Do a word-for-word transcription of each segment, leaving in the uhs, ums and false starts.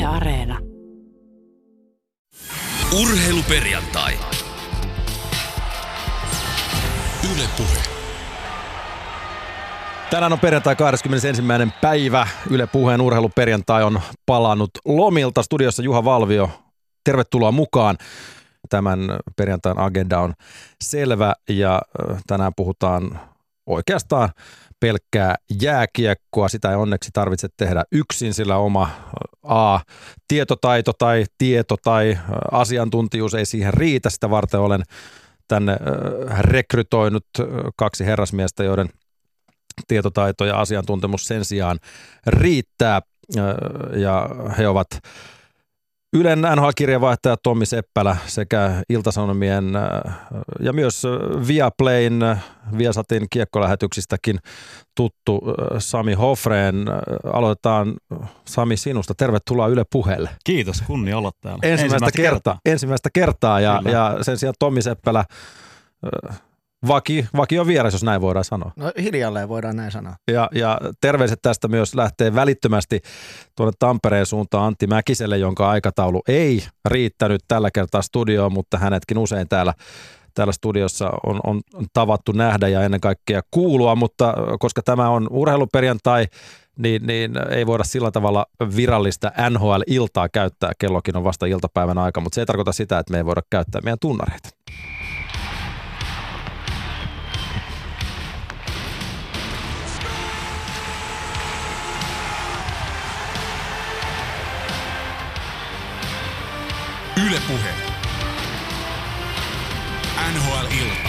Areena. Urheiluperjantai. Yle Puhe. Tänään on perjantai kahdeskymmenesensimmäinen päivä. Yle Puheen urheiluperjantai on palannut lomilta. Studiossa Juha Valvio. Tervetuloa mukaan. Tämän perjantain agenda on selvä ja tänään puhutaan oikeastaan pelkkää jääkiekkoa. Sitä ei onneksi tarvitse tehdä yksin, sillä oma A, tietotaito tai tieto tai asiantuntijuus ei siihen riitä. Sitä varten olen tänne rekrytoinut kaksi herrasmiestä, joiden tietotaito ja asiantuntemus sen sijaan riittää. Ja he ovat Ylen N H L-kirjeenvaihtaja Tommi Seppälä sekä Ilta-Sanomien ja myös Viaplayn, Viasatin kiekkolähetyksistäkin tuttu Sami Hofrén. Aloitetaan Sami sinusta. Tervetuloa Yle Puheelle. Kiitos, kunnia olla täällä. Ensimmäistä, ensimmäistä, kertaa. kertaa. ensimmäistä kertaa ja, ja sen sijaan Tommi Seppälä, vaki, vaki on vieras, jos näin voidaan sanoa. No hiljalleen voidaan näin sanoa. Ja, ja terveiset tästä myös lähtee välittömästi tuonne Tampereen suuntaan Antti Mäkiselle, jonka aikataulu ei riittänyt tällä kertaa studioon, mutta hänetkin usein täällä, täällä studiossa on, on tavattu nähdä ja ennen kaikkea kuulua, mutta koska tämä on urheiluperjantai, niin, niin ei voida sillä tavalla virallista N H L-iltaa käyttää. Kellokin on vasta iltapäivän aika, mutta se ei tarkoita sitä, että me ei voida käyttää meidän tunnareita. Yle Puhe. N H L-ilta.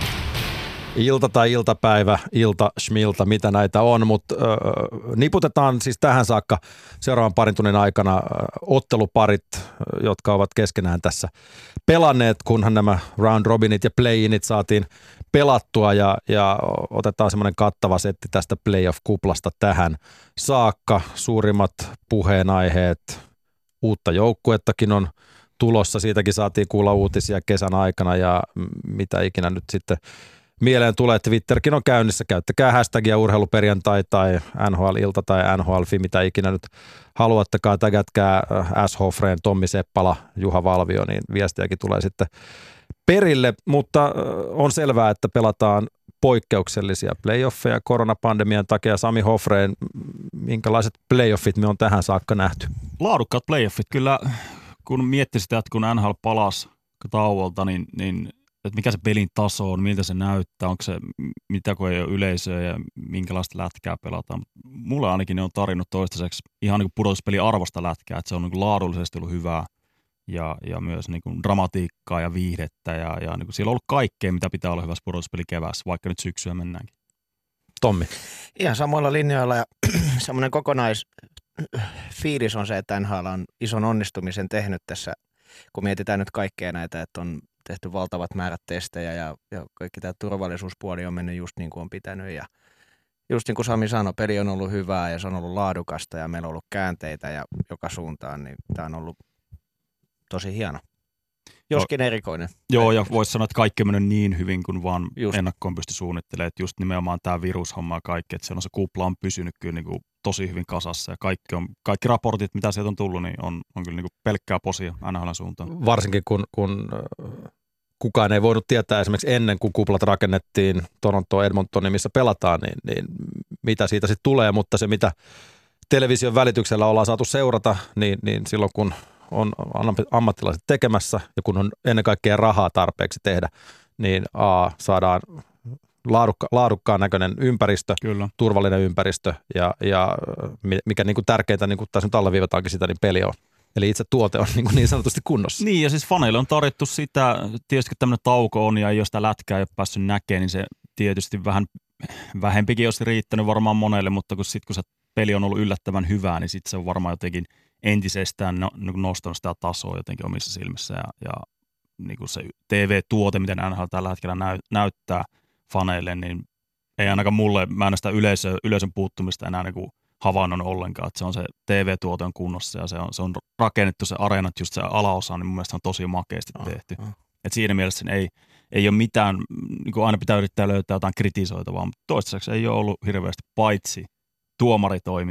Ilta tai iltapäivä, ilta, schmilta, mitä näitä on, mutta äh, niputetaan siis tähän saakka seuraavan parin tunnin aikana äh, otteluparit, jotka ovat keskenään tässä pelanneet, kunhan nämä round robinit ja play-init saatiin pelattua ja, ja otetaan semmoinen kattava setti tästä playoff-kuplasta tähän saakka. Suurimmat puheenaiheet, uutta joukkuettakin on tulossa, siitäkin saatiin kuulla uutisia kesän aikana ja mitä ikinä nyt sitten mieleen tulee. Twitterkin on käynnissä, käyttäkää hashtagia urheiluperjantai tai N H L-ilta tai N H L-fi, mitä ikinä nyt haluattekaan, tägätkää S. Hofrén, Tommi Seppala, Juha Valvio, niin viestiäkin tulee sitten perille, mutta on selvää, että pelataan poikkeuksellisia playoffeja koronapandemian takia. Sami Hofrén, minkälaiset playoffit me on tähän saakka nähty? Laadukkaat playoffit, kyllä kun miettii sitä, että kun N H L palasi tauolta, niin, niin että mikä se pelin taso on, miltä se näyttää, onko se, mitä kun ei ole yleisöä ja minkälaista lätkää pelataan. Mulle ainakin ne on tarjonnut toistaiseksi ihan niin kuin pudotuspeli arvosta lätkää, että se on niin kuin laadullisesti ollut hyvää ja, ja myös niin kuin dramatiikkaa ja viihdettä ja, ja niin kuin siellä on ollut kaikkea, mitä pitää olla hyvässä pudotuspeli keväässä, vaikka nyt syksyä mennäänkin. Tommi. Ihan samoilla linjoilla ja semmoinen kokonaisfiilis on se, että N H L on ison onnistumisen tehnyt tässä, kun mietitään nyt kaikkea näitä, että on tehty valtavat määrät testejä ja, ja kaikki tämä turvallisuuspuoli on mennyt just niin kuin on pitänyt ja just niin kuin Sami sanoi, peli on ollut hyvää ja se on ollut laadukasta ja meillä on ollut käänteitä ja joka suuntaan, niin tämä on ollut tosi hieno. Joskin erikoinen. Joo, ja voisi sanoa, että kaikki on mennyt niin hyvin, kuin vaan just ennakkoon pysty suunnittelemaan, että just nimenomaan tämä virushomma ja kaikki, että se, on, se kupla on pysynyt kyllä niin kuin tosi hyvin kasassa ja kaikki, on, kaikki raportit, mitä sieltä on tullut, niin on, on kyllä niin kuin pelkkää posia N H L:n suuntaan. Varsinkin kun, kun kukaan ei voinut tietää esimerkiksi ennen kuin kuplat rakennettiin Toronto, Edmontoniin, missä pelataan, niin, niin mitä siitä sitten tulee, mutta se mitä television välityksellä ollaan saatu seurata, niin, niin silloin kun on ammattilaiset tekemässä ja kun on ennen kaikkea rahaa tarpeeksi tehdä, niin A, saadaan laadukka, laadukkaan näköinen ympäristö, Kyllä. turvallinen ympäristö ja, ja mikä niin kuin tärkeintä, niin kuin tässä nyt alleviivataankin sitä, niin peli on. Eli itse tuote on niin, kuin niin sanotusti kunnossa. Niin ja siis faneille on tarjottu sitä, tietysti kun tämmöinen tauko on ja jos sitä lätkää ei ole päässyt näkemään, niin se tietysti vähän vähempikin olisi riittänyt varmaan monelle, mutta kun sitten kun se peli on ollut yllättävän hyvää, niin sitten se on varmaan jotenkin entisestään no, nostanut sitä tasoa jotenkin omissa silmissä ja, ja niin kuin se T V-tuote, miten N H L tällä hetkellä näy, näyttää faneille, niin ei ainakaan mulle, mä en ole sitä yleisö, yleisön puuttumista enää niin kuin havainnut ollenkaan, että se on se T V-tuote on kunnossa ja se on, se on rakennettu se areenat, just se alaosa, niin mun mielestä on tosi makeasti tehty. Oh, oh. Et siinä mielessä ei, ei ole mitään, niin kuin aina pitää yrittää löytää jotain kritisoitavaa, mutta toistaiseksi ei ole ollut hirveästi paitsi tuomaritoiminta.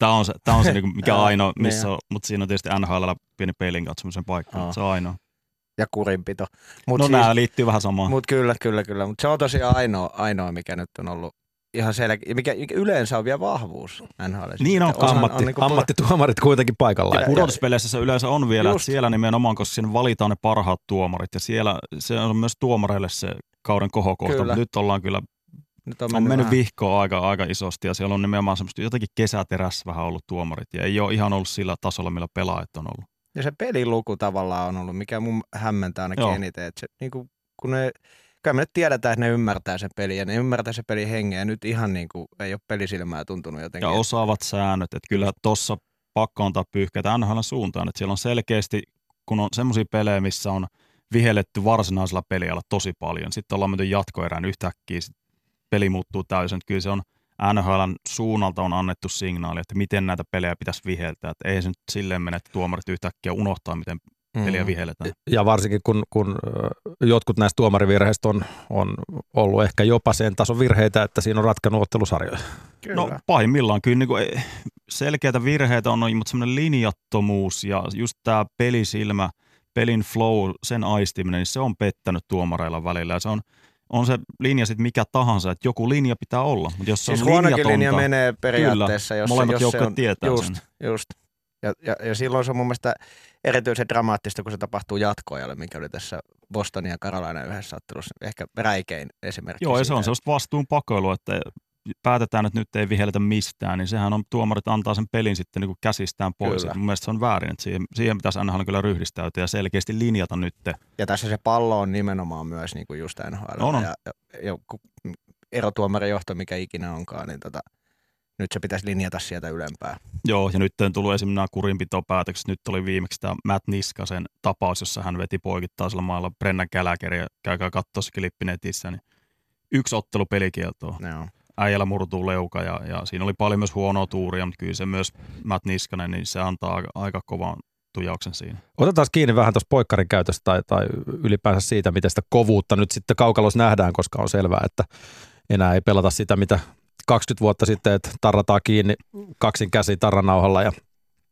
Tämä on se, tää on se niinku, mikä ainoa, Niin missä on. on, mutta siinä on tietysti N H L pieni peilin katsomisen paikka, Aa. mutta se on ainoa. Ja kurinpito. Mut No siis, nämä liittyy vähän samaan. mut kyllä, kyllä, kyllä. Mutta se on tosiaan ainoa, ainoa, mikä nyt on ollut ihan selkeä, mikä, mikä yleensä on vielä vahvuus N H L. Niin on, Ammatti, niinku ammattituomarit kuitenkin paikalla. Ja- Pudotuspeleissä se yleensä on vielä, Just. että siellä nimenomaan, koska siinä valitaan ne parhaat tuomarit ja siellä se on myös tuomareille se kauden kohokohta, Kyllä. mutta nyt ollaan kyllä, Nyt on mennyt, vähän- vihkoon aika, aika isosti ja siellä on nimenomaan semmoista jotenkin kesäterässä vähän ollut tuomarit ja ei ole ihan ollut sillä tasolla, millä pelaajat on ollut. Ja se peliluku tavallaan on ollut, mikä mun hämmentää ainakin Joo. eniten. Että se, niinku, kun ne, kyllä me nyt tiedetään, että ne ymmärtää sen pelin ja ne ymmärtää sen pelin hengen ja nyt ihan niin kuin ei ole pelisilmää tuntunut jotenkin. Ja osaavat säännöt, että kyllä tuossa pakko antaa pyyhkeitä N H L:n suuntaan, että siellä on selkeästi, kun on semmoisia pelejä, missä on vihelletty varsinaisella pelialla tosi paljon, sitten ollaan menty jatkoerään yhtäkkiä, sit peli muuttuu täysin, että kyllä se on N H L:n suunnalta on annettu signaali, että miten näitä pelejä pitäisi viheltää, että ei se nyt silleen mene, että tuomarit yhtäkkiä unohtaa, miten peliä vihelletään. Ja varsinkin kun, kun ö, jotkut näistä tuomarivirheistä on, on ollut ehkä jopa sen tason virheitä, että siinä on ratkannut ottelusarjoja. Kyllä. No pahimmillaan kyllä niin kuin, selkeitä virheitä on, mutta semmoinen linjattomuus ja just tämä pelisilmä, pelin flow, sen aistiminen, niin se on pettänyt tuomareilla välillä. Ja se on, on se linja sitten mikä tahansa, että joku linja pitää olla. Mutta jos se siis on huonokin linjatonta, linja menee periaatteessa, jos, molemmat jos se joukkueet on tietää just, sen. just. Ja, ja, ja silloin se on mun mielestä erityisen dramaattista, kun se tapahtuu jatkoajalle, mikä oli tässä Bostonin ja Carolina yhdessä ottelussa. Ehkä räikein esimerkki. Joo, ja se siitä. on sellaista vastuun pakoilua, että päätetään, että nyt ei vihelletä mistään, niin sehän on, tuomarit antaa sen pelin sitten niin kuin käsistään pois. Kyllä. Mun mielestä se on väärin, että siihen, siihen pitäisi N H L kyllä ryhdistäytyä ja selkeästi linjata nyt. Ja tässä se pallo on nimenomaan myös niin kuin just N H L. On, on. Ja, ja, ja kun erotuomarin johto, mikä ikinä onkaan, niin tota, nyt se pitäisi linjata sieltä ylempää. Joo, ja nyt on tullut esimerkiksi nämä kurinpitopäätökset. Nyt oli viimeksi tämä Matt Niskasen tapaus, jossa hän veti poikittaisella mailla Brennan Gallagher, ja käykää katsoa se klippi netissä, niin yksi ottelu pelikieltoa. Joo. Äijällä murtuu leuka, ja, ja siinä oli paljon myös huonoa tuuria, mutta kyllä se myös Matt Niskanen, niin se antaa aika, aika kovan tujauksen siinä. Otetaan kiinni vähän tuosta poikkarin käytöstä tai, tai ylipäänsä siitä, miten sitä kovuutta nyt sitten kaukalossa nähdään, koska on selvää, että enää ei pelata sitä, mitä kaksikymmentä vuotta sitten, että tarrataan kiinni kaksin käsi tarranauhalla ja,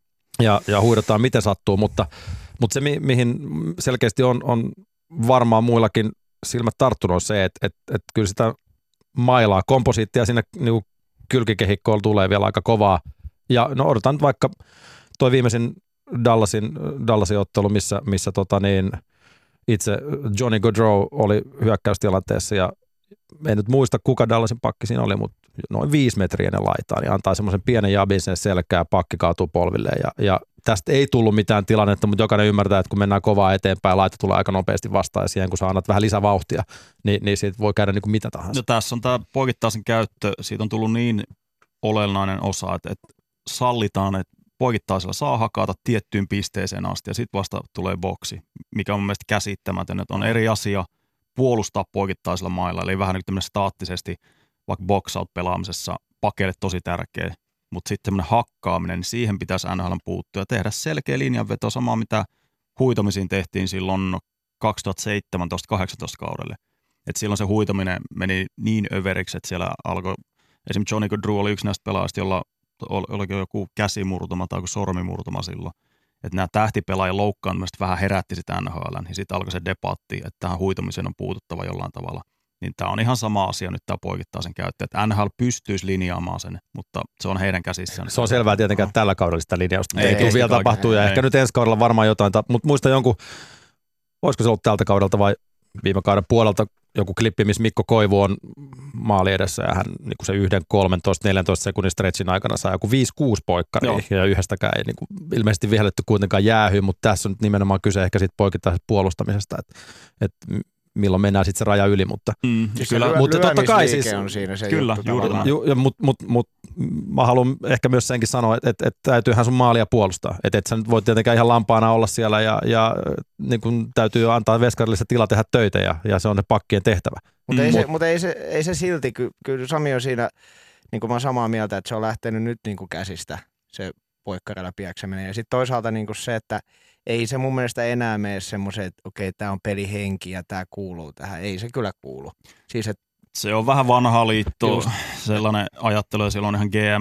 ja, ja huidotaan miten sattuu, mutta, mutta se mi, mihin selkeästi on, on varmaan muillakin silmät tarttunut on se, että, että, että kyllä sitä mailaa, komposiittia sinne niin kylkikehikkoon tulee vielä aika kovaa ja no odotan nyt vaikka toi viimeisin Dallasin, Dallasin ottelu, missä, missä tota niin, itse Johnny Gaudreau oli hyökkäystilanteessa ja en nyt muista kuka Dallasin pakki siinä oli, mutta noin viisi metriä ennen laitaa, niin antaa semmoisen pienen jabin sen selkää, pakki kaatuu polvilleen ja, ja tästä ei tullut mitään tilannetta, mutta jokainen ymmärtää, että kun mennään kovaa eteenpäin, laita tulee aika nopeasti vastaan ja siihen kun sä annat vähän lisävauhtia, niin, niin siitä voi käydä niin kuin mitä tahansa. No tässä on tämä poikittaisen käyttö, siitä on tullut niin olennainen osa, että, että sallitaan, että poikittaisella saa hakata tiettyyn pisteeseen asti ja sitten vasta tulee boksi, mikä on mun mielestä käsittämätön, että on eri asia puolustaa poikittaisella mailla, eli vähän niin tämmöinen staattisesti, vaikka box-out pelaamisessa pakeille tosi tärkeä, mutta sitten semmoinen hakkaaminen, niin siihen pitäisi N H L puuttua ja tehdä selkeä linjanveto, samaa mitä huitomisiin tehtiin silloin kaksituhattaseitsemäntoista kahdeksantoista kaudelle. Et silloin se huitominen meni niin överiksi, että siellä alkoi, esimerkiksi Johnny Gaudreau oli yksi näistä pelaajista, jolla oli joku käsimurtuma tai joku sormimurtuma silloin. Että nämä tähtipelaajien loukkaantumiset vähän herätti sitä N H L, niin sitten alkoi se debatti, että tähän huitomiseen on puututtava jollain tavalla. Niin tämä on ihan sama asia nyt tämä poikittaisen käyttö, että N H L pystyisi linjaamaan sen, mutta se on heidän käsissään. Se on selvää tietenkään, että tällä kaudella sitä linjausta ei, Ei, ei tule ei, vielä ei, tapahtuu ja ei, ehkä ei. nyt ensi kaudella varmaan jotain, mutta muista jonkun, olisiko se ollut tältä kaudelta vai viime kauden puolelta joku klippi, missä Mikko Koivu on maali edessä ja hän niin kuin se yhden kolmetoista neljätoista sekunnin stretchin aikana saa joku viisi kuusi poikkaria Joo. ja yhdestäkään ei niin kuin ilmeisesti vihelletty kuitenkaan jäähy, mutta tässä on nyt nimenomaan kyse ehkä siitä poikittaisesta puolustamisesta, että, että milloin mennään sitten se raja yli, mutta Mm, Siis kyllä, se lyö, mutta totta kai siis- on siinä se Kyllä, juttu juuri tavallaan. näin. Ju, ja mut, mut, mut, mä haluan ehkä myös senkin sanoa, että, että, että täytyyhän sun maalia puolustaa. Että et sä nyt voit tietenkään ihan lampaana olla siellä ja, ja niin kun täytyy antaa veskarille se tila tehdä töitä ja, ja se on ne pakkien tehtävä. Mutta ei, Mut- se, mut ei, se, ei se silti, ky, kyllä Sami on siinä, niin kuin mä oon samaa mieltä, että se on lähtenyt nyt niin kuin käsistä se poikkarilla piekseminen. Ja sitten toisaalta niin kuin se, että ei se mun mielestä enää mene semmoiseen, että okei, tämä on pelihenki ja tämä kuuluu tähän. Ei se kyllä kuulu. Siis, että Se on vähän vanha liitto, Just. sellainen ajattelu ja silloin ihan G M:n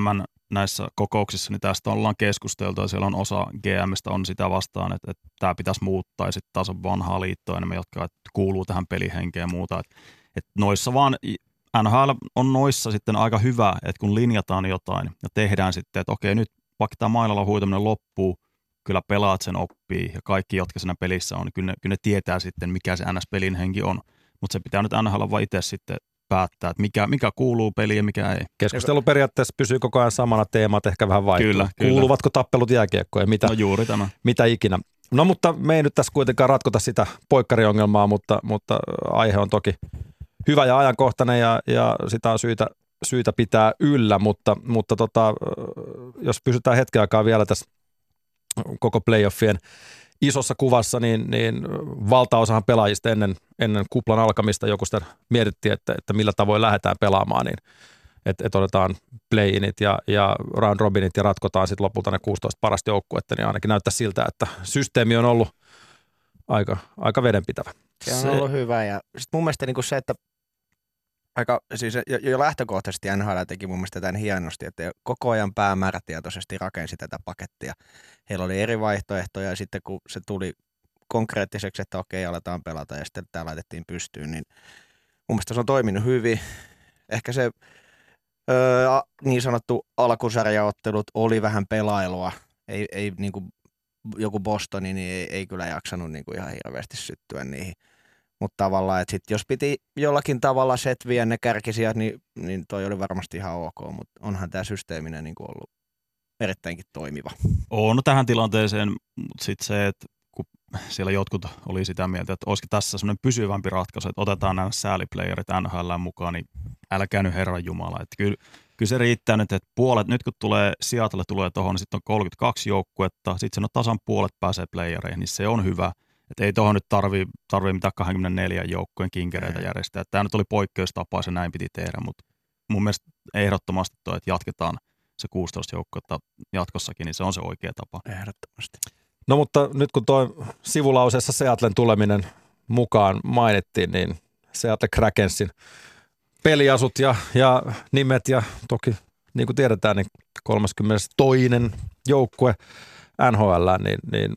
näissä kokouksissa, niin tästä ollaan keskusteltu ja siellä on osa G M:stä on sitä vastaan, että, että tämä pitäisi muuttaa ja sitten taas on vanhaa liittoa enemmän, jotka kuuluu tähän pelihenkeen ja muuta. Että, että noissa vaan, N H L on noissa sitten aika hyvä, että kun linjataan jotain ja tehdään sitten, että okei nyt vaikka tämä mailalla huitaminen loppuu, kyllä pelaat sen oppii ja kaikki, jotka siinä pelissä on, niin kyllä ne, kyllä ne tietää sitten, mikä se N S-pelin henki on. Mutta se pitää nyt N H L vaan itse sitten päättää, että mikä, mikä kuuluu peliin ja mikä ei. Keskustelu periaatteessa pysyy koko ajan samana, teemat ehkä vähän vaihtuu. Kyllä, kyllä. Kuuluvatko tappelut jääkiekkoon ja mitä, no juuri tämä. mitä ikinä. No mutta me ei nyt tässä kuitenkaan ratkota sitä poikkariongelmaa, mutta, mutta aihe on toki hyvä ja ajankohtainen ja, ja sitä on syytä, syytä pitää yllä, mutta, mutta tota, jos pysytään hetken aikaa vielä tässä koko playoffien isossa kuvassa, niin, niin valtaosahan pelaajista ennen, ennen kuplan alkamista joku sitä mietittiin, että, että millä tavoin lähdetään pelaamaan, niin että et otetaan play-init ja, ja round robinit ja ratkotaan sitten lopulta ne kuusitoista parasta joukkuetta, niin ainakin näyttää siltä, että systeemi on ollut aika, aika vedenpitävä. Se on ollut hyvä ja sitten mun mielestä niinku se, että aika, siis jo, jo lähtökohtaisesti N H L teki mun mielestä tämän hienosti, että koko ajan päämäärätietoisesti rakensi tätä pakettia. Heillä oli eri vaihtoehtoja ja sitten kun se tuli konkreettiseksi, että okei, aletaan pelata ja sitten tämä laitettiin pystyyn, niin mun mielestä se on toiminut hyvin. Ehkä se öö, niin sanottu alkusarjaottelut oli vähän pelailua. Ei, ei niin kuin joku Bostoni, niin ei, ei kyllä jaksanut niin kuin ihan hirveästi syttyä niihin. Mutta tavallaan, että sit jos piti jollakin tavalla setviä ne kärkisijat, niin, niin toi oli varmasti ihan ok, mutta onhan tämä systeeminen niin kuin ollut erittäinkin toimiva. On no tähän tilanteeseen, mutta sitten se, että kun siellä jotkut oli sitä mieltä, että olisiko tässä semmoinen pysyvämpi ratkaisu, että otetaan nämä sääliplayerit N H L mukaan, niin älkää nyt Herran Jumala. Että kyllä, kyllä se riittää nyt, että puolet, nyt kun tulee Seattle tulee tuohon, niin sitten on kolmekymmentäkaksi joukkuetta, sitten sen on tasan puolet pääsee playereihin, niin se on hyvä. Että ei tuohon nyt tarvii, tarvii mitään kaksikymmentäneljä joukkojen kinkereitä järjestää. Tämä nyt oli poikkeustapaus ja näin piti tehdä, mutta mun mielestä ehdottomasti tuo, että jatketaan se kuusitoista joukkoa jatkossakin, niin se on se oikea tapa. Ehdottomasti. No mutta nyt kun tuo sivulauseessa Seattlen tuleminen mukaan mainittiin, niin Seattle Krakensin peliasut ja, ja nimet ja toki niin kuin tiedetään, niin kolmaskymmenestoinen joukkue N H L, niin, niin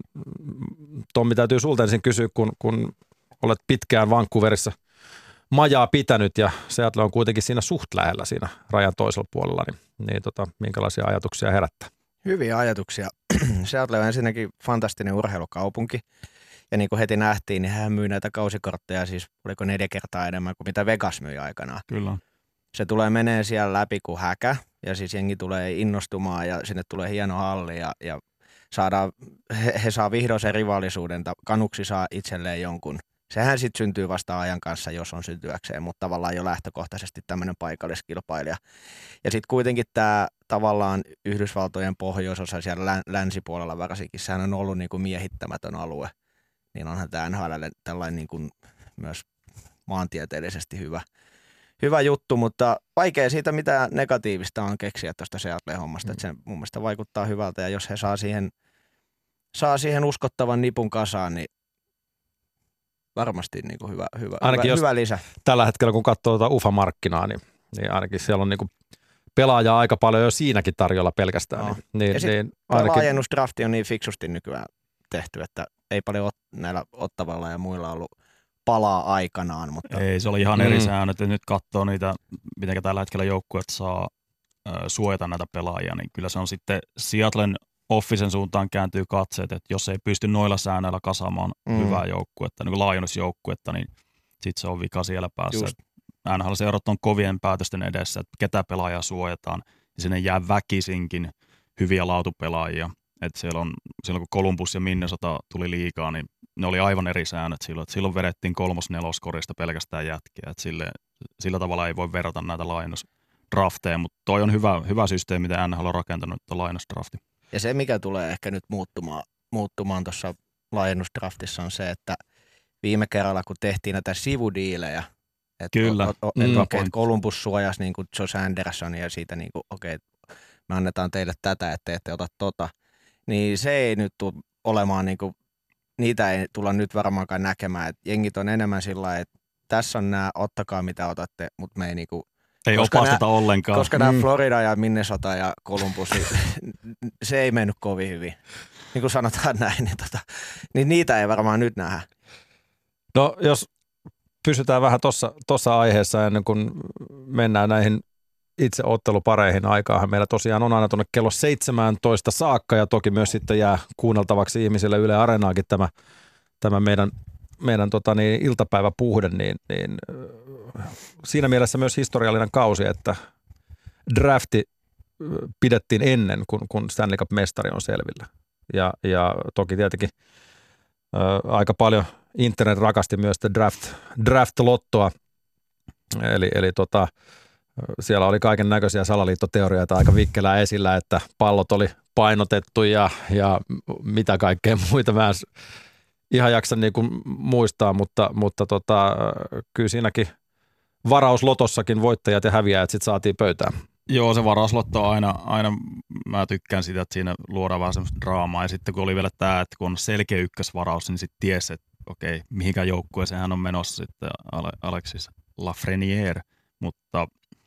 Tommi täytyy sulta ensin kysyä, kun, kun olet pitkään Vancouverissa majaa pitänyt ja Seattle on kuitenkin siinä suht lähellä siinä rajan toisella puolella, niin, niin tota, minkälaisia ajatuksia herättää? Hyviä ajatuksia. Seattle on ensinnäkin fantastinen urheilukaupunki ja niin kuin heti nähtiin, niin hän myy näitä kausikortteja siis oliko neljä kertaa enemmän kuin mitä Vegas myi aikanaan. Kyllä. Se tulee menee siellä läpi kuin häkä ja siis jengi tulee innostumaan ja sinne tulee hieno halli ja, ja saadaan, he, he saa vihdoin sen rivaalisuuden, Kanuksi saa itselleen jonkun. Sehän sitten syntyy vasta ajan kanssa, jos on syntyäkseen, mutta tavallaan jo lähtökohtaisesti tämmöinen paikalliskilpailija. Ja sitten kuitenkin tämä tavallaan Yhdysvaltojen pohjoisosa siellä länsipuolella varsinkin, sehän on ollut niin kuin miehittämätön alue. Niin onhan tämä N H L tällainen niin kuin myös maantieteellisesti hyvä, hyvä juttu, mutta vaikea siitä mitä negatiivista on keksiä tuosta Seattle-hommasta. Mm. Että se mun mielestä vaikuttaa hyvältä ja jos he saa siihen, saa siihen uskottavan nipun kasaan, niin varmasti niin kuin hyvä, hyvä, hyvä, hyvä lisä. Tällä hetkellä kun katsoo tuota U F A-markkinaa, niin, niin ainakin siellä on niin kuin pelaajaa aika paljon jo siinäkin tarjolla pelkästään. No. Niin, niin, ja sitten niin ainakin laajennusdrafti on niin fiksusti nykyään tehty, että ei paljon ot, näillä Ottavalla ja muilla ollut palaa aikanaan. Mutta ei, se oli ihan mm. eri säännöt, että nyt katsoo niitä, miten tällä hetkellä joukkueet saa äh, suojata näitä pelaajia, niin kyllä se on sitten Seattlen Offisen suuntaan kääntyy katseet, että jos ei pysty noilla säännöillä kasaamaan mm. hyvää joukkuetta, niin kuin laajennusjoukkuetta, niin sitten se on vika siellä päässä. N H L-seurat on kovien päätösten edessä, että ketä pelaajaa suojataan, ja sinne jää väkisinkin hyviä laatupelaajia. Että siellä on, silloin kun Columbus ja Minnesota tuli liigaa, niin ne oli aivan eri säännöt silloin. Että silloin vedettiin kolmos-neloskorista pelkästään jätkiä. Että sille, sillä tavalla ei voi verrata näitä laajennusdrafteja, mutta toi on hyvä, hyvä systeemi, mitä N H L on rakentanut, että laajennusdrafti. Ja se, mikä tulee ehkä nyt muuttumaan, muuttumaan tuossa laajennusdraftissa on se, että viime kerralla, kun tehtiin näitä sivudiilejä, että Kyllä. O, o, mm, et, okay, Columbus suojasi niin kuin Josh Anderson ja siitä, niin kuin, okei, okay, me annetaan teille tätä, että ette ota tota, niin se ei nyt tule olemaan, niin kuin, niitä ei tulla nyt varmaankaan näkemään. Et jengit on enemmän sillä lailla, että tässä on nämä, ottakaa mitä otatte, mutta me ei, niin kuin, Ei koska opasteta nää, ollenkaan. Koska nämä mm. Florida ja Minnesota ja Columbus, niin se ei mennyt kovin hyvin. Niin kuin sanotaan näin, niin, tota, niin niitä ei varmaan nyt nähdä. No jos pysytään vähän tuossa aiheessa ennen kuin mennään näihin itse ottelupareihin, aikaahan meillä tosiaan on aina tuonne kello seitsemäntoista saakka ja toki myös sitten jää kuunneltavaksi ihmisille Yle Areenaakin tämä, tämä meidän, meidän tota niin, iltapäiväpuhde, niin, niin siinä mielessä myös historiallinen kausi, että drafti pidettiin ennen kuin, kun Stanley Cup-mestari on selvillä. Ja, ja toki tietenkin ä, aika paljon internet rakasti myös draft, draft-lottoa, eli, eli tota, siellä oli kaiken näköisiä salaliittoteorioita aika vikkelää esillä, että pallot oli painotettu ja, ja mitä kaikkea muita. Mä en ihan jaksa niin kuin muistaa, mutta, mutta tota, kyllä siinäkin varauslotossakin voittajat ja häviäjät sitten saatiin pöytään. Joo, se varauslotto on aina, aina, mä tykkään sitä, että siinä luodaan vähän semmoista draamaa. Ja sitten kun oli vielä tämä, että kun on selkeä ykkösvaraus, niin sitten tiesi, että okei, mihinkään joukkueeseen hän on menossa sitten Alexis Lafreniere. Mutta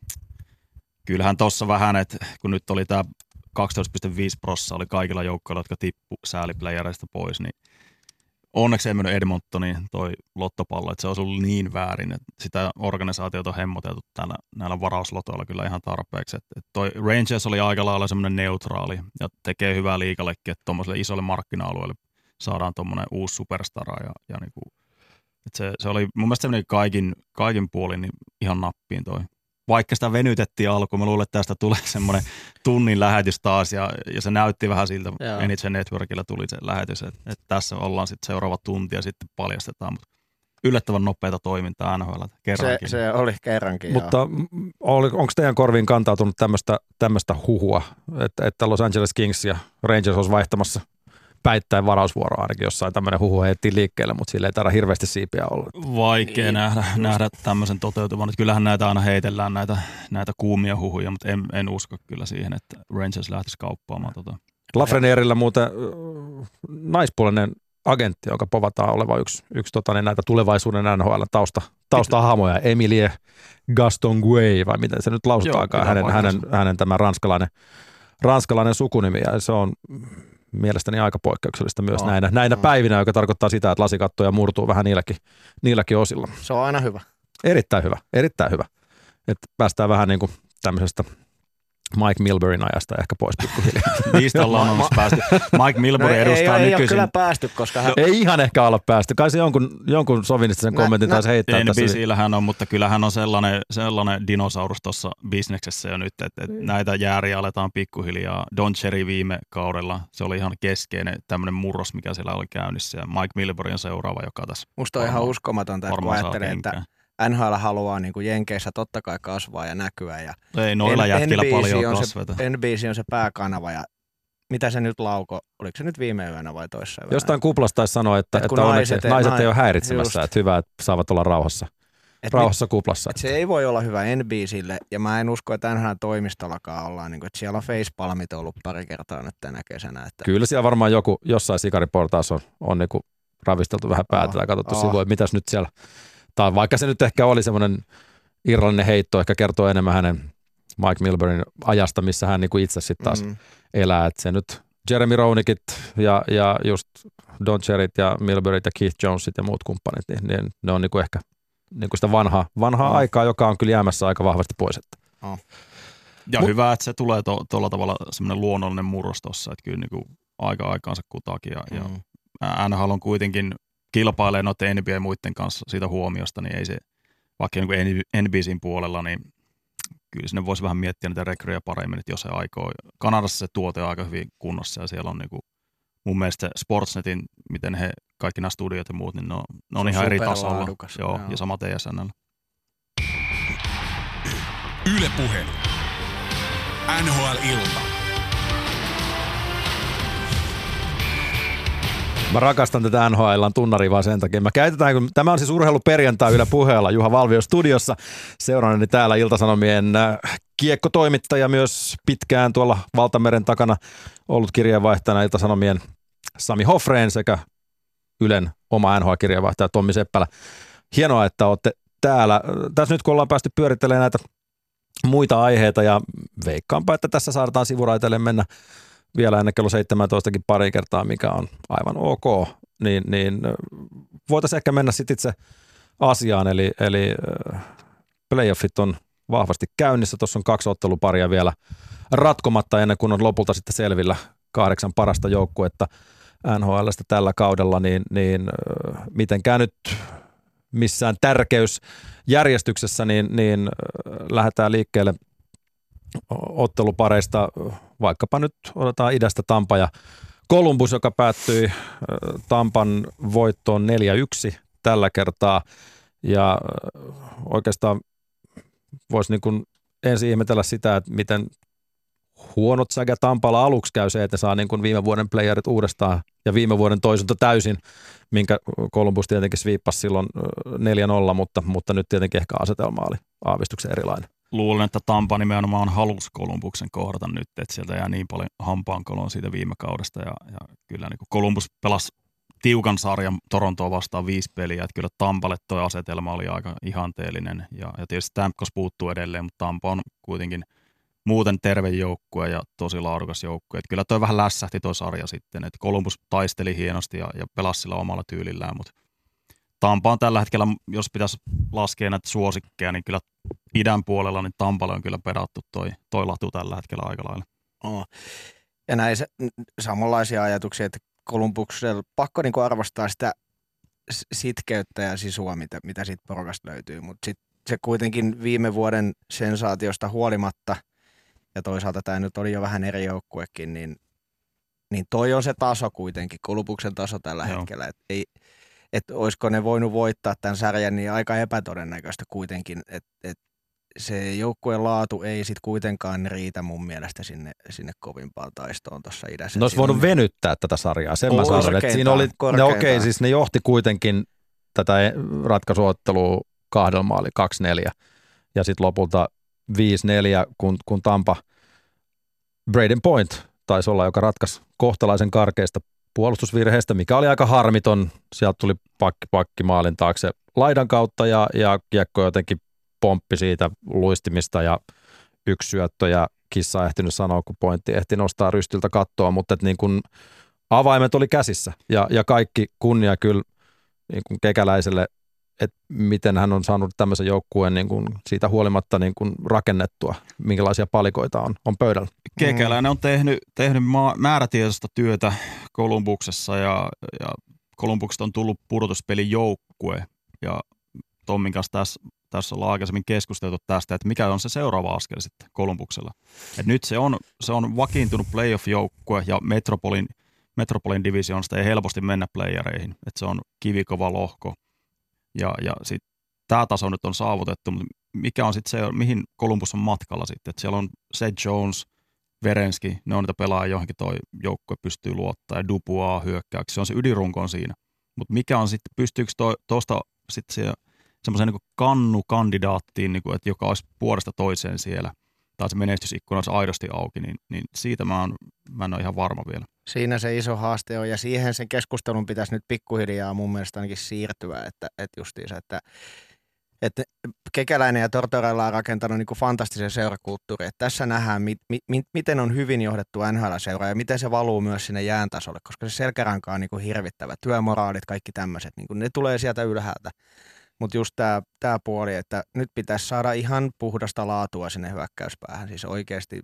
kyllähän tuossa vähän, että kun nyt oli tämä kaksitoista pilkku viisi prosenttia oli kaikilla joukkoilla, jotka tippu sääliplayereista pois, niin onneksi ei mennyt Edmontoniin toi lottopallo, että se olisi ollut niin väärin, että sitä organisaatiota on hemmoteltu täällä, näillä varauslotoilla kyllä ihan tarpeeksi. Että, että toi Rangers oli aika lailla semmoinen neutraali ja tekee hyvää liigallekin, että tuommoiselle isolle markkina-alueelle saadaan tuommoinen uusi superstara. Ja, ja niinku, että se, se oli mun mielestä semmoinen kaikin, kaikin puolin niin ihan nappiin toi. Vaikka sitä venytettiin alkuun, mä luulen, että tästä tulee semmoinen tunnin lähetys taas, ja, ja se näytti vähän siltä, N H L Networkilla tuli se lähetys, että, että tässä ollaan sitten seuraava tunti ja sitten paljastetaan, mutta yllättävän nopeata toimintaa N H L kerrankin. Se, se oli kerrankin, Mutta onko teidän korviin kantautunut tämmöistä huhua, että, että Los Angeles Kings ja Rangers olisi vaihtamassa päittäin varausvuoroa ainakin jossain tämmöinen huhu heitettiin liikkeelle, mutta sillä ei taida hirveästi siipiä olla. Vaikea niin, nähdä, nähdä tämmöisen toteutuvan. Kyllähän näitä aina heitellään, näitä, näitä kuumia huhuja, mutta en, en usko kyllä siihen, että Rangers lähtisi kauppaamaan. Tota. Lafreniereillä muuten äh, naispuolinen agentti, joka povataan oleva yksi, yksi tota, niin näitä tulevaisuuden N H L tausta, taustahahmoja, Emilie Gastonguay, vai miten se nyt lausutaakaan, hänen, hänen, hänen tämä ranskalainen, ranskalainen sukunimi, ja se on mielestäni aika poikkeuksellista myös no, näinä, näinä no. päivinä, joka tarkoittaa sitä, että lasikattoja murtuu vähän niilläkin, niilläkin osilla. Se on aina hyvä. Erittäin hyvä, erittäin hyvä. Että päästään vähän niin kuin tämmöisestä Mike Milburyn ajasta ehkä pois pikkuhiljaa. Niistä ollaan omassa päästy. Mike Milbury no edustaa ei, ei, nykyisin. Ei ole kyllä päästy, koska hän... Ei ihan ehkä olla päästy. Kai se jonkun, jonkun sovinistisen kommentin taisi heittää N tässä. B C:llähän on, mutta kyllähän on sellainen, sellainen dinosaurus tuossa bisneksessä jo nyt, että, että näitä jääriä aletaan pikkuhiljaa. Don Cherry viime kaudella, se oli ihan keskeinen tämmöinen murros, mikä siellä oli käynnissä. Ja Mike Milbury on seuraava, joka tässä. Musta on ihan uskomatonta, että kun ajattelee, että N H L haluaa niin kuin Jenkeissä totta kai kasvaa ja näkyä. Ja ei noilla jätkillä paljon kasveta. N B C on se pääkanava ja mitä se nyt lauko, oliko se nyt viime yönä vai toissa yönä? Jostain kuplasta taisi sanoa, että, että, että naiset, onneksi, naiset ei ole häiritsemässä, just. Että hyvä, että saavat olla rauhassa, et rauhassa mit, kuplassa. Se ei voi olla hyvä N B C:lle ja mä en usko, että N H L toimistollakaan ollaan, niin kuin, että siellä on facepalmit ollut pari kertaa nyt tänä kesänä. Että... Kyllä siellä varmaan joku jossain sikariportaassa on, on niin kuin ravisteltu vähän päätä oh, ja katsottu oh. sivuja, mitäs nyt siellä... Tai vaikka se nyt ehkä oli semmoinen irrallinen heitto, ehkä kertoo enemmän hänen Mike Milburyn ajasta, missä hän niinku itse sitten taas mm. elää. Et se nyt Jeremy Roenickit ja, ja just Don Cherryt ja Milburyt ja Keith Jonesit ja muut kumppanit, niin, niin ne on niinku ehkä niinku sitä vanhaa, vanhaa oh. aikaa, joka on kyllä jäämässä aika vahvasti pois. Että. Oh. Ja Mut, hyvä, että se tulee tuolla to, tavalla semmoinen luonnollinen murros tuossa, että kyllä niinku aika aikaansa kutakin. Ja, mm. ja N H L on kuitenkin kilpailee noiden N B A muiden kanssa siitä huomiosta, niin ei se, vaikka niin N B C:n puolella, niin kyllä sinne voisi vähän miettiä niitä rekryjä paremmin, että jos se aikoo. Kanadassa se tuote on aika hyvin kunnossa ja siellä on niin kuin, mun mielestä Sportsnetin, miten he, kaikki nämä studiot ja muut, niin ne on, ne on, on ihan eri tasolla. Joo, joo. Ja sama T S N:llä. Yle Puhe. N H L-ilta. Mä rakastan tätä N H L:n tunnaria vaan sen takia. Mä käytetään, kun tämä on siis urheiluperjantai Yle Puheella Juha Valvio studiossa. Seuraanani täällä Ilta-Sanomien kiekkotoimittaja myös pitkään tuolla Valtameren takana ollut kirjeenvaihtajana Ilta-Sanomien Sami Hofreen sekä Ylen oma N H L-kirjeenvaihtaja Tommi Seppälä. Hienoa, että olette täällä. Tässä nyt kun ollaan päästy pyörittelemään näitä muita aiheita ja veikkaanpa, että tässä saadaan sivuraiteille mennä vielä ennen kello seitsemäntoistakin pari kertaa, mikä on aivan ok, niin, niin voitaisiin ehkä mennä sitten itse asiaan, eli, eli playoffit on vahvasti käynnissä, tuossa on kaksi otteluparia vielä ratkomatta ennen kuin on lopulta sitten selvillä kahdeksan parasta joukkuetta N H L:stä tällä kaudella, niin, niin mitenkään nyt missään tärkeysjärjestyksessä, niin, niin lähdetään liikkeelle ottelupareista, vaikkapa nyt otetaan idästä Tampa ja Columbus, joka päättyi Tampan voittoon neljä yksi tällä kertaa, ja oikeastaan voisi niin kuin ensin ihmetellä sitä, että miten huonot säkä Tampalla aluksi käy se, että saa niin kuin viime vuoden playerit uudestaan ja viime vuoden toisunta täysin, minkä Columbus tietenkin sviippasi silloin neljä nolla, mutta, mutta nyt tietenkin ehkä asetelma oli aavistuksen erilainen. Luulen, että Tampa nimenomaan halusi Columbuksen kohdata nyt, että sieltä jää niin paljon hampaankoloon siitä viime kaudesta, ja, ja kyllä niin kuin Columbus pelasi tiukan sarjan Torontoa vastaan viisi peliä, että kyllä Tampalle tuo asetelma oli aika ihanteellinen, ja, ja tietysti Stamkos puuttuu edelleen, mutta Tampa on kuitenkin muuten terve joukkue ja tosi laadukas joukkue. Että kyllä toi vähän lässähti toi sarja sitten, että Columbus taisteli hienosti ja, ja pelasi sillä omalla tyylillään, mutta Tampa on tällä hetkellä, jos pitäisi laskea näitä suosikkeja, niin kyllä idän puolella niin Tampalle on kyllä perattu toi, toi latu tällä hetkellä aika lailla. Oh. Ja näin samanlaisia ajatuksia, että Columbuksella pakko niinku arvostaa sitä sitkeyttä ja sisua, mitä, mitä siitä porukasta löytyy, mutta sitten se kuitenkin viime vuoden sensaatiosta huolimatta, ja toisaalta tämä nyt oli jo vähän eri joukkuekin, niin, niin toi on se taso kuitenkin, Columbuksen taso tällä Joo. hetkellä. Että ei, et olisiko ne voinut voittaa tämän sarjan, niin aika epätodennäköistä kuitenkin, että et se joukkueen laatu ei sitten kuitenkaan riitä mun mielestä sinne, sinne kovimpaan taistoon tuossa idässä. Ne olisi voinut venyttää tätä sarjaa, sen mä sanon, että siinä oli, ne okei, siis ne johti kuitenkin tätä ratkaisuottelua kahdella maali kaksi neljä ja sitten lopulta viisi neljä, kun, kun Tampa Braden Point taisi olla, joka ratkaisi kohtalaisen karkeasta puolustusvirheestä, mikä oli aika harmiton. Sieltä tuli pakki pakki maalin taakse laidan kautta ja, ja kiekko jotenkin pomppi siitä luistimista ja yksi syöttö ja kissa ei ehtinyt sanoa, kun Pointti ehti nostaa rystyltä kattoa, mutta et niin kun avaimet oli käsissä ja, ja kaikki kunnia kyllä niin kun Kekäläiselle, että miten hän on saanut tämmöisen joukkueen niin kun siitä huolimatta niin kun rakennettua, minkälaisia palikoita on, on pöydällä. Kekäläinen on tehnyt, tehnyt ma- määrätietoista työtä Columbuksessa ja, ja Columbuksesta on tullut pudotuspelin joukkue ja Tommin kanssa tässä, tässä ollaan aikaisemmin keskusteltu tästä, että mikä on se seuraava askel sitten Columbuksella. Et nyt se on, se on vakiintunut playoff-joukkue ja Metropolin, Metropolin divisionista ei helposti mennä playereihin, että se on kivikova lohko. Ja, ja sitten tämä taso nyt on saavutettu, mutta mikä on sitten se, mihin Columbus on matkalla sitten, että siellä on Seth Jones, Verenski, ne on niitä pelaajia, johonkin toi joukkue pystyy luottaa ja Dubois hyökkäyksi, se on se ydinrunko on siinä. Mutta mikä on sitten, pystyykö tuosta sitten semmoiseen niin kannukandidaattiin, niin kuin, että joka olisi vuodesta toiseen siellä, tai se menestysikkuna olisi aidosti auki, niin, niin siitä mä, on, mä en ole ihan varma vielä. Siinä se iso haaste on, ja siihen sen keskustelun pitäisi nyt pikkuhiljaa mun mielestä ainakin siirtyä, että, että justiinsa, että, että Kekäläinen ja Tortorella on rakentanut niin kuin fantastisen seurakulttuurin, että tässä nähdään, mit, mit, miten on hyvin johdettu N H L-seura ja miten se valuu myös sinne jään tasolle, koska se selkäranka on niin kuin hirvittävä, työmoraalit, kaikki tämmöiset, niin kuin ne tulee sieltä ylhäältä. Mutta just tämä tää puoli, että nyt pitäisi saada ihan puhdasta laatua sinne hyökkäyspäähän. Siis oikeasti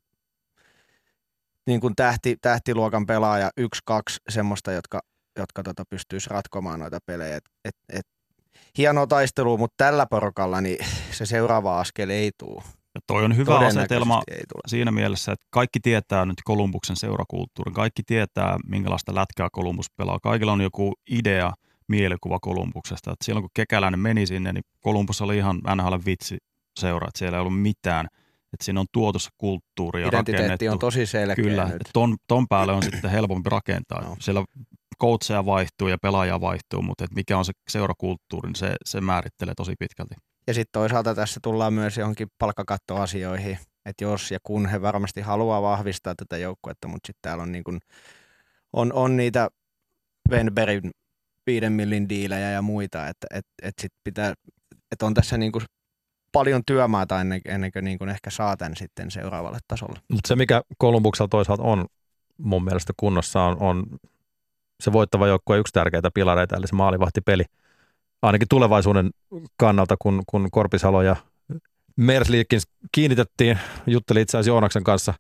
niin kuin tähti, tähtiluokan pelaaja, yksi, kaksi semmoista, jotka, jotka tota pystyisi ratkomaan noita pelejä. Et, et, et, hienoa taistelua, mutta tällä porukalla niin se seuraava askel ei tule. Ja toi on hyvä asetelma siinä mielessä, että kaikki tietää nyt Columbuksen seurakulttuurin. Kaikki tietää, minkälaista lätkää Columbus pelaa. Kaikilla on joku idea, mielikuva Columbuksesta. Että silloin kun Kekäläinen meni sinne, niin Columbus oli ihan N H L vitsi seura, että siellä ei ollut mitään. Että siinä on tuotu se kulttuuri ja identiteetti rakennettu. On tosi selkeä. Kyllä, nyt. että ton, ton päälle on sitten helpompi rakentaa. No. Siellä coacheja vaihtuu ja pelaajia vaihtuu, mutta että mikä on se seurakulttuuri, niin se, se määrittelee tosi pitkälti. Ja sitten toisaalta tässä tullaan myös johonkin palkkakattoasioihin, että jos ja kun he varmasti haluaa vahvistaa tätä joukkuetta, mutta sitten täällä on, niin kun, on, on niitä Wenbergin viiden millin diilejä ja muita, että et, et sit pitää, että on tässä niinku paljon työmaata ennen, ennen kuin, niin kuin ehkä saa tämän sitten seuraavalle tasolle. Mutta se, mikä Columbuksella toisaalta on mun mielestä kunnossa, on, on se voittava joukkue yksi tärkeitä pilareita, eli se maalivahtipeli. Ainakin tulevaisuuden kannalta, kun, kun Korpisalo ja Merslikins kiinnitettiin, juttelin itse asiassa Joonaksen kanssa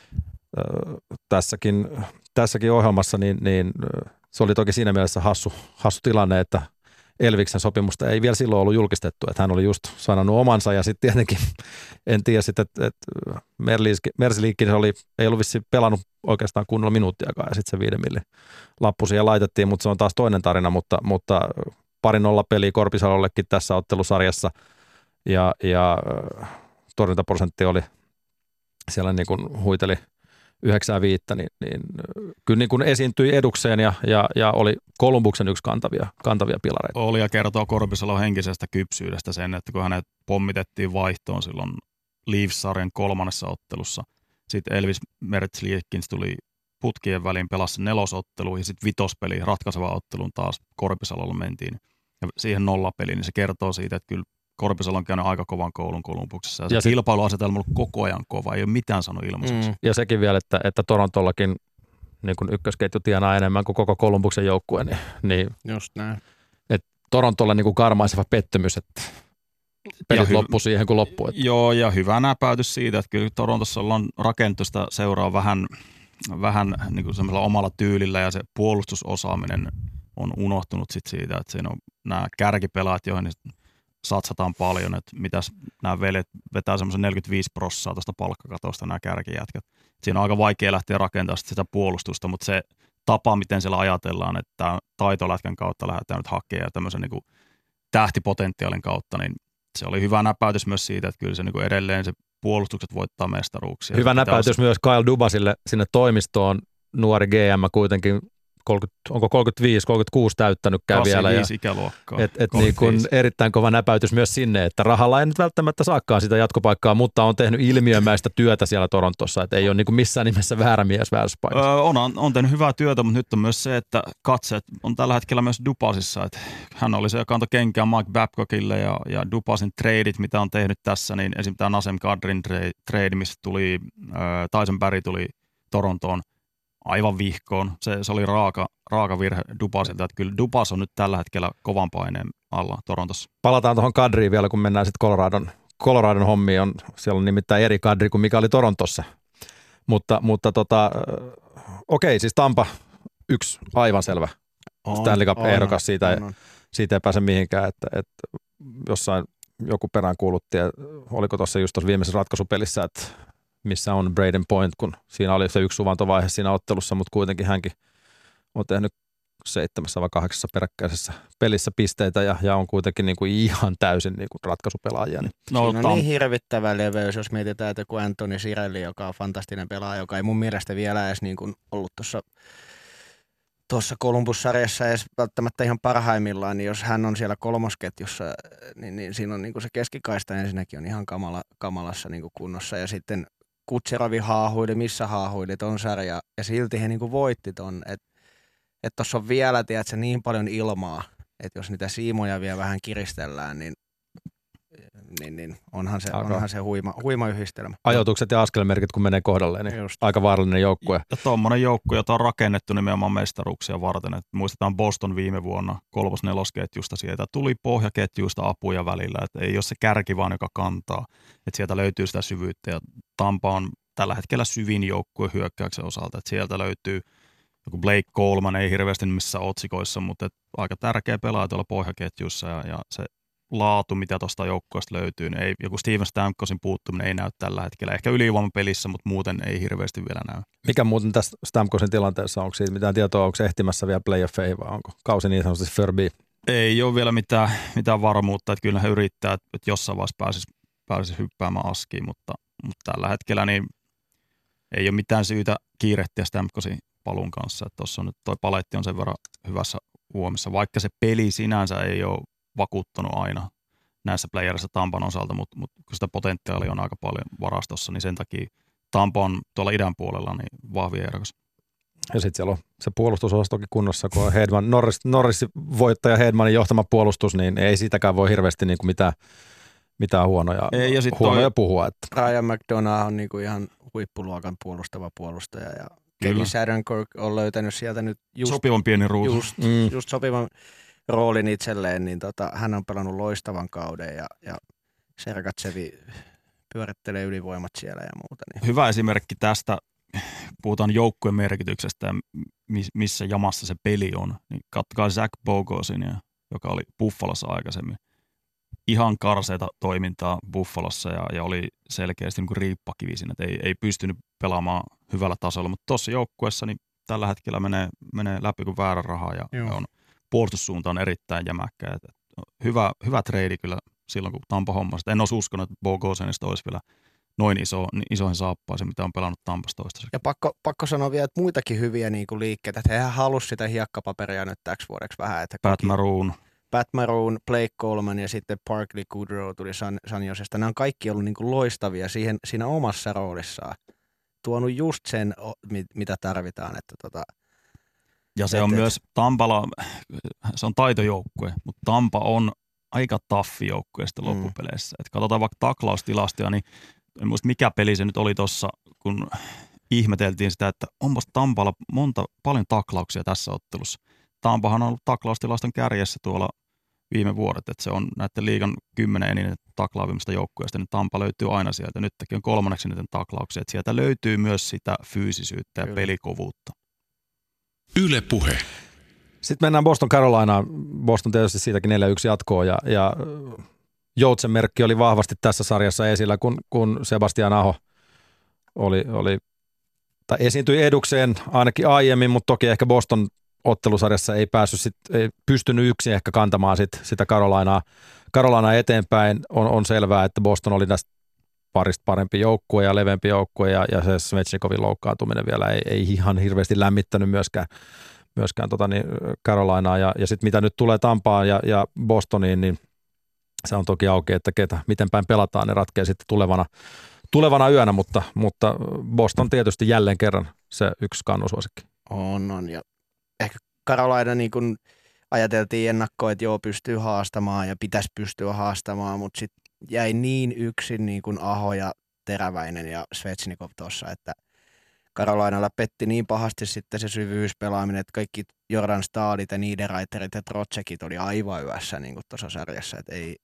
äh, tässäkin, tässäkin ohjelmassa, niin, niin äh, se oli toki siinä mielessä hassu, hassu tilanne, että Elviksen sopimusta ei vielä silloin ollut julkistettu, että hän oli just sanonut omansa ja sitten tietenkin en tiedä sitten, että, että Merslikins oli, ei ollut vissiin pelannut oikeastaan kunnolla minuuttiakaan ja sitten se viiden millin lappu siihen laitettiin, mutta se on taas toinen tarina, mutta, mutta pari nolla peliä Korpisalollekin tässä ottelusarjassa ja, ja torjuntaprosentti oli siellä niin kuin huiteli yhdeksän viittä, niin, niin kyllä niin kuin esiintyi edukseen ja, ja, ja oli Columbuksen yksi kantavia, kantavia pilareita. Oli ja kertoo Korpisalon henkisestä kypsyydestä sen, että kun hänet pommitettiin vaihtoon silloin Leafs-sarjan kolmannessa ottelussa, sitten Elvis Merzlikins tuli putkien väliin, pelasi nelosottelu ja sitten vitospeli, ratkaiseva ottelun taas Korpisalolla mentiin ja siihen nollapeliin, niin se kertoo siitä, että kyllä Korpisalo on käynyt aika kovan koulun Columbuksessa ja, ja se kilpailuasetelma on ollut koko ajan kova, ei ole mitään sanonut ilmaiseksi. Mm. Ja sekin vielä, että, että Torontollakin niin kun ykkösketju tienaa enemmän kuin koko Columbuksen joukkue, niin, niin just näin. Että Torontolla niin kuin karmaiseva pettymys, että pelit hy- loppu siihen kun loppu. Että. Joo, ja hyvä näpäytys siitä, että kyllä Torontossa ollaan rakennettu sitä seuraa vähän, vähän niin kuin semmoisella omalla tyylillä ja se puolustusosaaminen on unohtunut sit siitä, että siinä on nämä kärkipelaat, joihin satsataan paljon, että mitäs nämä veljet vetää semmoisen neljäkymmentäviisi prosenttia tuosta palkkakatosta nämä kärkijätkät. Siinä on aika vaikea lähteä rakentamaan sitä puolustusta, mutta se tapa, miten siellä ajatellaan, että taitolätkän kautta lähdetään nyt hakemaan ja tämmöisen niin kuin tähtipotentiaalin kautta, niin se oli hyvä näpäytys myös siitä, että kyllä se niin kuin edelleen se puolustukset voittaa mestaruuksia. Hyvä näpäytys myös Kyle Dubasille sinne toimistoon, nuori G M kuitenkin. kolmekymmentä, onko kolmekymmentäviisi kolmekymmentäkuusi täyttänyt käy vielä. Ja, ikäluokkaa. Et, et niin kun erittäin kova näpäytys myös sinne, että rahalla ei nyt välttämättä saakaan sitä jatkopaikkaa, mutta on tehnyt ilmiömäistä työtä siellä Torontossa, että ei ole niin kuin missään nimessä väärä mies väärässä paikassa. Öö, on, on tehnyt hyvää työtä, mutta nyt on myös se, että katseet on tällä hetkellä myös Dubasissa. Että hän oli se, joka antoi kenkää Mike Babcockille ja, ja Dubasin treidit, mitä on tehnyt tässä, niin esimerkiksi tämä Nazem Kadrin trade, missä tuli, öö, Tyson Barrie tuli Torontoon aivan vihkoon. Se, se oli raaka, raaka virhe Dubasilta, että kyllä Dubas on nyt tällä hetkellä kovan paineen alla Torontossa. Palataan tuohon Kadriin vielä, kun mennään sitten Coloradon, Coloradon hommiin. On, siellä on nimittäin eri Kadri kuin mikä oli Torontossa. Mutta, mutta tota, okei, siis Tampa yksi aivan selvä on, Stanley Cup-ehdokas, siitä, on, on. siitä ei pääse mihinkään, että, että jossain joku perään kuulutti, oliko tuossa just tuossa viimeisessä ratkaisupelissä, että missä on Braden Point, kun siinä oli se yksi suvantovaihe siinä ottelussa, mutta kuitenkin hänkin on tehnyt seitsemässä vai kahdeksassa peräkkäisessä pelissä pisteitä ja, ja on kuitenkin niin kuin ihan täysin niin kuin ratkaisupelaajia. Niin. No, siinä on tam- niin hirvittävä leveys, jos mietitään, että kun Anthony Cirelli, joka on fantastinen pelaaja, joka ei mun mielestä vielä edes niin kuin ollut tuossa tuossa Columbus-sarjassa edes välttämättä ihan parhaimmillaan, niin jos hän on siellä kolmosketjussa, niin, niin siinä on niin kuin se keskikaista ensinnäkin on ihan kamala, kamalassa niin kuin kunnossa ja sitten Kutserovi haahuili, missä haahuili ton sarja, ja silti he niinku voitti ton, että et tossa on vielä, tiedätkö, niin paljon ilmaa, että jos niitä siimoja vielä vähän kiristellään, niin, niin, niin onhan se, onhan se huima, huima yhdistelmä. Ajoitukset ja askelmerkit, kun menee kohdalleen, niin just. Aika vaarallinen joukkue. Ja tuommoinen joukkue, jota on rakennettu nimenomaan mestaruuksia varten, että muistetaan Boston viime vuonna kolmos-nelosketjusta, sieltä tuli pohjaketjuista apuja välillä, että ei ole se kärki vaan, joka kantaa, että sieltä löytyy sitä syvyyttä ja Tampa on tällä hetkellä syvin joukkue hyökkäyksen osalta, että sieltä löytyy joku Blake Coleman, ei hirveästi missä otsikoissa, mutta aika tärkeä pelaaja tuolla pohjaketjussa ja, ja se laatu, mitä tuosta joukkueesta löytyy, niin ei, joku Steven Stamkosin puuttuminen ei näy tällä hetkellä. Ehkä ylivoimapelissä, mutta muuten ei hirveästi vielä näy. Mikä muuten tässä Stamkosin tilanteessa, onko siitä mitään tietoa, onko se ehtimässä vielä playoffeihin vai onko kausi niin sanotusti Furby? Ei ole vielä mitään, mitään varmuutta, että kyllä he yrittää, että jossain vaiheessa pääsisi, pääsisi hyppäämään askiin, mutta, mutta tällä hetkellä niin ei ole mitään syytä kiirehtiä Stamkosin palun kanssa. Tuossa on nyt toi paletti on sen verran hyvässä huomissa, vaikka se peli sinänsä ei ole vakuuttanut aina näissä playerissa Tampan osalta, mutta, mutta kun sitä potentiaalia on aika paljon varastossa, niin sen takia Tampa on tuolla idän puolella niin vahvia ehdokas. Ja sitten siellä on se puolustusosastokin kunnossa, kun on Hedman, Norris, Norris voittaja Hedmanin johtama puolustus, niin ei siitäkään voi hirveästi niin kuin mitään, mitään huonoja, Ei, ja sit huonoja toi... puhua. Että. Ryan McDonough on niinku ihan huippuluokan puolustava puolustaja ja Kevin Shattenkirk on löytänyt sieltä nyt just, sopivan pieni ruutu. Just, mm. just sopivan roolin itselleen, niin tota, hän on pelannut loistavan kauden ja, ja Sergatsevi pyörittelee ylivoimat siellä ja muuta. Niin. Hyvä esimerkki tästä, puhutaan joukkueen merkityksestä ja missä jamassa se peli on. Niin katsokaa Zach Bogosin, joka oli Buffalossa aikaisemmin. Ihan karseita toimintaa Buffalossa ja, ja oli selkeästi niin kuin riippakivi siinä, että ei, ei pystynyt pelaamaan hyvällä tasolla, mutta tuossa joukkueessa niin tällä hetkellä menee, menee läpi kuin väärä raha ja, ja on, puolustussuunta on erittäin jämäkkä. Et, et, hyvä, hyvä treidi kyllä silloin, kun Tampa hommasi. En olisi uskonut, että Bogosenista olisi vielä noin iso, isoihin saappaisiin, mitä on pelannut Tampassa toistaiseksi. Ja pakko, pakko sanoa vielä, että muitakin hyviä niin kuin liikkeitä, että hehän halusi sitä hiekkapaperia nyt täksi vuodeksi vähän. Että Pat Maroon. Pat Maroon, Blake Coleman ja sitten Parkley Goodrow tuli San, San Josesta. Nämä on kaikki ollut niin kuin loistavia siihen, siinä omassa roolissaan. Tuonut just sen, mitä tarvitaan. Että tota, ja se et, on et, myös Tampala, se on taitojoukkue, mutta Tampa on aika taffi joukkue sitten loppupeleissä. Mm. Et katsotaan vaikka taklaustilastoja, niin en muista mikä peli se nyt oli tuossa, kun ihmeteltiin sitä, että onpas Tampalla monta, paljon taklauksia tässä ottelussa. Tampahan on ollut taklaustilaston kärjessä tuolla viime vuodet, että se on näiden liigan kymmenen eniten taklaavimmista joukkueista, niin Tampa löytyy aina sieltä. Nytkin on kolmanneksi eniten taklauksia, että sieltä löytyy myös sitä fyysisyyttä ja Kyllä. pelikovuutta. Yle Puhe. Sitten mennään Boston Carolinaan. Boston tietysti siitäkin neljä yksi jatkoa ja, ja Joutsen merkki oli vahvasti tässä sarjassa esillä, kun, kun Sebastian Aho oli, oli, tai esiintyi edukseen ainakin aiemmin, mutta toki ehkä Boston ottelusarjassa ei päässyt, sit, ei pystynyt yksin ehkä kantamaan sit, sitä Carolinaa, Carolinaa eteenpäin. On, on selvää, että Boston oli tästä parista parempi joukkue ja leveämpi joukkue ja, ja se Svechnikovin loukkaantuminen vielä ei, ei ihan hirveästi lämmittänyt myöskään, myöskään tota niin Carolinaa. Ja, ja sitten mitä nyt tulee Tampaan ja, ja Bostoniin, niin se on toki auki, että ketä, miten päin pelataan, ne ratkeaa sitten tulevana, tulevana yönä, mutta, mutta Boston tietysti jälleen kerran se yksi kannusuosikki. On, on ja ehkä Carolina niin kuin ajateltiin ennakkoon, että joo pystyy haastamaan ja pitäisi pystyä haastamaan, mutta sitten jäi niin yksin niin kuin Aho ja Teräväinen ja Svechnikov tuossa, että Carolinalla petti niin pahasti sitten se syvyyspelaaminen, että kaikki Jordan Staalit ja Niederreiterit ja Trotsekit oli aivan yössä niin kuin tuossa sarjassa, että ei,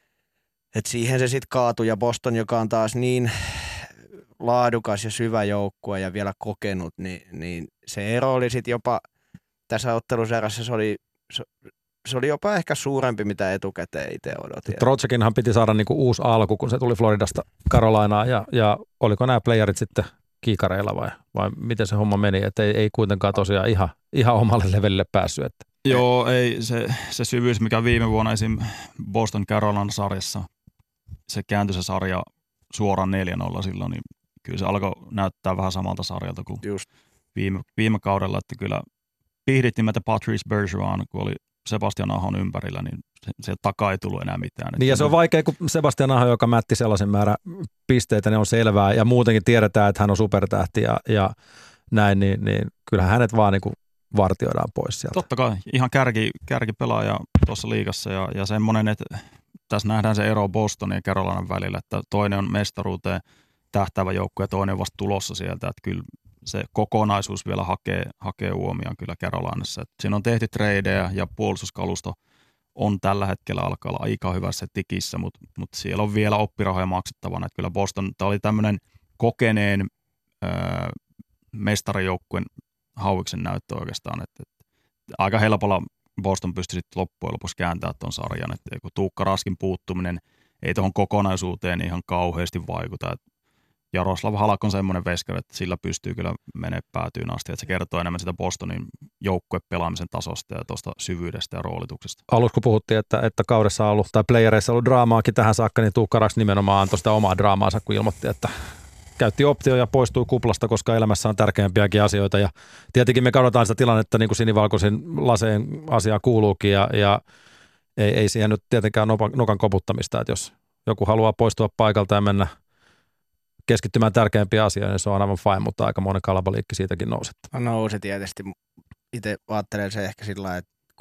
että siihen se sitten kaatui ja Boston, joka on taas niin laadukas ja syvä joukkue ja vielä kokenut, niin, niin se ero oli sitten jopa tässä ottelusarjassa se oli, se, se oli jopa ehkä suurempi, mitä etukäteen itse odotin. Trotsekinhan piti saada niinku uusi alku, kun se tuli Floridasta Carolinaan ja, ja oliko nämä playerit sitten kiikareilla vai, vai miten se homma meni, että ei, ei kuitenkaan tosiaan ihan, ihan omalle levelille päässyt. Että. Joo, ei se, se syvyys, mikä viime vuonna esim. Boston Carolina sarjassa, se kääntyi se sarja suoraan neljä nolla silloin, niin kyllä se alkoi näyttää vähän samalta sarjalta kuin Just. Viime, viime kaudella, että kyllä pihdit nimeltä Patrice Bergeron, kun oli Sebastian Ahon ympärillä, niin se, se takaa ei tullut enää mitään. Niin ja se on vaikea, kun Sebastian Aho, joka mätti sellaisen määrän pisteitä, ne on selvää ja muutenkin tiedetään, että hän on supertähti ja, ja näin, niin, niin kyllähän hänet vaan niin kuin vartioidaan pois sieltä. Totta kai, ihan kärki, kärkipelaaja tuossa liigassa ja, ja semmoinen, että tässä nähdään se ero Bostonin ja Carolinan välillä, että toinen on mestaruuteen tähtäävä joukko ja toinen on vasta tulossa sieltä, että kyllä se kokonaisuus vielä hakee, hakee huomioon kyllä Carolinassa. Että siinä on tehty tradeja ja puolustuskalusto on tällä hetkellä alkaa olla aika hyvässä tikissä, mutta, mutta siellä on vielä oppirahoja maksettavana. Että kyllä Boston, tämä oli tämmöinen kokeneen ää, mestarijoukkueen hauiksen näyttö oikeastaan. Että, että aika helpolla Boston pystyi sitten loppujen lopuksi kääntämään tuon sarjan. Että kun Tuukka Raskin puuttuminen ei tuohon kokonaisuuteen ihan kauheasti vaikuta. Että Jaroslav Halak on semmoinen veskari, että sillä pystyy kyllä menemään päätyyn asti, että se kertoo enemmän sitä Bostonin joukkuepelaamisen tasosta ja tuosta syvyydestä ja roolituksesta. Aluksi kun puhuttiin, että, että kaudessa on ollut, tai playereissa on ollut draamaakin tähän saakka, niin Tuukka Rask nimenomaan antoi sitä omaa draamaansa, kun ilmoitti, että käytti optio ja poistui kuplasta, koska elämässä on tärkeämpiäkin asioita. Ja tietenkin me katsotaan sitä tilannetta, niin kuin sinivalkoisin laseen asiaa kuuluukin, ja, ja ei, ei siihen nyt tietenkään nokan koputtamista, että jos joku haluaa poistua paikalta ja mennä keskittymään tärkeämpiä asioihin, niin se on aivan fine, mutta aika monen kalabaliikki siitäkin nousi. No nousi tietysti. Itse ajattelen se ehkä sillä lailla, että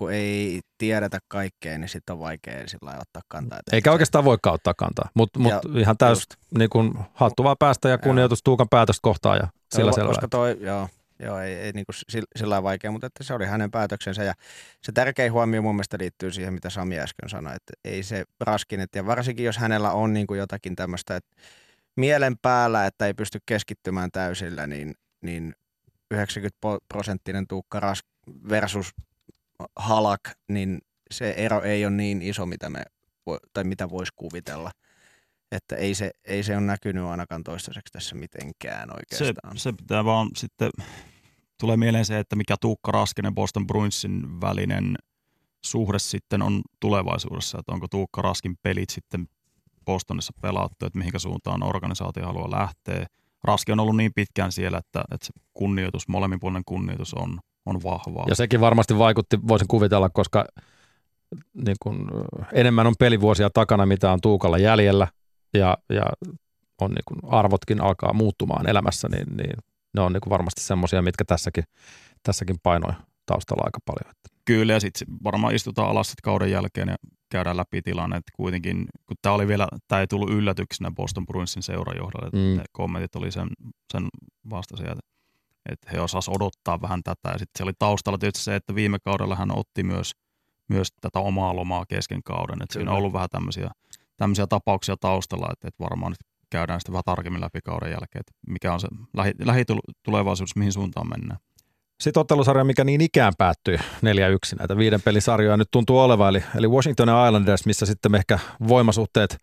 kun ei tiedetä kaikkea, niin sitten on vaikea sillä lailla ottaa kantaa. Eikä se... oikeastaan voikaan ottaa kantaa, mutta mut ihan täys niin kun hattu vaan päästä ja kunnioitus joo. Tuukan päätöstä kohtaan ja sillä toi, selvä. Koska toi, joo, joo, ei, ei niin kuin sillä lailla vaikea, mutta että se oli hänen päätöksensä ja se tärkein huomio mun mielestä liittyy siihen, mitä Sami äsken sanoi, että ei se Raskin, ja varsinkin jos hänellä on niin kuin jotakin tämmöistä, että mielen päällä, että ei pysty keskittymään täysillä, niin, niin yhdeksänkymmentä prosenttinen Tuukka Rask versus Halak, niin se ero ei ole niin iso, mitä me tai mitä voisi kuvitella. Että ei se, ei se ole näkynyt ainakaan toistaiseksi tässä mitenkään oikeastaan. Se, se pitää vaan sitten, tulee mieleen se, että mikä Tuukka Raskin ja Boston Bruinsin välinen suhde sitten on tulevaisuudessa, että onko Tuukka Raskin pelit sitten Bostonissa pelattu, että mihinkä suuntaan organisaatio haluaa lähteä. Raski on ollut niin pitkään siellä, että, että se kunnioitus, molemminpuolinen kunnioitus on, on vahvaa. Ja sekin varmasti vaikutti, voisin kuvitella, koska niin kun, enemmän on pelivuosia takana, mitä on Tuukalla jäljellä, ja, ja on niin kun arvotkin alkaa muuttumaan elämässä, niin, niin ne on niin kun varmasti semmoisia, mitkä tässäkin, tässäkin painoi taustalla aika paljon. Kyllä, ja sitten varmaan istutaan alas sit kauden jälkeen ja käydään läpi tilanne, että kuitenkin, kun tämä oli vielä, tämä ei tullut yllätyksenä Boston Bruinsin seurajohdolle, että mm. kommentit oli sen, sen vastaisia, että, että he osasivat odottaa vähän tätä, ja sitten se oli taustalla tietysti se, että viime kaudella hän otti myös, myös tätä omaa lomaa kesken kauden, että Kyllä. siinä on ollut vähän tämmöisiä, tämmöisiä tapauksia taustalla, että, että varmaan nyt käydään sitten vähän tarkemmin läpi kauden jälkeen, että mikä on se lähi, lähitulevaisuudessa, mihin suuntaan mennään. Sitten ottelusarja, mikä niin ikään päättyi neljä yksi, näitä viiden pelin sarjoja nyt tuntuu olevan, eli, eli Washington ja Islanders, missä sitten ehkä voimasuhteet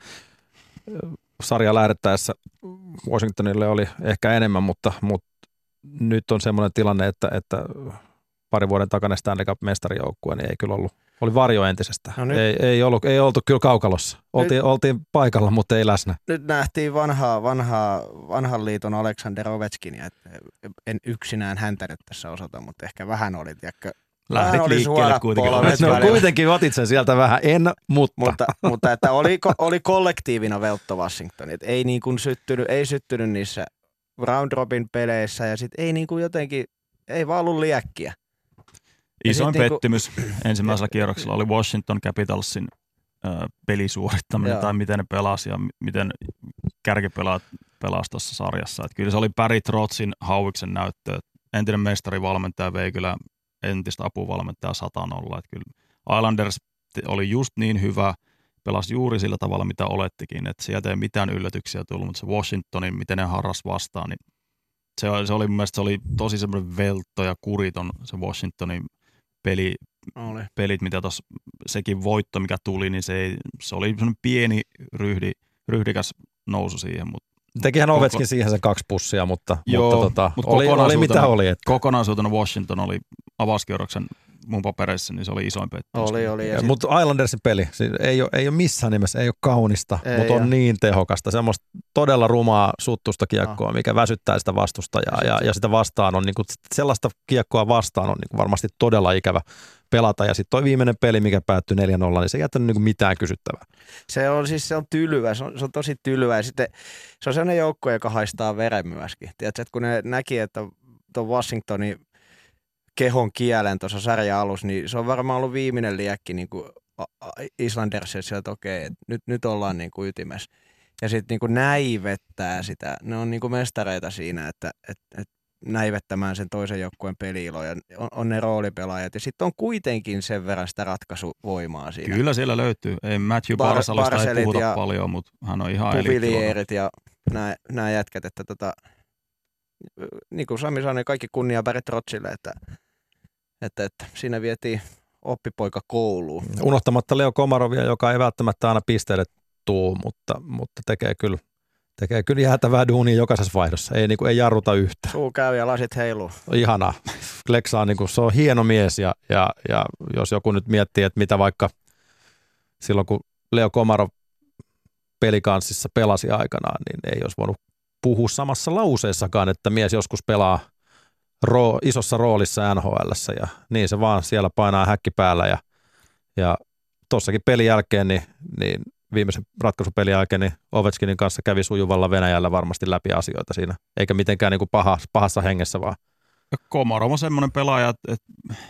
sarja lähdettäessä Washingtonille oli ehkä enemmän, mutta, mutta nyt on semmoinen tilanne, että, että pari vuoden takana Stanley Cup-mestarijoukkue, niin ei kyllä ollut, oli varjo entisestä. No ei, ei, ollut, ei oltu kyllä kaukalossa. Oltiin, nyt, oltiin paikalla, mutta ei läsnä. Nyt nähtiin vanhaa, vanhaa, vanhan liiton Alexander Ovechkinia, että en yksinään häntä nyt tässä osoita, mutta ehkä vähän oli, tiedätkö, lähdit liikkeelle kuitenkin. No kuitenkin otit sen sieltä vähän, en, mutta. Mutta, mutta että oli, oli kollektiivina veltto Washington, että ei, niin kuin syttynyt, ei syttynyt niissä round robin peleissä ja sitten ei niin kuin jotenkin, ei vaan ollut liäkkiä. Isoin pettymys niinku ensimmäisellä kierroksella oli Washington Capitalsin ö, pelisuorittaminen Joo. tai miten ne pelasi ja miten kärkipelaat pelasi tuossa sarjassa. Et kyllä se oli Barry Trotzin Hauviksen näyttö. Entinen mestarivalmentaja vei kyllä entistä apuvalmentajaa sata nolla. Et kyllä Islanders oli just niin hyvä, pelasi juuri sillä tavalla, mitä olettikin. Et sieltä ei mitään yllätyksiä tullut, mutta se Washingtonin, miten ne harras vastaan, niin se, se oli mun mielestä se oli tosi semmoinen veltto ja kuriton se Washingtonin peli, pelit, mitä tuossa sekin voitto, mikä tuli, niin se, ei, se oli semmoinen pieni ryhdi, ryhdikäs nousu siihen. Mutta Tekihän Ovechkin koko... siihen se kaksi pussia, mutta, Joo, mutta, tota, mutta oli, oli mitä oli. Että... Kokonaisuutena Washington oli avauskierroksen mun papereissa, niin se oli isoin pettymys. Oli, oli. Sit... Mutta Islandersin peli siis ei, ole, ei ole missään nimessä, ei ole kaunista, ei, mutta on ja. niin tehokasta. Semmoista todella rumaa suttusta kiekkoa, no. mikä väsyttää sitä vastustajaa ja, ja, ja sitä vastaan on, niin kuin, sellaista kiekkoa vastaan on niin kuin varmasti todella ikävä pelata. Ja sitten toi viimeinen peli, mikä päättyi neljä nolla, niin se ei jättänyt niin kuin mitään kysyttävää. Se on siis se on tylyä, se on, se on tosi tylyä ja sitten se on sellainen joukko, joka haistaa veren myöskin. Tiedätkö, että kun ne näki, että tuon Washingtonin kehon kielen tuossa sarjan alussa, niin se on varmaan ollut viimeinen liekki niin kuin Islandersissa, että okei, että nyt, nyt ollaan niin kuin ytimessä. Ja sitten niin kuin näivettää sitä. Ne on niin kuin mestareita siinä, että, että, että näivettämään sen toisen joukkueen peli-ilo ja on, on ne roolipelaajat. Ja sitten on kuitenkin sen verran sitä ratkaisuvoimaa siinä. Kyllä siellä löytyy. Ei Matthew Bar- Barsalista ei puhuta paljon, mutta hän on ihan eliittiluokka. Ja nämä, nämä jätkät, että tota, niin kuin Sami sanoi, kaikki kunnia Barry Trotzille, että Että, että siinä vietiin oppipoika kouluun. Unohtamatta Leo Komarovia, joka ei välttämättä aina pisteelle tuu, mutta, mutta tekee, kyllä, tekee kyllä jäätävää duunia jokaisessa vaihdossa. Ei, niin kuin, ei jarruta yhtään. Suu käy ja lasit heiluu. Ihanaa. Kleksa on, niin kuin, se on hieno mies ja, ja, ja jos joku nyt miettii, että mitä vaikka silloin kun Leo Komarov pelikanssissa pelasi aikanaan, niin ei olisi voinut puhua samassa lauseessakaan, että mies joskus pelaa Roo, isossa roolissa N H L:ssä ja niin se vaan siellä painaa häkki päällä ja, ja tossakin pelin jälkeen, niin, niin viimeisen ratkaisupelin jälkeen, niin Ovechkinin kanssa kävi sujuvalla Venäjällä varmasti läpi asioita siinä, eikä mitenkään niin kuin paha, pahassa hengessä vaan. Komarov on semmoinen pelaaja, että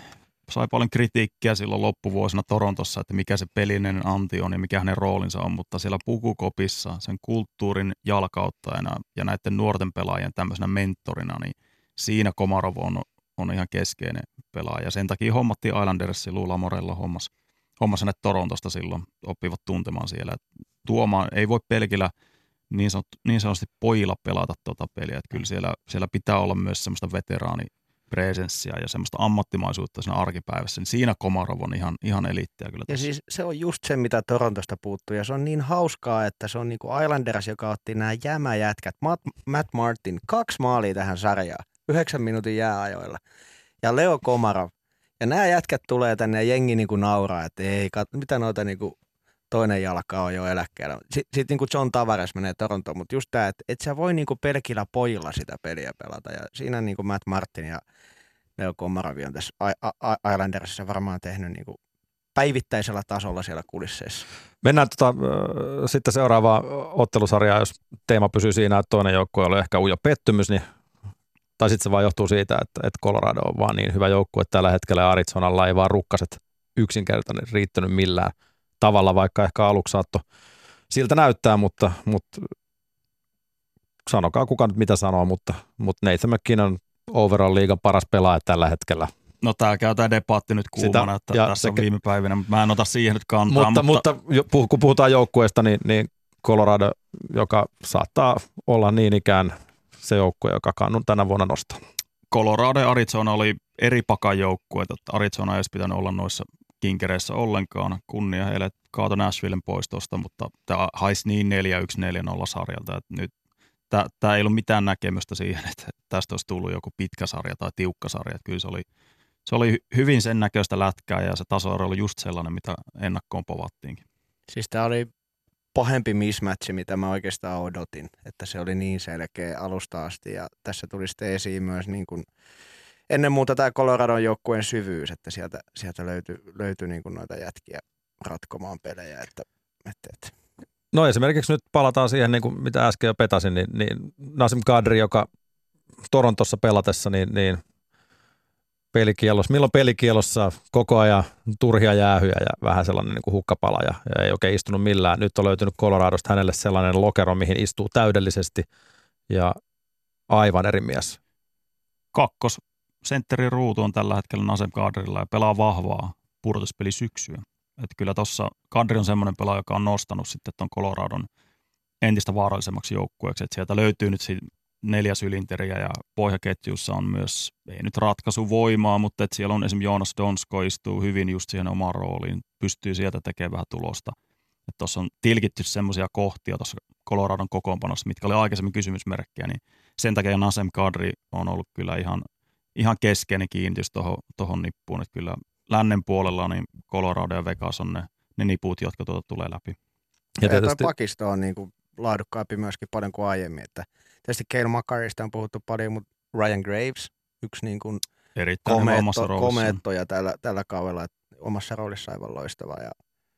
sai paljon kritiikkiä silloin loppuvuosina Torontossa, että mikä se pelinen anti on ja mikä hänen roolinsa on, mutta siellä pukukopissa sen kulttuurin jalkauttajana ja näiden nuorten pelaajien tämmöisenä mentorina, niin siinä Komarov on, on ihan keskeinen pelaaja. Ja sen takia hommattiin Islandersin, Lou Lamoriello hommas, hommas hänet Torontosta silloin, oppivat tuntemaan siellä. Tuomaan ei voi pelkillä niin, sanot, niin sanotusti pojilla pelata tuota peliä, että kyllä siellä, siellä pitää olla myös semmoista veteraanipresenssiä ja semmoista ammattimaisuutta siinä arkipäivässä, niin siinä Komarov on ihan, ihan eliittiä kyllä. Ja tässä. siis se on just se, mitä Torontosta puuttuu, ja se on niin hauskaa, että se on niin kuin Islanders, joka otti nämä jämäjätkät, Matt, Matt Martin, kaksi maalia tähän sarjaan, yhdeksän minuutin jääajoilla, ja Leo Komarov, ja nämä jätkät tulee tänne ja jengi niin kuin nauraa, että ei, kat, mitä noita niin kuin toinen jalka on jo eläkkeellä. Sitten, sitten niin kuin John Tavares menee Torontoon, mutta just tämä, että et sä voi niin kuin pelkillä pojilla sitä peliä pelata. Ja siinä niin kuin Matt Martin ja Leo Komarov on tässä Islandersissa varmaan tehnyt niin kuin päivittäisellä tasolla siellä kulisseissa. Mennään tota, äh, sitten seuraavaan ottelusarjaan, jos teema pysyy siinä, että toinen joukkue oli ehkä ujo pettymys, niin, tai sitten se vaan johtuu siitä, että, että Colorado on vaan niin hyvä joukkue, että tällä hetkellä Arizonalla ei vaan rukkaset yksinkertainen riittänyt millään tavalla, vaikka ehkä aluksi saattoi siltä näyttää, mutta, mutta sanokaa kuka nyt mitä sanoo, mutta, mutta Nathan McKinnon on overall liigan paras pelaaja tällä hetkellä. No tää käy tää debatti nyt kuumana, että tässä sekä, on viime päivinä, mutta mä en ota siihen nyt kantaa. Mutta, mutta, mutta kun puhutaan joukkueesta, niin, niin Colorado, joka saattaa olla niin ikään se joukkue, joka kannun tänä vuonna nostaa. Colorado ja Arizona oli eri pakan joukkueet, että Arizona ei olisi pitänyt olla noissa kinkereissä ollenkaan. Kunnia heille kaato Nashvillen pois tuosta, mutta tämä haisi niin neljä yksi neljä nolla sarjalta, että nyt tämä ei ollut mitään näkemystä siihen, että tästä olisi tullut joku pitkä sarja tai tiukka sarja. Että kyllä se oli, se oli hyvin sen näköistä lätkää ja se tasoero oli just sellainen, mitä ennakkoon povattiinkin. Siis tämä oli pahempi mismatchi, mitä mä oikeastaan odotin, että se oli niin selkeä alusta asti ja tässä tuli sitten esiin myös niin kuin ennen muuta tämä Coloradon joukkueen syvyys, että sieltä, sieltä löytyi, löytyi niin kuin noita jätkiä ratkomaan pelejä. Että, että, että. No esimerkiksi nyt palataan siihen, niin kuin mitä äsken jo petasin, niin, niin Nazem Kadri, joka Torontossa pelatessa, niin, niin pelikielossa, milloin pelikielossa koko ajan turhia jäähyjä ja vähän sellainen niin kuin hukkapala ja, ja ei oikein istunut millään. Nyt on löytynyt Coloradosta hänelle sellainen lokero, mihin istuu täydellisesti ja aivan eri mies. Kakkos sentterin ruutu on tällä hetkellä Nazem Kadrilla ja pelaa vahvaa pudotuspeli syksyä. Että kyllä tuossa Kadri on semmoinen pelaaja, joka on nostanut sitten tuon Coloradon entistä vaarallisemmaksi joukkueeksi. Että sieltä löytyy nyt neljä sylinteriä ja pohjaketjussa on myös, ei nyt ratkaisuvoimaa, mutta että siellä on esimerkiksi Joonas Donsko istuu hyvin just siihen omaan rooliin, pystyy sieltä tekemään vähän tulosta. Että tuossa on tilkitty semmoisia kohtia tuossa Coloradon kokoonpanossa, mitkä oli aikaisemmin kysymysmerkkejä, niin sen takia Nazem Kadri on ollut kyllä ihan ihan keskeinen kiinnitys tuohon nippuun, että kyllä lännen puolella niin Colorado ja Vegas on ne, ne niput, jotka tuota tulee läpi. Ja tietysti pakisto on niin kuin laadukkaampi myöskin paljon kuin aiemmin, että tietysti Cale Makarista on puhuttu paljon, mutta Ryan Graves, yksi niin kuin komeetto, komeettoja tällä, tällä kaudella, että omassa roolissa aivan loistava. Ja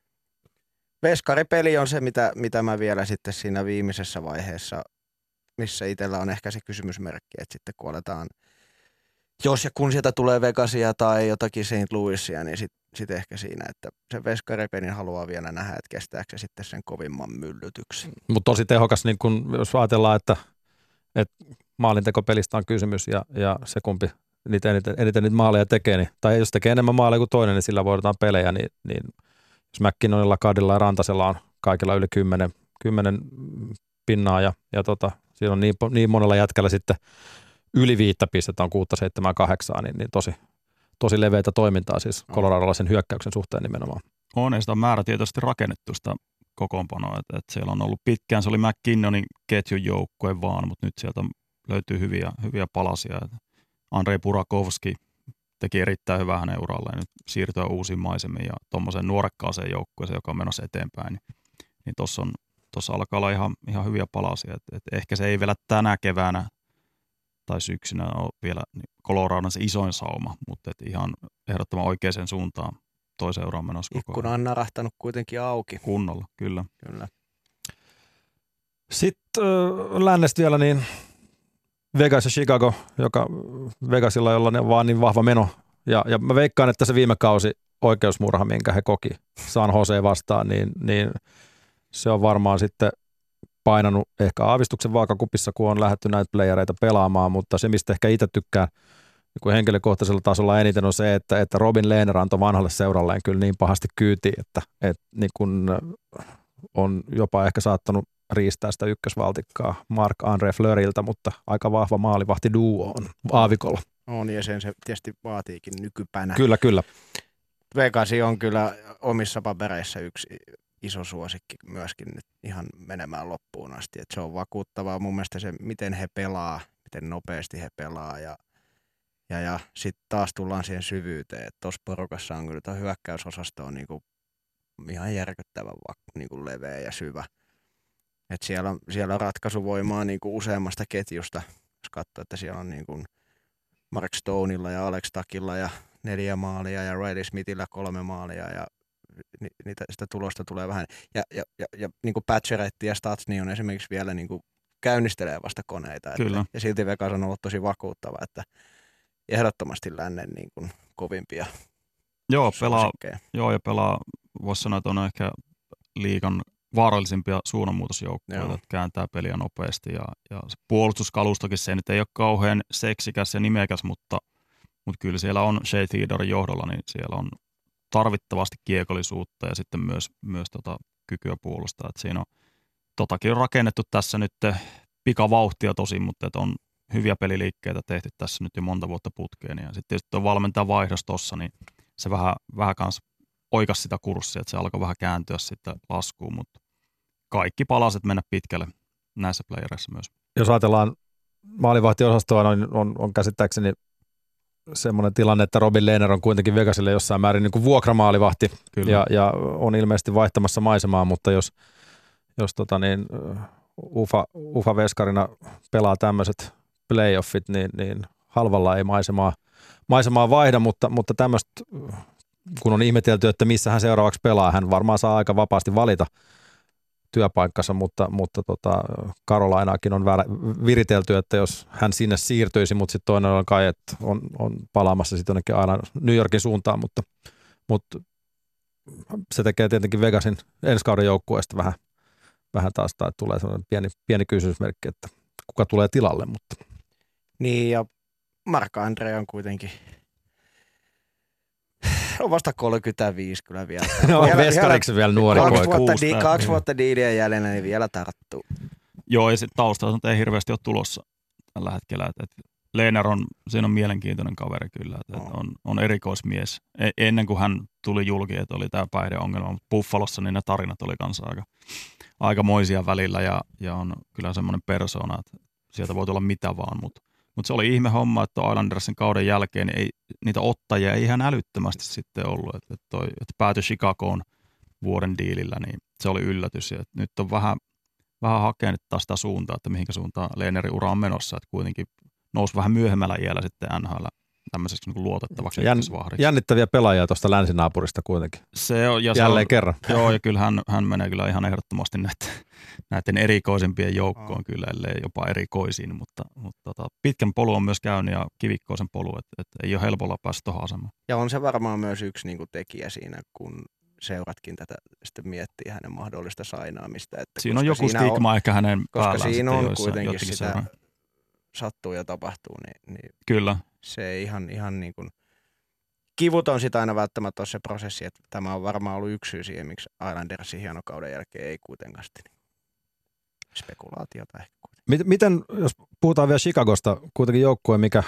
veskaripeli on se, mitä, mitä mä vielä sitten siinä viimeisessä vaiheessa, missä itsellä on ehkä se kysymysmerkki, että sitten kun aletaan jos ja kun sieltä tulee Vegasia tai jotakin Saint Louisia, niin sitten sit ehkä siinä, että se veskaripelin haluaa vielä nähdä, että kestääkö se sitten sen kovimman myllytyksen. Mutta tosi tehokas, niin kun, jos ajatellaan, että, että maalintekopelistä on kysymys ja, ja se kumpi niitä eniten, eniten niitä maaleja tekee, niin, tai jos tekee enemmän maaleja kuin toinen, niin sillä voidaan pelejä, niin, niin jos McKinnonilla, Kadilla ja Rantasella on kaikilla yli kymmenen, kymmenen pinnaa ja, ja tota, siinä on niin, niin monella jätkällä sitten yli viittä pistettä on kuutta, seitsemää, kahdeksaa, niin, niin tosi, tosi leveitä toimintaa siis coloradolaisen hyökkäyksen suhteen nimenomaan. On, ja sitä on määrätietoisesti rakennettu sitä kokoonpanoa, että, että siellä on ollut pitkään, se oli McKinnonin ketjun joukkue vaan, mutta nyt sieltä löytyy hyviä, hyviä palasia. Andrei Burakovski teki erittäin hyvää hänen uralleen nyt siirtyä uusiin maisemiin ja tuommoiseen nuorekkaaseen joukkueeseen, joka on menossa eteenpäin, niin, niin tuossa tuossa alkaa olla ihan, ihan hyviä palasia. Et, et ehkä se ei vielä tänä keväänä tai syksynä ole vielä Coloradon se isoin sauma, mutta et ihan ehdottoman oikeaan suuntaan toi seura on menossa koko ajan. Ikkuna on narahtanut kuitenkin auki. Kunnolla, kyllä. kyllä. Sitten äh, lännestä vielä niin Vegas ja Chicago, joka Vegasilla, jolla on vaan niin vahva meno Ja, ja mä veikkaan, että se viime kausi oikeusmurha, minkä he koki San Jose vastaan, niin, niin se on varmaan sitten painanut ehkä aavistuksen vaakakupissa, kun on lähdetty näitä playereita pelaamaan, mutta se, mistä ehkä itse tykkään niin henkilökohtaisella tasolla eniten on se, että, että Robin Lehner antoi vanhalle seuralleen kyllä niin pahasti kyytiin, että, että niin kun on jopa ehkä saattanut riistää sitä ykkösvaltikkaa Marc-André Fleuriltä, mutta aika vahva maalivahti duo on aavikolla. On, ja sen se tietysti vaatiikin nykypänä. Kyllä, kyllä. Vegas on kyllä omissa papereissa yksi iso suosikki myöskin nyt ihan menemään loppuun asti. Et se on vakuuttavaa mun mielestä se, miten he pelaa, miten nopeasti he pelaa ja, ja, ja sitten taas tullaan siihen syvyyteen. Tuossa porukassa on kyllä tuo hyökkäysosasto on niinku ihan järkyttävän niinku leveä ja syvä. Et siellä, on, siellä on ratkaisuvoimaa niinku useammasta ketjusta, jos katsoo, että siellä on niinku Mark Stoneilla ja Alex Takilla ja neljä maalia ja Riley Smithillä kolme maalia ja niitä, sitä tulosta tulee vähän. Ja, ja, ja, ja niin kuin Pacioretty ja Stastny on esimerkiksi vielä niin kuin käynnistelee vasta koneita. Että, ja silti Vegas on ollut tosi vakuuttava, että ehdottomasti lännen niin kuin kovimpia Joo, pelaa, joo, ja pelaa, voisi sanoa, että on ehkä liigan vaarallisimpia suunnanmuutosjoukkoja, että kääntää peliä nopeasti. Ja, ja se puolustuskalustokin, se nyt ei ole kauhean seksikäs ja nimekäs, mutta, mutta kyllä siellä on Shea Theodoren johdolla, niin siellä on tarvittavasti kiekollisuutta ja sitten myös, myös tota kykyä puolustaa. Et siinä on, totakin on rakennettu tässä nyt pikavauhtia tosin, mutta et on hyviä peliliikkeitä tehty tässä nyt jo monta vuotta putkeen. Ja sitten tietysti tuo valmentajan vaihdos tuossa, niin se vähän, vähän kans oikas sitä kurssia, että se alkoi vähän kääntyä sitten laskuun, mutta kaikki palaset mennä pitkälle näissä playereissa myös. Jos ajatellaan maalivahtiosastoa, niin on, on käsittääkseni semmoinen tilanne, että Robin Lehner on kuitenkin Vegasille jossain määrin niin kuin vuokramaalivahti ja, ja on ilmeisesti vaihtamassa maisemaa, mutta jos, jos tota niin, Ufa, Ufa veskarina pelaa tämmöiset playoffit, niin, niin halvalla ei maisemaa, maisemaa vaihda, mutta, mutta tämmöistä, kun on ihmetelty, että missä hän seuraavaksi pelaa, hän varmaan saa aika vapaasti valita työpaikkansa, mutta, mutta tota, Karolainaakin on viritelty, että jos hän sinne siirtyisi, mutta sitten toinen on kai, että on, on palaamassa sitten jonnekin aina New Yorkin suuntaan, mutta, mutta se tekee tietenkin Vegasin ensi kauden joukkueesta vähän, vähän taas, tai tulee sellainen pieni, pieni kysymysmerkki, että kuka tulee tilalle. Mutta. Niin, ja Marc-André on kuitenkin on vasta kolmekymmentäviisi kyllä vielä. No, veskariksi vielä nuori kaksi poika. Vuotta, di, kaksi vuotta diilien jäljellä, niin vielä tarttuu. Joo, ja sitten taustalla ei hirveästi ole tulossa tällä hetkellä. Et, et Lehner on, siinä on mielenkiintoinen kaveri kyllä. Et, et on, on erikoismies. E, ennen kuin hän tuli julki, että oli tämä päihdeongelma, mutta Buffalossa niin ne tarinat oli kanssa aika, aikamoisia välillä ja, ja on kyllä semmoinen persona, että sieltä voi tulla mitä vaan, mutta Mutta se oli ihme homma, että Islandersin kauden jälkeen ei, niitä ottajia ei ihan älyttömästi sitten ollut. Että, että, toi, että päätyi Chicagoon vuoden diilillä, niin se oli yllätys. Ja nyt on vähän, vähän hakenut taas sitä suuntaa, että mihinkä suuntaan Lehnerin ura on menossa. Että kuitenkin nousi vähän myöhemmällä iällä sitten N H L tämmöiseksi niin kuin luotettavaksi ykkösvahdiksi. Jännittäviä pelaajia tuosta länsinaapurista kuitenkin. Se on, ja Jälleen se on, kerran. Joo, ja kyllä hän, hän menee kyllä ihan ehdottomasti näiden, näiden erikoisempien joukkoon oh. kyllä, ellei jopa erikoisiin, mutta, mutta tota, pitkän polu on myös käynyt ja kivikkoisen polu, että et ei ole helpolla päästä tuohon asemaan. Ja on se varmaan myös yksi niin kuin tekijä siinä, kun seuratkin tätä sitten miettii hänen mahdollista sainaamista. Että siinä on joku stigma on, ehkä hänen päällään. Koska siinä on kuitenkin sitä seuraa. Sattuu ja tapahtuu, niin, niin kyllä. Se ei ihan, ihan niin kuin kivuton sitä aina välttämättä ole se prosessi, että tämä on varmaan ollut yksi syy siihen, miksi Islandersin hienokauden jälkeen ei kuitenkaan sitten spekulaatiota ehkä kuitenkin. Miten, jos puhutaan vielä Chicagosta, kuitenkin joukkue, mikä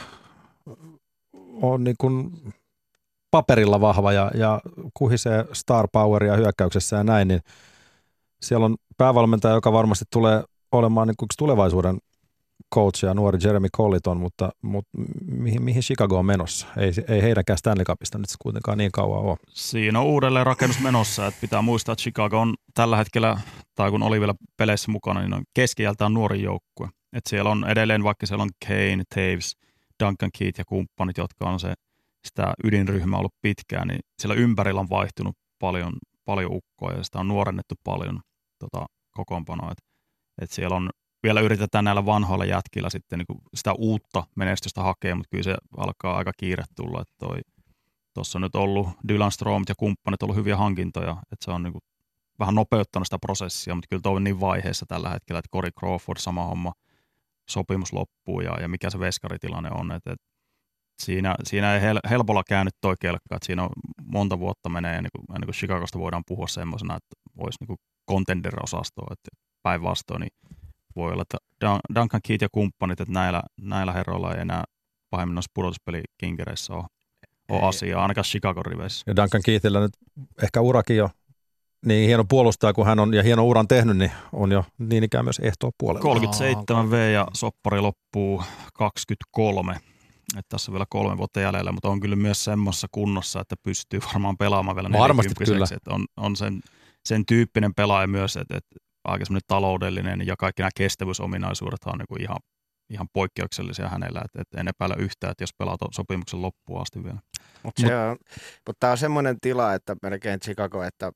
on niin kuin paperilla vahva ja, ja kuhisee star poweria hyökkäyksessä ja näin, niin siellä on päävalmentaja, joka varmasti tulee olemaan niin kuin yksi tulevaisuuden coach ja nuori Jeremy Colliton, mutta, mutta mihin, mihin Chicago on menossa? Ei, ei heidänkään Stanley Cupista nyt kuitenkaan niin kauan ole. Siinä on uudelleen rakennus menossa, että pitää muistaa, että Chicago on tällä hetkellä, tai kun oli vielä peleissä mukana, niin on keskiältään nuori joukkue. Että siellä on edelleen, vaikka siellä on Kane, Taves, Duncan Keith ja kumppanit, jotka on se, sitä ydinryhmää ollut pitkään, niin siellä ympärillä on vaihtunut paljon, paljon ukkoa ja sitä on nuorennettu paljon tota, kokoonpanoa. Että et siellä on vielä yritetään näillä vanhoilla jätkillä sitten niin kuin sitä uutta menestystä hakea, mutta kyllä se alkaa aika kiire tulla, että toi tuossa on nyt ollut Dylan Strome ja kumppanit ollut hyviä hankintoja, että se on niin kuin vähän nopeuttanut sitä prosessia, mutta kyllä tuo on niin vaiheessa tällä hetkellä, että Corey Crawford sama homma, sopimus loppuu ja, ja mikä se veskaritilanne on, että, että siinä, siinä ei hel, helpolla käännyt toi kelkka, että siinä on monta vuotta menee ennen kuin, ennen kuin Chicagosta voidaan puhua semmoisena, että voisi niin kuin contender-osastoa, että päinvastoin niin voi olla, että Duncan Keith ja kumppanit, että näillä, näillä herroilla ei enää pahemmin noissa pudotuspelikinkereissä ole, ole asiaa, ainakaan Chicagon riveissä. Ja Duncan Keithillä nyt ehkä urakin jo niin hieno puolustaja kuin hän on ja hieno uran tehnyt, niin on jo niin ikään myös ehtoa puolella. kolmekymmentäseitsemän V ja soppari loppuu kaksikymmentäkolme. Että tässä on vielä kolme vuotta jäljellä, mutta on kyllä myös semmoisessa kunnossa, että pystyy varmaan pelaamaan vielä neljäkymppiseksi. Että on, on sen, sen tyyppinen pelaaja myös, että, että aika semmoinen taloudellinen ja kaikki nämä kestävyysominaisuudet on niin kuin ihan, ihan poikkeuksellisia hänellä. Että, että en epäile yhtään, että jos pelaa sopimuksen loppuun asti vielä. Mutta Mut, mut tämä on semmoinen tila, että melkein Chicago, että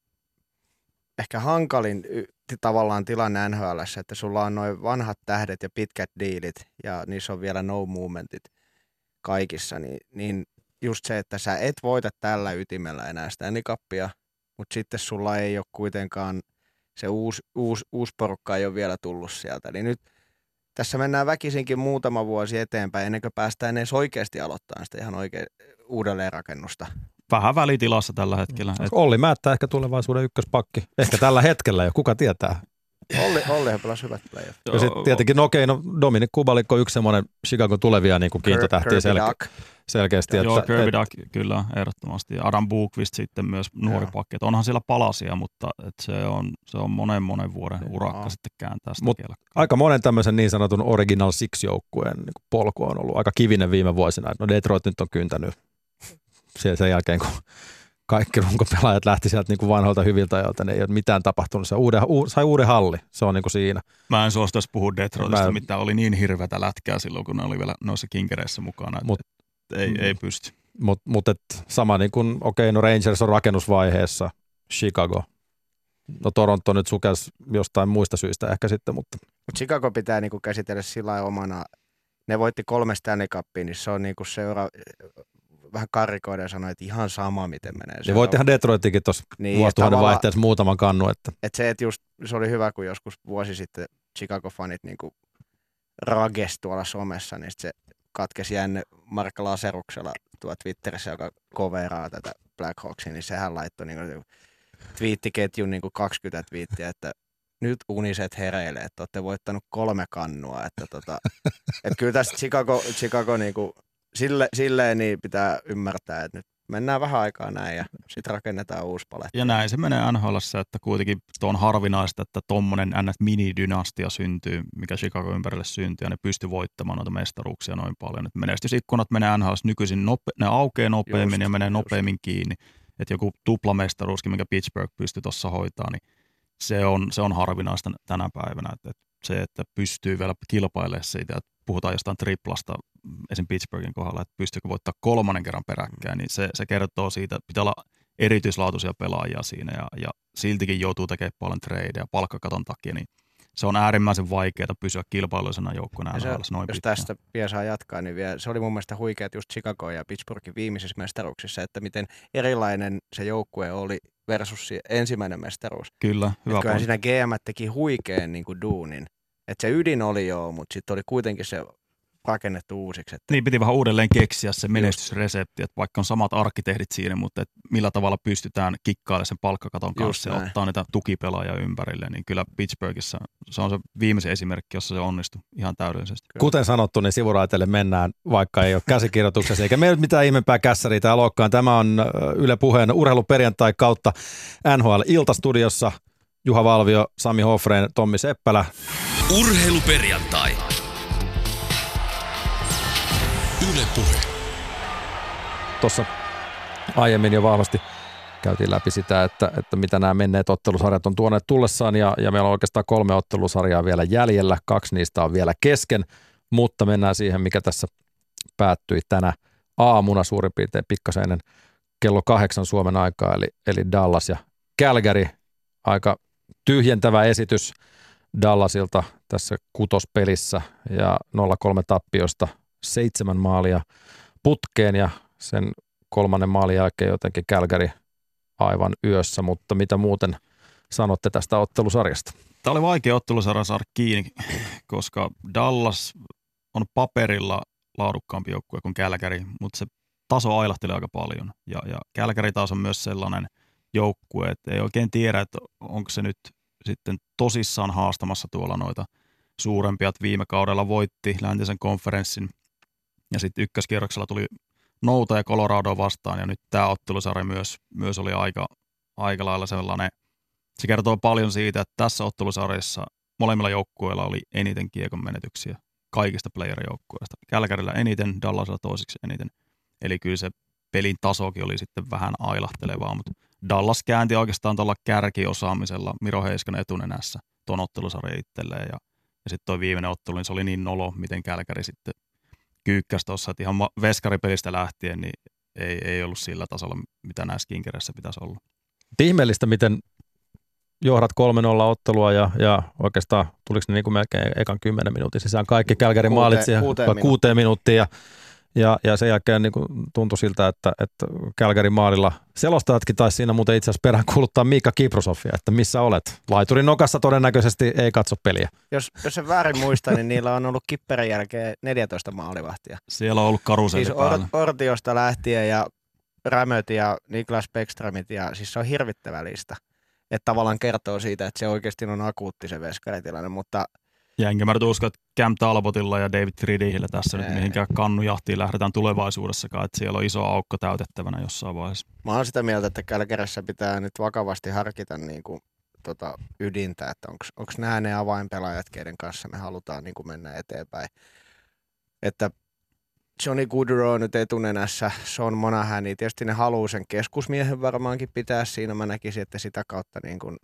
ehkä hankalin tavallaan tilanne N H L:ssä, että sulla on noin vanhat tähdet ja pitkät diilit ja niissä on vielä no movementit kaikissa, niin, niin just se, että sä et voita tällä ytimellä enää Stanley Cupia, mutta sitten sulla ei ole kuitenkaan se uusi, uusi, uusi porukka ei ole vielä tullut sieltä. Niin nyt tässä mennään väkisinkin muutama vuosi eteenpäin ennen kuin päästään edes oikeasti aloittamaan sitä ihan oikein uudelleenrakennusta. Vähän välitilassa tällä hetkellä. Olli Määttää ehkä tulevaisuuden ykköspakki. Ehkä tällä hetkellä jo, kuka tietää. Olli, Ollihan pelasi hyvät playoff. Ja sitten tietenkin, no okei, no Dominic Kubalikko on yksi semmoinen Chicagon tulevia niin kuin kiintotähtiä selke- selkeästi. Joo, että, Kirby et, Duck, kyllä, ehdottomasti. Adam Bookvist sitten myös nuori pakki. Onhan siellä palasia, mutta et se, on, se on monen monen vuoden urakka Jaa. sitten kääntää sitä kielä. Aika monen tämmöisen niin sanotun Original Six-joukkueen niin kuin polku on ollut aika kivinen viime vuosina. No Detroit nyt on kyntänyt sen jälkeen, kun kaikki runkopelaajat lähti sieltä niin kuin vanhoilta hyviltä ajoilta, niin ei ole mitään tapahtunut. Se uuden, u, sai uuden halli, se on niin kuin siinä. Mä en suostuisi puhua Detroitista, en... mitä oli niin hirveätä lätkää silloin, kun ne oli vielä noissa kinkereissä mukana. Mut, et, ei, mm, ei pysty. Mutta mut, sama niin kuin, okei, okay, no Rangers on rakennusvaiheessa, Chicago. No Toronto nyt sukesi jostain muista syistä ehkä sitten, mutta... Mut Chicago pitää niin kuin käsitellä sillä omana, ne voitti kolme Stanley Cupia, niin se on niin kuin seura... vähän karrikoida ja sanoi, että ihan sama, miten menee. Ja voit tehdä Detroitikin tuossa niin, vuosituhannen vaihteessa muutaman kannu. Että. Et se, että just, se oli hyvä, kun joskus vuosi sitten Chicago-fanit niin rages tuolla somessa, niin se katkesi jänne Markka Laseruksella tuolla Twitterissä, joka coveraa tätä Blackhawksia, niin sehän laittoi niin twiittiketjun niin kaksikymmentä twiittiä, että nyt uniset hereilee, että olette voittanut kolme kannua. Että, tota, että kyllä tästä Chicago, Chicago niin kuin Sille, silleen niin pitää ymmärtää, että nyt mennään vähän aikaa näin ja sitten rakennetaan uusi paletti. Ja näin se menee N H L:ssä, että kuitenkin on harvinaista, että tuommoinen N S-minidynastia syntyy, mikä Chicago ympärille syntyy, ja ne pystyy voittamaan noita mestaruuksia noin paljon. Että menestysikkunat menee N H L:ssä nykyisin, nope, ne aukeaa nopeammin just, ja menee nopeammin just. kiinni. Että joku tuplamestaruuskin, mikä Pittsburgh pystyy tuossa hoitaa, niin se on, se on harvinaista tänä päivänä. Että se, että pystyy vielä kilpailemaan siitä, että puhutaan jostain triplasta esim. Pittsburghin kohdalla, että pystyykö voittaa kolmannen kerran peräkkäin, niin se, se kertoo siitä, että pitää olla erityislaatuisia pelaajia siinä ja, ja siltikin joutuu tekemään paljon tradeja palkkakaton takia, niin se on äärimmäisen vaikeaa pysyä kilpailullisena joukkona N H L:ssä noin jos pitkään. tästä vielä saa jatkaa, niin vielä, se oli mun mielestä huikeat just Chicago ja Pittsburghin viimeisissä mestaruuksissa, että miten erilainen se joukkue oli versus ensimmäinen mestaruus. Kyllä, hyvä. Kyllähän siinä G M teki huikean niin kuin duunin. Että se ydin oli joo, mutta sitten oli kuitenkin se rakennettu uusiksi. Että... Niin piti vähän uudelleen keksiä se menestysresepti, että vaikka on samat arkkitehdit siinä, mutta et millä tavalla pystytään kikkailemaan sen palkkakaton kanssa ja ottaa niitä tukipelaajia ympärille, niin kyllä Pittsburghissa se on se viimeisen esimerkki, jossa se onnistui ihan täydellisesti. Kyllä. Kuten sanottu, niin sivuraiteille mennään, vaikka ei ole käsikirjoituksessa, eikä meillä mitään ihmeempää kässäriä täällä olekaan. Tämä on Yle Puheen urheiluperjantai kautta N H L-iltastudiossa. Juha Valvio, Sami Hofrén, Tommi Seppälä. Urheiluperjantai. Yle Puhe. Tuossa aiemmin jo vahvasti käytiin läpi sitä, että, että mitä nämä menneet ottelusarjat on tuoneet tullessaan ja, ja meillä on oikeastaan kolme ottelusarjaa vielä jäljellä. Kaksi niistä on vielä kesken, mutta mennään siihen, mikä tässä päättyi tänä aamuna suurin piirtein pikkasen ennen kello kahdeksan Suomen aikaa, eli, eli Dallas ja Calgary. Aika tyhjentävä esitys Dallasilta tässä kutospelissä ja nolla kolme tappiosta seitsemän maalia putkeen ja sen kolmannen maalin jälkeen jotenkin Calgary aivan yössä, mutta mitä muuten sanotte tästä ottelusarjasta? Tämä oli vaikea ottelusarja saada kiinni, koska Dallas on paperilla laadukkaampi joukkue kuin Calgary, mutta se taso ailahteli aika paljon. Ja, ja Calgary taas on myös sellainen joukkue, että ei oikein tiedä, että onko se nyt sitten tosissaan haastamassa tuolla noita suurempia. Viime kaudella voitti läntisen konferenssin ja sitten ykköskierroksella tuli Nouta ja Colorado vastaan ja nyt tämä ottelusarja myös, myös oli aika, aika lailla sellainen. Se kertoo paljon siitä, että tässä ottelusarjassa molemmilla joukkueilla oli eniten kiekon menetyksiä kaikista player-joukkueista. Calgarylla eniten, Dallasilla toiseksi eniten. Eli kyllä se pelin tasokin oli sitten vähän ailahtelevaa, mutta Dallas käänti oikeastaan tuolla kärkiosaamisella Miro Heiskanen etunenässä tuon ottelusarjan itselleen. Ja, ja sitten tuo viimeinen ottelu, niin se oli niin nolo, miten Calgary sitten kyykkäsi tuossa, että ihan veskaripelistä lähtien niin ei, ei ollut sillä tasolla, mitä näissä kinkereissä pitäisi olla. Ihmeellistä, miten johdat kolme nolla ottelua ja, ja oikeastaan tuliko ne niin kuin melkein ekan kymmenen minuutin sisään kaikki Calgaryn maalit siihen kuuteen, kuuteen minuuttiin ja, ja, ja sen jälkeen niin kuin tuntui siltä, että, että Calgaryn maalilla selostajatkin taisi siinä muuten itse asiassa perään kuuluttaa Miikka Kiprosofia, että missä olet? Laiturin nokassa todennäköisesti ei katso peliä. Jos, jos en väärin muista, niin niillä on ollut Kipperin jälkeen neljätoista maalivahtia. Siellä on ollut karuselli siis päällä. Or, Ortiosta lähtien ja Rämöt ja Niklas Bäckströmit ja siis se on hirvittävä lista. Että tavallaan kertoo siitä, että se oikeasti on akuutti se veskaritilanne, mutta ja enkä mä usko, että Cam Talbotilla ja David Tridihillä tässä ei. Nyt mihinkään kannujahtiin lähdetään tulevaisuudessakaan, että siellä on iso aukko täytettävänä jossain vaiheessa. Mä oon sitä mieltä, että Calgaryssä pitää nyt vakavasti harkita niin kuin, tota, ydintä, että onko nämä ne avainpelaajat, keiden kanssa me halutaan niin kuin mennä eteenpäin. Että Johnny Gaudreau nyt etunenässä, Sean Monahan, niin tietysti ne haluaa sen keskusmiehen varmaankin pitää siinä. Mä näkisin, että sitä kautta, niin kuin,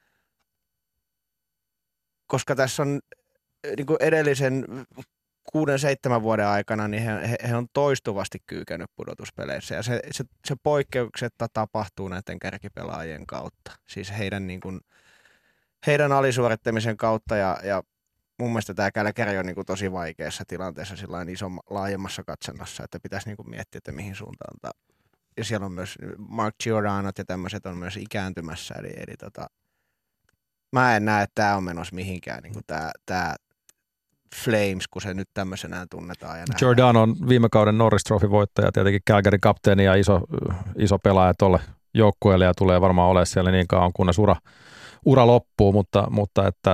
koska tässä on niin kuin edellisen kuuden, seitsemän vuoden aikana, niin he, he, he on toistuvasti kyykännyt pudotuspeleissä. Ja se, se, se poikkeuksetta tapahtuu näiden kärkipelaajien kautta. Siis heidän, niin kuin, heidän alisuorittamisen kautta ja, ja mun mielestä tämä Calgary on niin kuin tosi vaikeassa tilanteessa sillain iso, laajemmassa katsannossa, että pitäisi niin kuin miettiä, että mihin suuntaan. Ja siellä on myös Mark Giordanot ja tämmöiset on myös ikääntymässä. Eli, eli tota, mä en näe, että tämä on menossa mihinkään, niin kuin tämä, tämä Flames, kun se nyt tämmöisenään tunnetaan. Ja Giordano on viime kauden Norris Trophy-voittaja, tietenkin Calgaryn kapteeni ja iso, iso pelaaja tuolle joukkueelle ja tulee varmaan olemaan siellä niin kauan, kunnes ura, ura loppuu, mutta, mutta että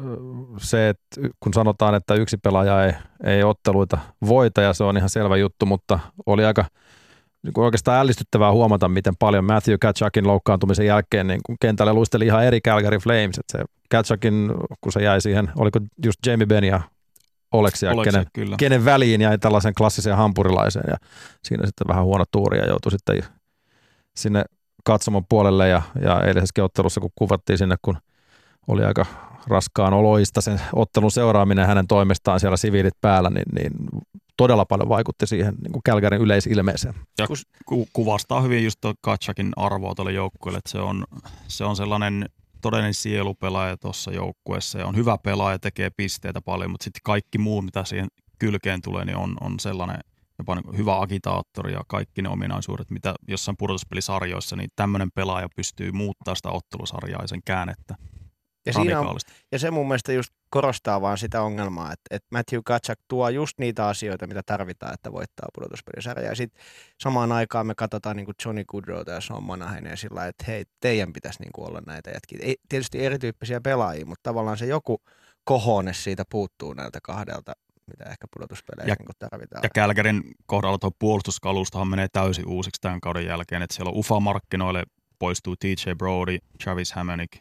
se, että kun sanotaan, että yksi pelaaja ei, ei otteluita voita ja se on ihan selvä juttu, mutta oli aika niin oikeastaan ällistyttävää huomata, miten paljon Matthew Katchakin loukkaantumisen jälkeen niin kun kentälle luisteli ihan eri Calgary Flames. Että se Katchakin, kun se jäi siihen, oliko just Jamie Benn ja Oleksia, kenen, kenen väliin jäi tällaisen klassiseen hampurilaiseen ja siinä sitten vähän huono tuuri ja joutui sitten sinne katsomon puolelle ja, ja eilisessä ottelussa, kun kuvattiin sinne, kun oli aika raskaan oloista sen ottelun seuraaminen hänen toimestaan siellä siviilit päällä, niin, niin todella paljon vaikutti siihen niin kuin Calgaryn yleisilmeeseen. Ja ku- kuvastaa hyvin just tuo Katchakin arvoa tuolle joukkueelle, että se on, se on sellainen todellinen sielupelaaja tuossa joukkueessa ja on hyvä pelaaja, tekee pisteitä paljon, mutta sitten kaikki muu, mitä siihen kylkeen tulee, niin on, on sellainen jopa niin hyvä agitaattori ja kaikki ne ominaisuudet, mitä jossain pudotuspelisarjoissa, niin tämmöinen pelaaja pystyy muuttamaan sitä ottelusarjaa ja sen käännettä ja radikaalisti. On, ja se mun mielestä just korostaa vaan sitä ongelmaa, että, että Matthew Tkachuk tuo just niitä asioita, mitä tarvitaan, että voittaa pudotuspelisarjaa. Ja sitten samaan aikaan me katsotaan niin kuin Johnny Gaudreauta ja Sean Monahania sillä lailla, että hei, teidän pitäisi niin kuin olla näitä jätkiä. Ei, tietysti erityyppisiä pelaajia, mutta tavallaan se joku kohone siitä puuttuu näiltä kahdelta, mitä ehkä pudotuspeleissä niin tarvitaan. Ja Calgaryn kohdalla tuo puolustuskalustahan menee täysin uusiksi tämän kauden jälkeen, että siellä on U F A-markkinoille poistuu T J Brody, Travis Hamonic,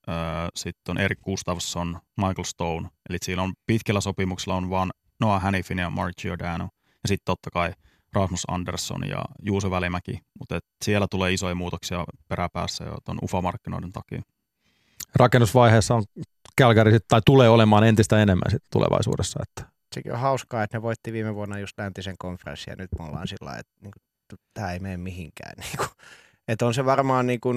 sitten on Erik Gustafsson, Michael Stone, eli siellä on pitkällä sopimuksella on vaan Noah Hannifin ja Mark Giordano, ja sitten totta kai Rasmus Andersson ja Juuso Välimäki, mutta siellä tulee isoja muutoksia peräpäässä jo tuon U F A-markkinoiden takia. Rakennusvaiheessa on Calgary tai tulee olemaan entistä enemmän sit tulevaisuudessa. Että. Sekin on hauskaa, että ne voitti viime vuonna just läntisen konferenssin ja nyt me ollaan sillä lailla, että niinku, tämä ei mene mihinkään. Niinku. Että on se varmaan niinku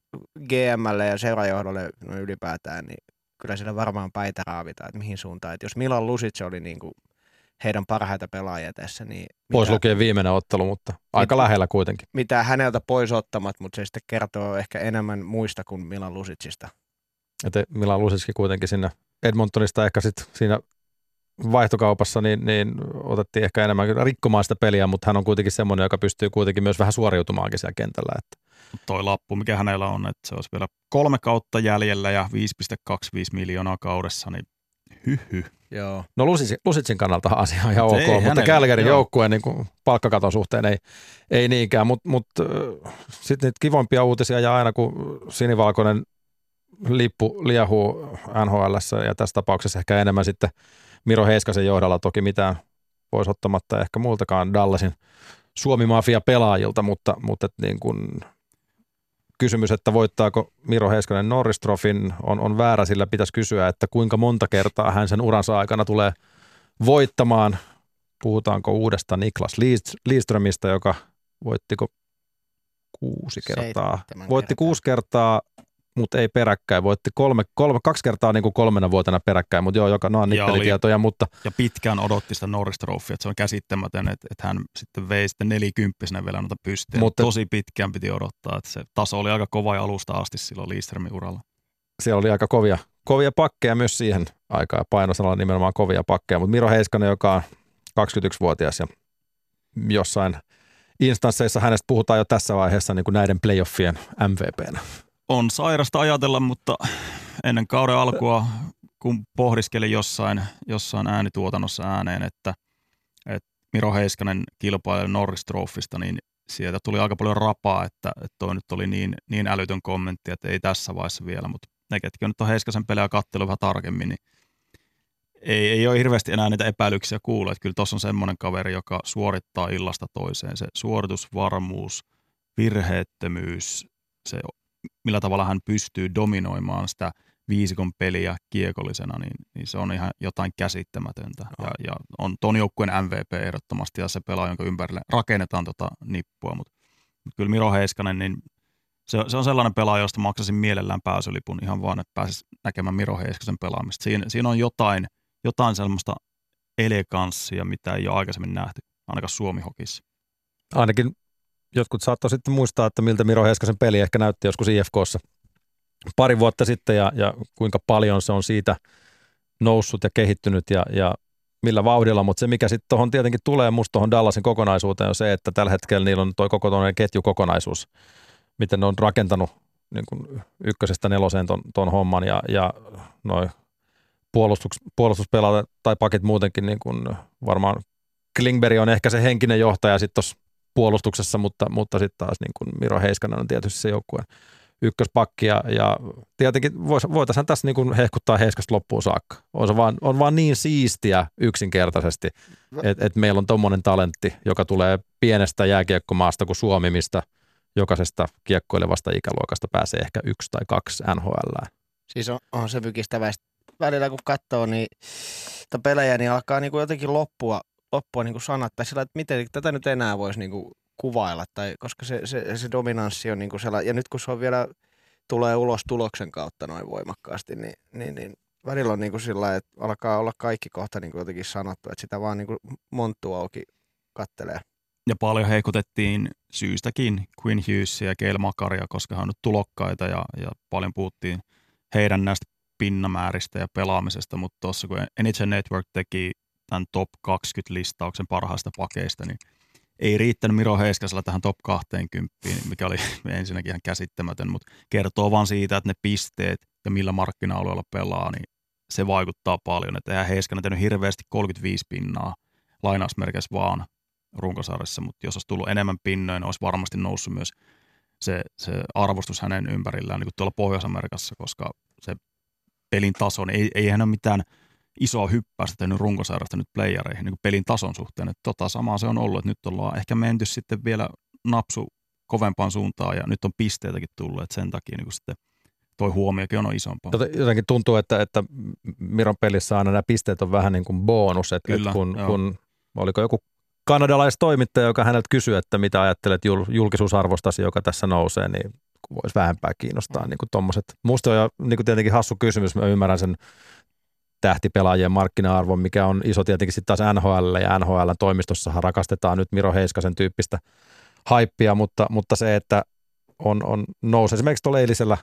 G M:lle ja seurajohdolle no ylipäätään, niin kyllä siellä varmaan päitä raavitaan, että mihin suuntaan. Että jos Milan Lucic oli niinku heidän parhaita pelaajia tässä. Niin Pois mitä, lukien viimeinen ottelu, mutta aika mit, lähellä kuitenkin. Mitä häneltä pois ottamat, mutta se sitten kertoo ehkä enemmän muista kuin Milan Lusicista. Että Milan Lusickin kuitenkin sinne Edmontonista ehkä sitten siinä vaihtokaupassa niin, niin otettiin ehkä enemmän rikkomaan sitä peliä, mutta hän on kuitenkin semmoinen, joka pystyy kuitenkin myös vähän suoriutumaankin siellä kentällä. Että. Toi lappu, mikä hänellä on, että se olisi vielä kolme kautta jäljellä ja viisi pilkku kaksikymmentäviisi miljoonaa kaudessa, niin hyhy. Joo. No Lusicin, Lusicin kannalta asia on ihan ok, ei, mutta hänellä, Calgaryn joo. joukkueen niin palkkakaton suhteen ei, ei niinkään, mutta mut, äh, sitten niitä kivompia uutisia ja aina kun sinivalkoinen lippu liehuu N H L:ssä ja tässä tapauksessa ehkä enemmän sitten Miro Heiskasen johdolla, toki mitään pois ottamatta ehkä muiltakaan Dallasin Suomi-mafia pelaajilta, mutta, mutta et niin kun kysymys, että voittaako Miro Heiskanen Norris Trophyn on, on väärä, sillä pitäisi kysyä, että kuinka monta kertaa hän sen uransa aikana tulee voittamaan. Puhutaanko uudesta Niklas Lidströmistä, joka voittiko kuusi kertaa. Voitti kertaa. kuusi kertaa, mutta ei peräkkäin. Voitti kolme, kolme, kaksi kertaa niin kuin kolmena vuotena peräkkäin, mutta joo, joka no on nippelitietoja. Mutta ja pitkään odotti sitä Norris Trophya, että se on käsittämätön, että, että hän sitten vei sitten nelikymppisenä vielä noita pystyyn. Mutta tosi pitkään piti odottaa, että se taso oli aika kova ja alusta asti silloin Lidströmin uralla. Siellä oli aika kovia, kovia pakkeja myös siihen aikaan, painosanalla nimenomaan kovia pakkeja, mutta Miro Heiskanen, joka on kaksikymmentäyksivuotias ja jossain instansseissa hänestä puhutaan jo tässä vaiheessa niin kuin näiden playoffien M V P:nä. On sairasta ajatella, mutta ennen kauden alkua, kun pohdiskelin jossain, jossain äänituotannossa ääneen, että, että Miro Heiskanen kilpailee Norris Trophysta, niin sieltä tuli aika paljon rapaa, että, että toi nyt oli niin, niin älytön kommentti, että ei tässä vaiheessa vielä, mutta ne, ketkä nyt on Heiskasen pelejä katselu vähän tarkemmin, niin ei, ei ole hirveästi enää niitä epäilyksiä kuullut, että kyllä tuossa on semmoinen kaveri, joka suorittaa illasta toiseen, se suoritusvarmuus, virheettömyys, se millä tavalla hän pystyy dominoimaan sitä viisikon peliä kiekollisena, niin, niin se on ihan jotain käsittämätöntä. No. Ja, ja on ton joukkueen M V P ehdottomasti ja se pelaa, jonka ympärille rakennetaan tota nippua. Mutta mut kyllä Miro Heiskanen, niin se, se on sellainen pelaaja, josta maksasin mielellään pääsylipun ihan vaan, että pääsisi näkemään Miro Heiskasen pelaamista. Siin, siinä on jotain, jotain sellaista eleganssia, mitä ei ole aikaisemmin nähty, ainakaan Suomi-hokissa. Ainakin jotkut saattoi sitten muistaa, että miltä Miro Heiskasen peli ehkä näytti joskus I F K:ssa pari vuotta sitten ja, ja kuinka paljon se on siitä noussut ja kehittynyt ja, ja millä vauhdilla, mutta se mikä sitten tuohon tietenkin tulee musta tuohon Dallasin kokonaisuuteen on se, että tällä hetkellä niillä on toi koko tuollainen ketjukokonaisuus, miten ne on rakentanut niin kuin ykkösestä neloseen ton, ton homman ja, ja noi puolustus, puolustuspelaajat tai pakit muutenkin niin kuin varmaan Klingberg on ehkä se henkinen johtaja sitten tuossa puolustuksessa, mutta, mutta sitten taas niin kuin Miro Heiskanen on tietysti se joukkueen ykköspakki ja, ja tietenkin voitaisiin tässä niin kuin hehkuttaa Heiskasta loppuun saakka. On, se vaan, on vaan niin siistiä yksinkertaisesti, että et meillä on tommonen talentti, joka tulee pienestä jääkiekkomaasta kuin Suomi, mistä jokaisesta kiekkoilevasta ikäluokasta pääsee ehkä yksi tai kaksi N H L. Siis on, on se mykistävä. Välillä kun katsoo niin pelejä, niin alkaa niin kuin jotenkin loppua loppua niin kuin sanat, tai sillä, että miten tätä nyt enää voisi niin kuin kuvailla, tai, koska se, se, se dominanssi on niin kuin sellainen, ja nyt kun se on vielä, tulee ulos tuloksen kautta noin voimakkaasti, niin, niin, niin välillä on niin kuin sillä, että alkaa olla kaikki kohta niin kuin jotenkin sanottu, että sitä vaan niin kuin monttu auki kattelee. Ja paljon heikutettiin syystäkin Quinn Hughesia ja Cale Makaria, koska he on nyt tulokkaita, ja, ja paljon puhuttiin heidän näistä pinnamääristä ja pelaamisesta, mutta tuossa kun N H L Network teki tämän top kaksikymmentä-listauksen parhaista pakeista, niin ei riittänyt Miro Heiskasella tähän top kaksikymmentä, mikä oli ensinnäkin ihan käsittämätön, mutta kertoo vaan siitä, että ne pisteet ja millä markkina-alueella pelaa, niin se vaikuttaa paljon. Että eihän Heiskanen tehnyt hirveästi kolmekymmentäviisi pinnaa lainausmerkeissä vaan runkosarjassa, mutta jos olisi tullut enemmän pinnoja, niin olisi varmasti noussut myös se, se arvostus hänen ympärillään niin kuin tuolla Pohjois-Amerikassa, koska se pelin taso, niin ei, ei hän ole mitään isoa hyppäystä tehnyt runkosarjasta nyt playereihin niin kuin pelin tason suhteen. Että tota samaa se on ollut, että nyt ollaan ehkä menty sitten vielä napsu kovempaan suuntaan ja nyt on pisteitäkin tullut, että sen takia niin kuin sitten toi huomiokin on isompaa. Jotenkin tuntuu, että, että Miron pelissä aina nämä pisteet on vähän niin kuin bonus, että, Kyllä, että kun, kun oliko joku kanadalaistoimittaja, joka häneltä kysyi, että mitä ajattelet julkisuusarvostasi, joka tässä nousee, niin voisi vähempää kiinnostaa niin kuin tommoset. Musta on jo niin kuin tietenkin hassu kysymys, mä ymmärrän sen tähtipelaajien markkina-arvon, mikä on iso tietenkin sitten taas N H L ja N H L-toimistossahan rakastetaan nyt Miro Heiskasen tyyppistä haippia, mutta, mutta se, että on, on nousi esimerkiksi tuolla eilisellä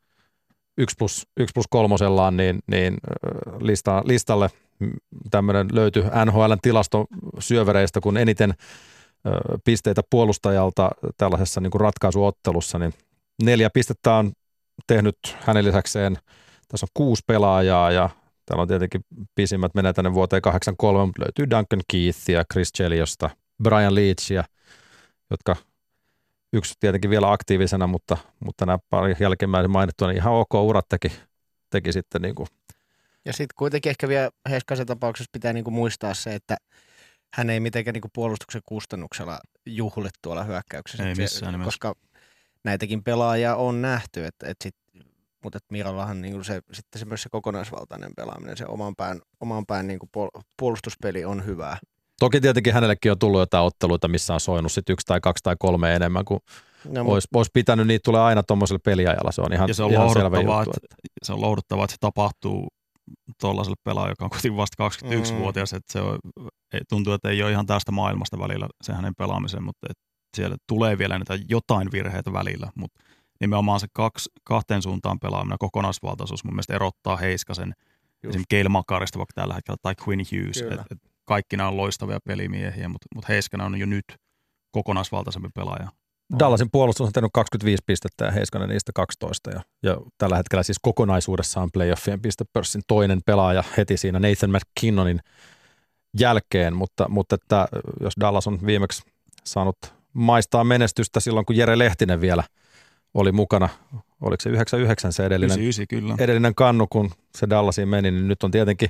yksi plus kolmosellaan niin, niin lista, listalle tämmöinen löytyi N H L:n tilasto syövereistä, kun eniten pisteitä puolustajalta tällaisessa niin kuin ratkaisuottelussa, niin neljä pistettä on tehnyt hänen lisäkseen. Tässä on kuusi pelaajaa ja täällä on tietenkin pisimmät menee tänne vuoteen kahdeksankymmentäkolme, mutta löytyy Duncan Keithia, Chris Cheliossta, Brian Leachia, jotka yksi tietenkin vielä aktiivisena, mutta, mutta nämä pari jälkimmäisen mainittua, niin ihan ok urat teki, teki sitten niin kuin. Ja sitten kuitenkin ehkä vielä Heiskasen tapauksessa pitää niin kuin muistaa se, että hän ei mitenkään niin kuin puolustuksen kustannuksella juhli tuolla hyökkäyksessä. Ei missään nimessä. Koska näitäkin pelaajia on nähty, että, että sit, mutta että Mirollahan niin kuin se, sitten se myös se kokonaisvaltainen pelaaminen, se oman pään, oman pään niin kuin puolustuspeli on hyvää. Toki tietenkin hänellekin on tullut jotain otteluita, missä on soinut sit yksi tai kaksi tai kolme enemmän kuin no, olisi, olisi pitänyt. Niitä tulee aina tuommoiselle peliajalla. Se on ihan, ja se on ihan selvä juttu. Että, se on lohduttavaa, että se tapahtuu tuollaiselle pelaajalle, joka on kuitenkin vasta kaksikymmentäyksivuotias. Mm. Että se on, tuntuu, että ei ole ihan tästä maailmasta välillä se hänen pelaamisen, mutta että siellä tulee vielä näitä jotain virheitä välillä. Mutta nimenomaan se kaksi, kahteen suuntaan pelaaminen, kokonaisvaltaisuus mun mielestä erottaa Heiskasen Just. esimerkiksi Cale Makarista vaikka tällä hetkellä tai Quinn Hughes. Et, et kaikki nämä on loistavia pelimiehiä, mutta, mutta Heiskanen on jo nyt kokonaisvaltaisempi pelaaja. Dallasin puolustus on tehnyt kaksikymmentäviisi pistettä ja Heiskanen niistä kaksitoista. Ja, ja tällä hetkellä siis kokonaisuudessaan playoffien pistepörssin toinen pelaaja heti siinä Nathan McKinnonin jälkeen. Mutta, mutta että jos Dallas on viimeksi saanut maistaa menestystä silloin, kun Jere Lehtinen vielä oli mukana, oliko se yhdeksänkymmentäyhdeksän se edellinen, yhdeksänkymmentäyhdeksän, kyllä. edellinen kannu, kun se Dallasiin meni, niin nyt on tietenkin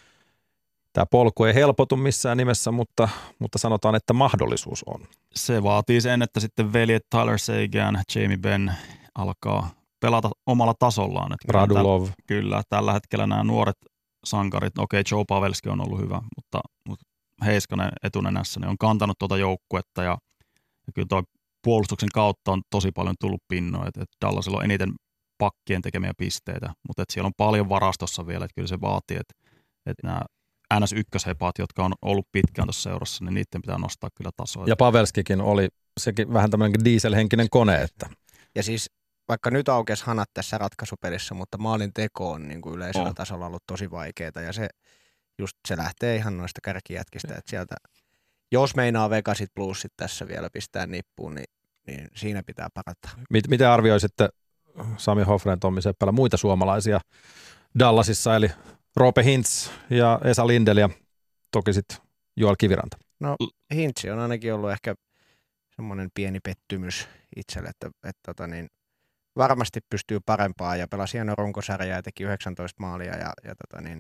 tämä polku ei helpotu missään nimessä, mutta, mutta sanotaan, että mahdollisuus on. Se vaatii sen, että sitten veljet Tyler Seguin, Jamie Benn alkaa pelata omalla tasollaan. Että Radulov. Täl, kyllä, tällä hetkellä nämä nuoret sankarit, okei okay, Joe Pavelski on ollut hyvä, mutta, mutta Heiskanen etunenässä ne on kantanut tuota joukkuetta ja, ja kyllä tuo puolustuksen kautta on tosi paljon tullut pinnoja. Että, että Dallasilla on eniten pakkien tekemiä pisteitä, mutta että siellä on paljon varastossa vielä, että kyllä se vaatii, että, että nämä N S yksi-hepaat, jotka on ollut pitkään tuossa seurassa, niin niiden pitää nostaa kyllä tasoa. Ja Pavelskikin oli sekin vähän tämmöinen dieselhenkinen kone. Että. Ja siis vaikka nyt aukesi hanat tässä ratkaisupelissä, mutta maalin teko on niin kuin yleisellä oh. tasolla ollut tosi vaikeaa. Ja se, just se lähtee ihan noista kärkijätkistä, että sieltä, jos meinaa Vegasit Bluesit tässä vielä pistää nippuun, niin, niin siinä pitää parantaa. Miten arvioisitte Sami Hofren, Tommi Seppälä, muita suomalaisia Dallasissa, eli Roope Hintz ja Esa Lindell ja toki sitten Joel Kiviranta? No Hintz on ainakin ollut ehkä semmoinen pieni pettymys itselle, että, että tota niin, varmasti pystyy parempaa ja pelasi hieno runkosarjaa ja teki yhdeksäntoista maalia ja, ja tota niin,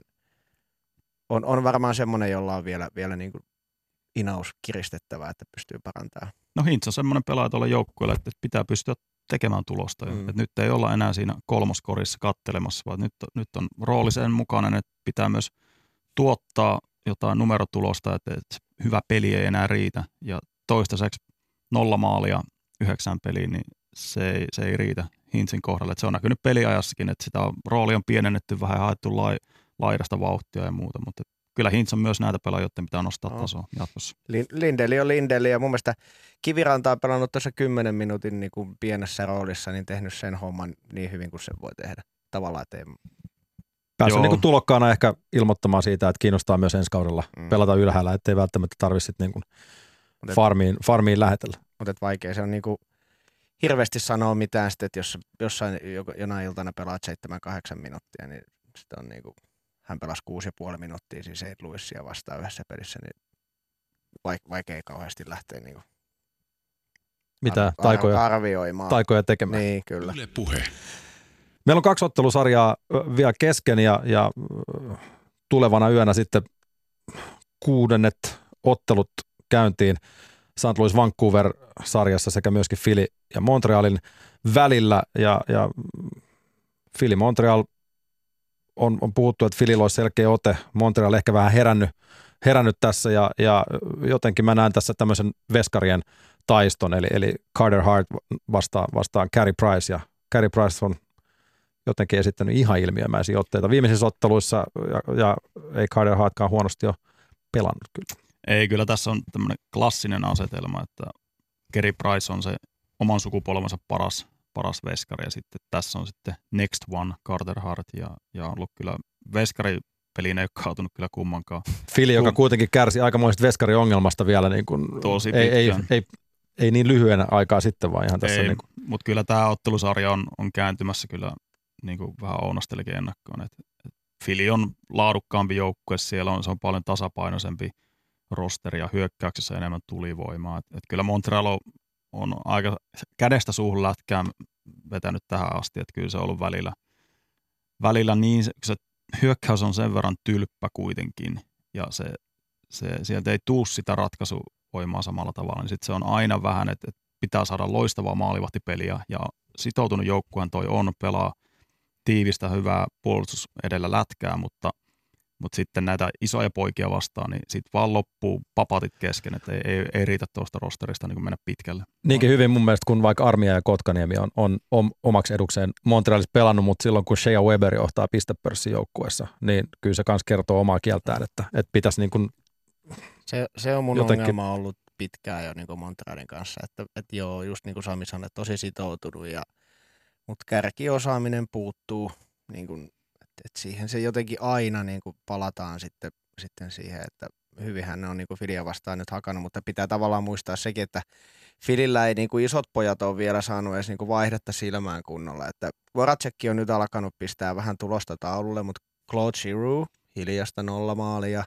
on, on varmaan semmoinen, jolla on vielä, vielä niin kuin inaus kiristettävää, että pystyy parantamaan. No Hintz on semmoinen pelaaja tuolla joukkueella, että pitää pystyä tekemään tulosta. Mm. Et nyt ei olla enää siinä kolmoskorissa kattelemassa, vaan nyt, nyt on rooli sen mukainen, että pitää myös tuottaa jotain numerotulosta, että, että hyvä peli ei enää riitä. Ja toistaiseksi nolla maalia yhdeksän peliin, niin se ei, se ei riitä Hintzin kohdalle. Et se on näkynyt peliajassakin, että sitä rooli on pienennetty, vähän haettu lai, laidasta vauhtia ja muuta, mutta kyllä Hintz on myös näitä pelaajia, joiden pitää nostaa no. tasoa jatkossa. Lindeli on Lindeli ja mun mielestä Kiviranta on pelannut tuossa kymmenen minuutin niin kuin pienessä roolissa, niin tehnyt sen homman niin hyvin kuin se voi tehdä. Tavallaan, että ei. Päässyt niin kuin tulokkaana ehkä ilmoittamaan siitä, että kiinnostaa myös ensi kaudella mm. pelata ylhäällä, ettei välttämättä tarvitse niin kuin farmiin, farmiin lähetellä. Mutta vaikea se on niin kuin hirveästi sanoa mitään sitten, että jos jossain jonain iltana pelaat seitsemän kahdeksan minuuttia, niin sitten on niin kuin hän pelasi kuusi ja puoli minuuttia siis Saint Louisia vastaan yhdessä pelissä, niin vaikea kauheasti lähteä niin mitä ar- taikoja, arvioimaan. taikoja tekemään. Niin, kyllä. Yle Puhe. Meillä on kaksi ottelusarjaa vielä kesken ja, ja tulevana yönä sitten kuudennet ottelut käyntiin Saint Louis Vancouver-sarjassa sekä myöskin Philly ja Montrealin välillä. Ja, ja Philly Montreal on, on puhuttu, että Phillyllä olisi selkeä ote. Montreal ehkä vähän herännyt, herännyt tässä ja, ja jotenkin mä näen tässä tämmöisen veskarien taiston, eli, eli Carter Hart vastaan, vastaan Carey Price. Ja Carey Price on jotenkin esittänyt ihan ilmiömäisiä otteita viimeisissä otteluissa, ja, ja ei Carter Hartkaan huonosti ole pelannut kyllä. Ei, kyllä tässä on tämmöinen klassinen asetelma, että Carey Price on se oman sukupolvensa paras, paras veskari, ja sitten tässä on sitten next one Carter Hart, ja, ja on ollut kyllä veskari peliin ei ole kaatunut kyllä kummankaan. Philly, joka kuitenkin kärsi aikamoisesta veskariongelmasta vielä niin kuin, tosi ei, ei, ei, ei niin lyhyen aikaa sitten, vaan ihan tässä. Niin mutta kyllä tämä ottelusarja on, on kääntymässä kyllä niin kuin vähän ounastelikin ennakkoon. Et, et Philly on laadukkaampi joukkue, siellä on, se on paljon tasapainoisempi rosteri ja hyökkäyksessä enemmän tulivoimaa. Et, et kyllä Montreal on, on aika kädestä suuhun lätkään vetänyt tähän asti, että kyllä se on ollut välillä, välillä niin, se hyökkäys on sen verran tylppä kuitenkin, ja se, se, sieltä ei tule sitä ratkaisuvoimaa samalla tavalla, niin sitten se on aina vähän, että, että pitää saada loistavaa maalivahtipeliä, ja sitoutunut joukkueen toi on, pelaa tiivistä, hyvää puolustus edellä lätkää, mutta, mutta sitten näitä isoja poikia vastaan, niin sitten vaan loppuu papatit kesken, että ei, ei, ei riitä tuosta rosterista niin mennä pitkälle. Niinkin hyvin mun mielestä, kun vaikka Armia ja Kotkaniemi on, on, on omaksi edukseen Montrealissa pelannut, mutta silloin kun Shea Weber johtaa pistepörssin joukkueessa, niin kyllä se kans kertoo omaa kieltään, että, että pitäisi niin kuin se, se on mun jotenkin ongelma ollut pitkään jo niin kuin Montrealin kanssa, että, että joo, just niin kuin Sami sanoi, tosi sitoutunut, ja, mutta kärkiosaaminen puuttuu, niin kuin, että, että siihen se jotenkin aina niin kuin palataan sitten, sitten siihen, että hyvinhän ne on niin kuin Filia vastaan nyt hakannut, mutta pitää tavallaan muistaa sekin, että Filillä ei niin kuin isot pojat ole vielä saanut edes niin kuin vaihdetta silmään kunnolla, että Voracekki on nyt alkanut pistää vähän tulosta taululle, mutta Claude Giroux hiljasta nolla maalia,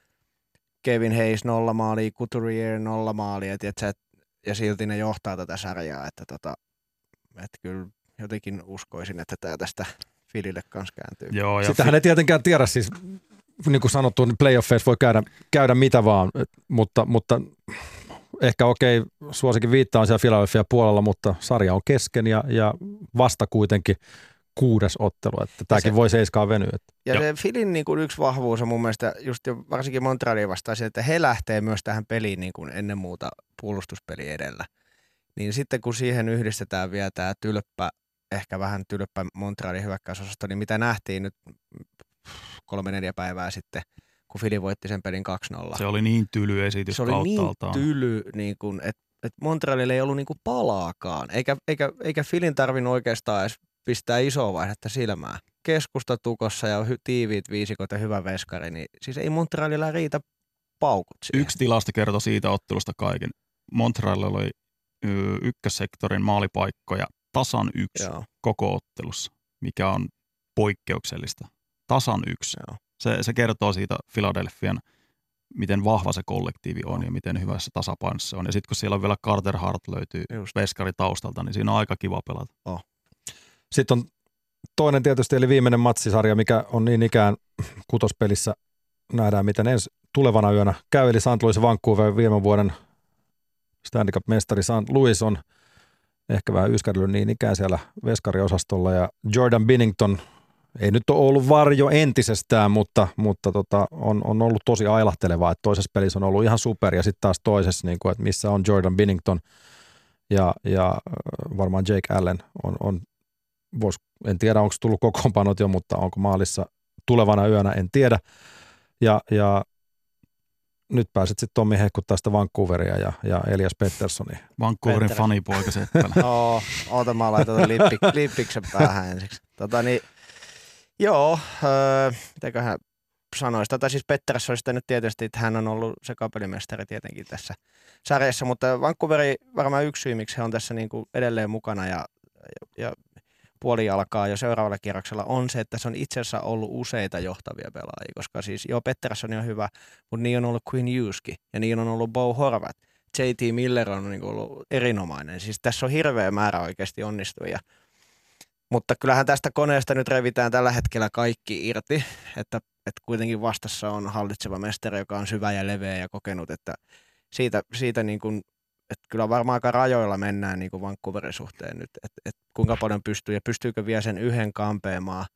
Kevin Hayes nolla maalia, Couturier nolla maalia, tiiätkö, et, ja silti ne johtaa tätä sarjaa, että tota, et kyllä jotenkin uskoisin, että tämä tästä Filille kanssa kääntyy. Joo, ja sitähän fi- ei tietenkään tiedä, siis niin kuin sanottu, niin playoffeissa voi käydä, käydä mitä vaan, mutta, mutta ehkä okei, okay, suosikin viittaa on siellä Philadelphia puolella, mutta sarja on kesken ja, ja vasta kuitenkin kuudes ottelu, että tämäkin voi seiskaan venyä. Ja jo. Se Philin niin kuin yksi vahvuus on mun mielestä just jo varsinkin Montrealin vastaan, että he lähtee myös tähän peliin niin kuin ennen muuta puolustuspeli edellä. Niin sitten kun siihen yhdistetään vielä tämä tylppä, ehkä vähän tylppä Montrealin hyökkäysosasto, niin mitä nähtiin nyt kolme neljä päivää sitten, kun Philly voitti sen pelin kaksi nolla. Se oli niin tyly esitys Se oli kauttaaltaan. niin tyly, niin kuin, että, että Montrealilla ei ollut niin kuin palaakaan, eikä, eikä, eikä Philin tarvinnut oikeastaan edes pistää isoa vaihdetta silmään. Keskusta tukossa ja hy, tiiviit viisikot ja hyvä veskari, niin siis ei Montrealilla riitä paukut siihen. Yksi tilasto kertoi siitä ottelusta kaiken. Montrealilla oli y- ykkössektorin maalipaikkoja tasan yksi Joo. koko ottelussa, mikä on poikkeuksellista. Tasan yksi. Se, se kertoo siitä Philadelphian, miten vahva se kollektiivi on ja miten hyvässä tasapainossa se on. Ja sitten kun siellä on vielä Carter Hart löytyy Just. veskari taustalta, niin siinä on aika kiva pelata. Oh. Sitten on toinen tietysti, eli viimeinen matsisarja, mikä on niin ikään kutospelissä. Nähdään, miten ensi tulevana yönä käy. Eli Saint Louis Vancouver viime vuoden Stanley Cup-mestari Saint Louis on ehkä vähän yskärillyt niin ikään siellä veskariosastolla. Ja Jordan Binnington ei nyt ole ollut varjo entisestään, mutta, mutta tota, on, on ollut tosi ailahtelevaa, että toisessa pelissä on ollut ihan super ja sitten taas toisessa, niin kuin, että missä on Jordan Binnington ja, ja varmaan Jake Allen on, on vois, en tiedä onko tullut kokoonpanot jo, mutta onko maalissa tulevana yönä, en tiedä. Ja, ja nyt pääset sitten Tommi hehkuttaa sitä Vancouveria ja, ja Elias Petterssonia. Vancouverin fanipoika seppälä. Oo, oota mä laitan lippik, lippiksen päähän ensiksi. Tota niin, joo, öö, mitäköhän sanoisi. Tota siis Petterssonista nyt tietysti, että hän on ollut se kapelimestari tietenkin tässä sarjassa, mutta Vancouveri varmaan yksi syy, miksi he on tässä niin kuin edelleen mukana ja, ja, ja puoli alkaa jo seuraavalla kierroksella on se, että se on itse asiassa ollut useita johtavia pelaajia, koska siis joo, Pettersson on hyvä, mutta niin on ollut Quinn Hughes ja niin on ollut Bo Horvat. J T Miller on niin kuin ollut erinomainen. Siis tässä on hirveä määrä oikeasti onnistujia. Mutta kyllähän tästä koneesta nyt revitään tällä hetkellä kaikki irti, että, että kuitenkin vastassa on hallitseva mestari, joka on syvä ja leveä ja kokenut, että siitä, siitä niin kuin, että kyllä varmaan aika rajoilla mennään niin kuin Vancouverin suhteen nyt, että, että kuinka paljon pystyy ja pystyykö vielä sen yhden kampeamaan,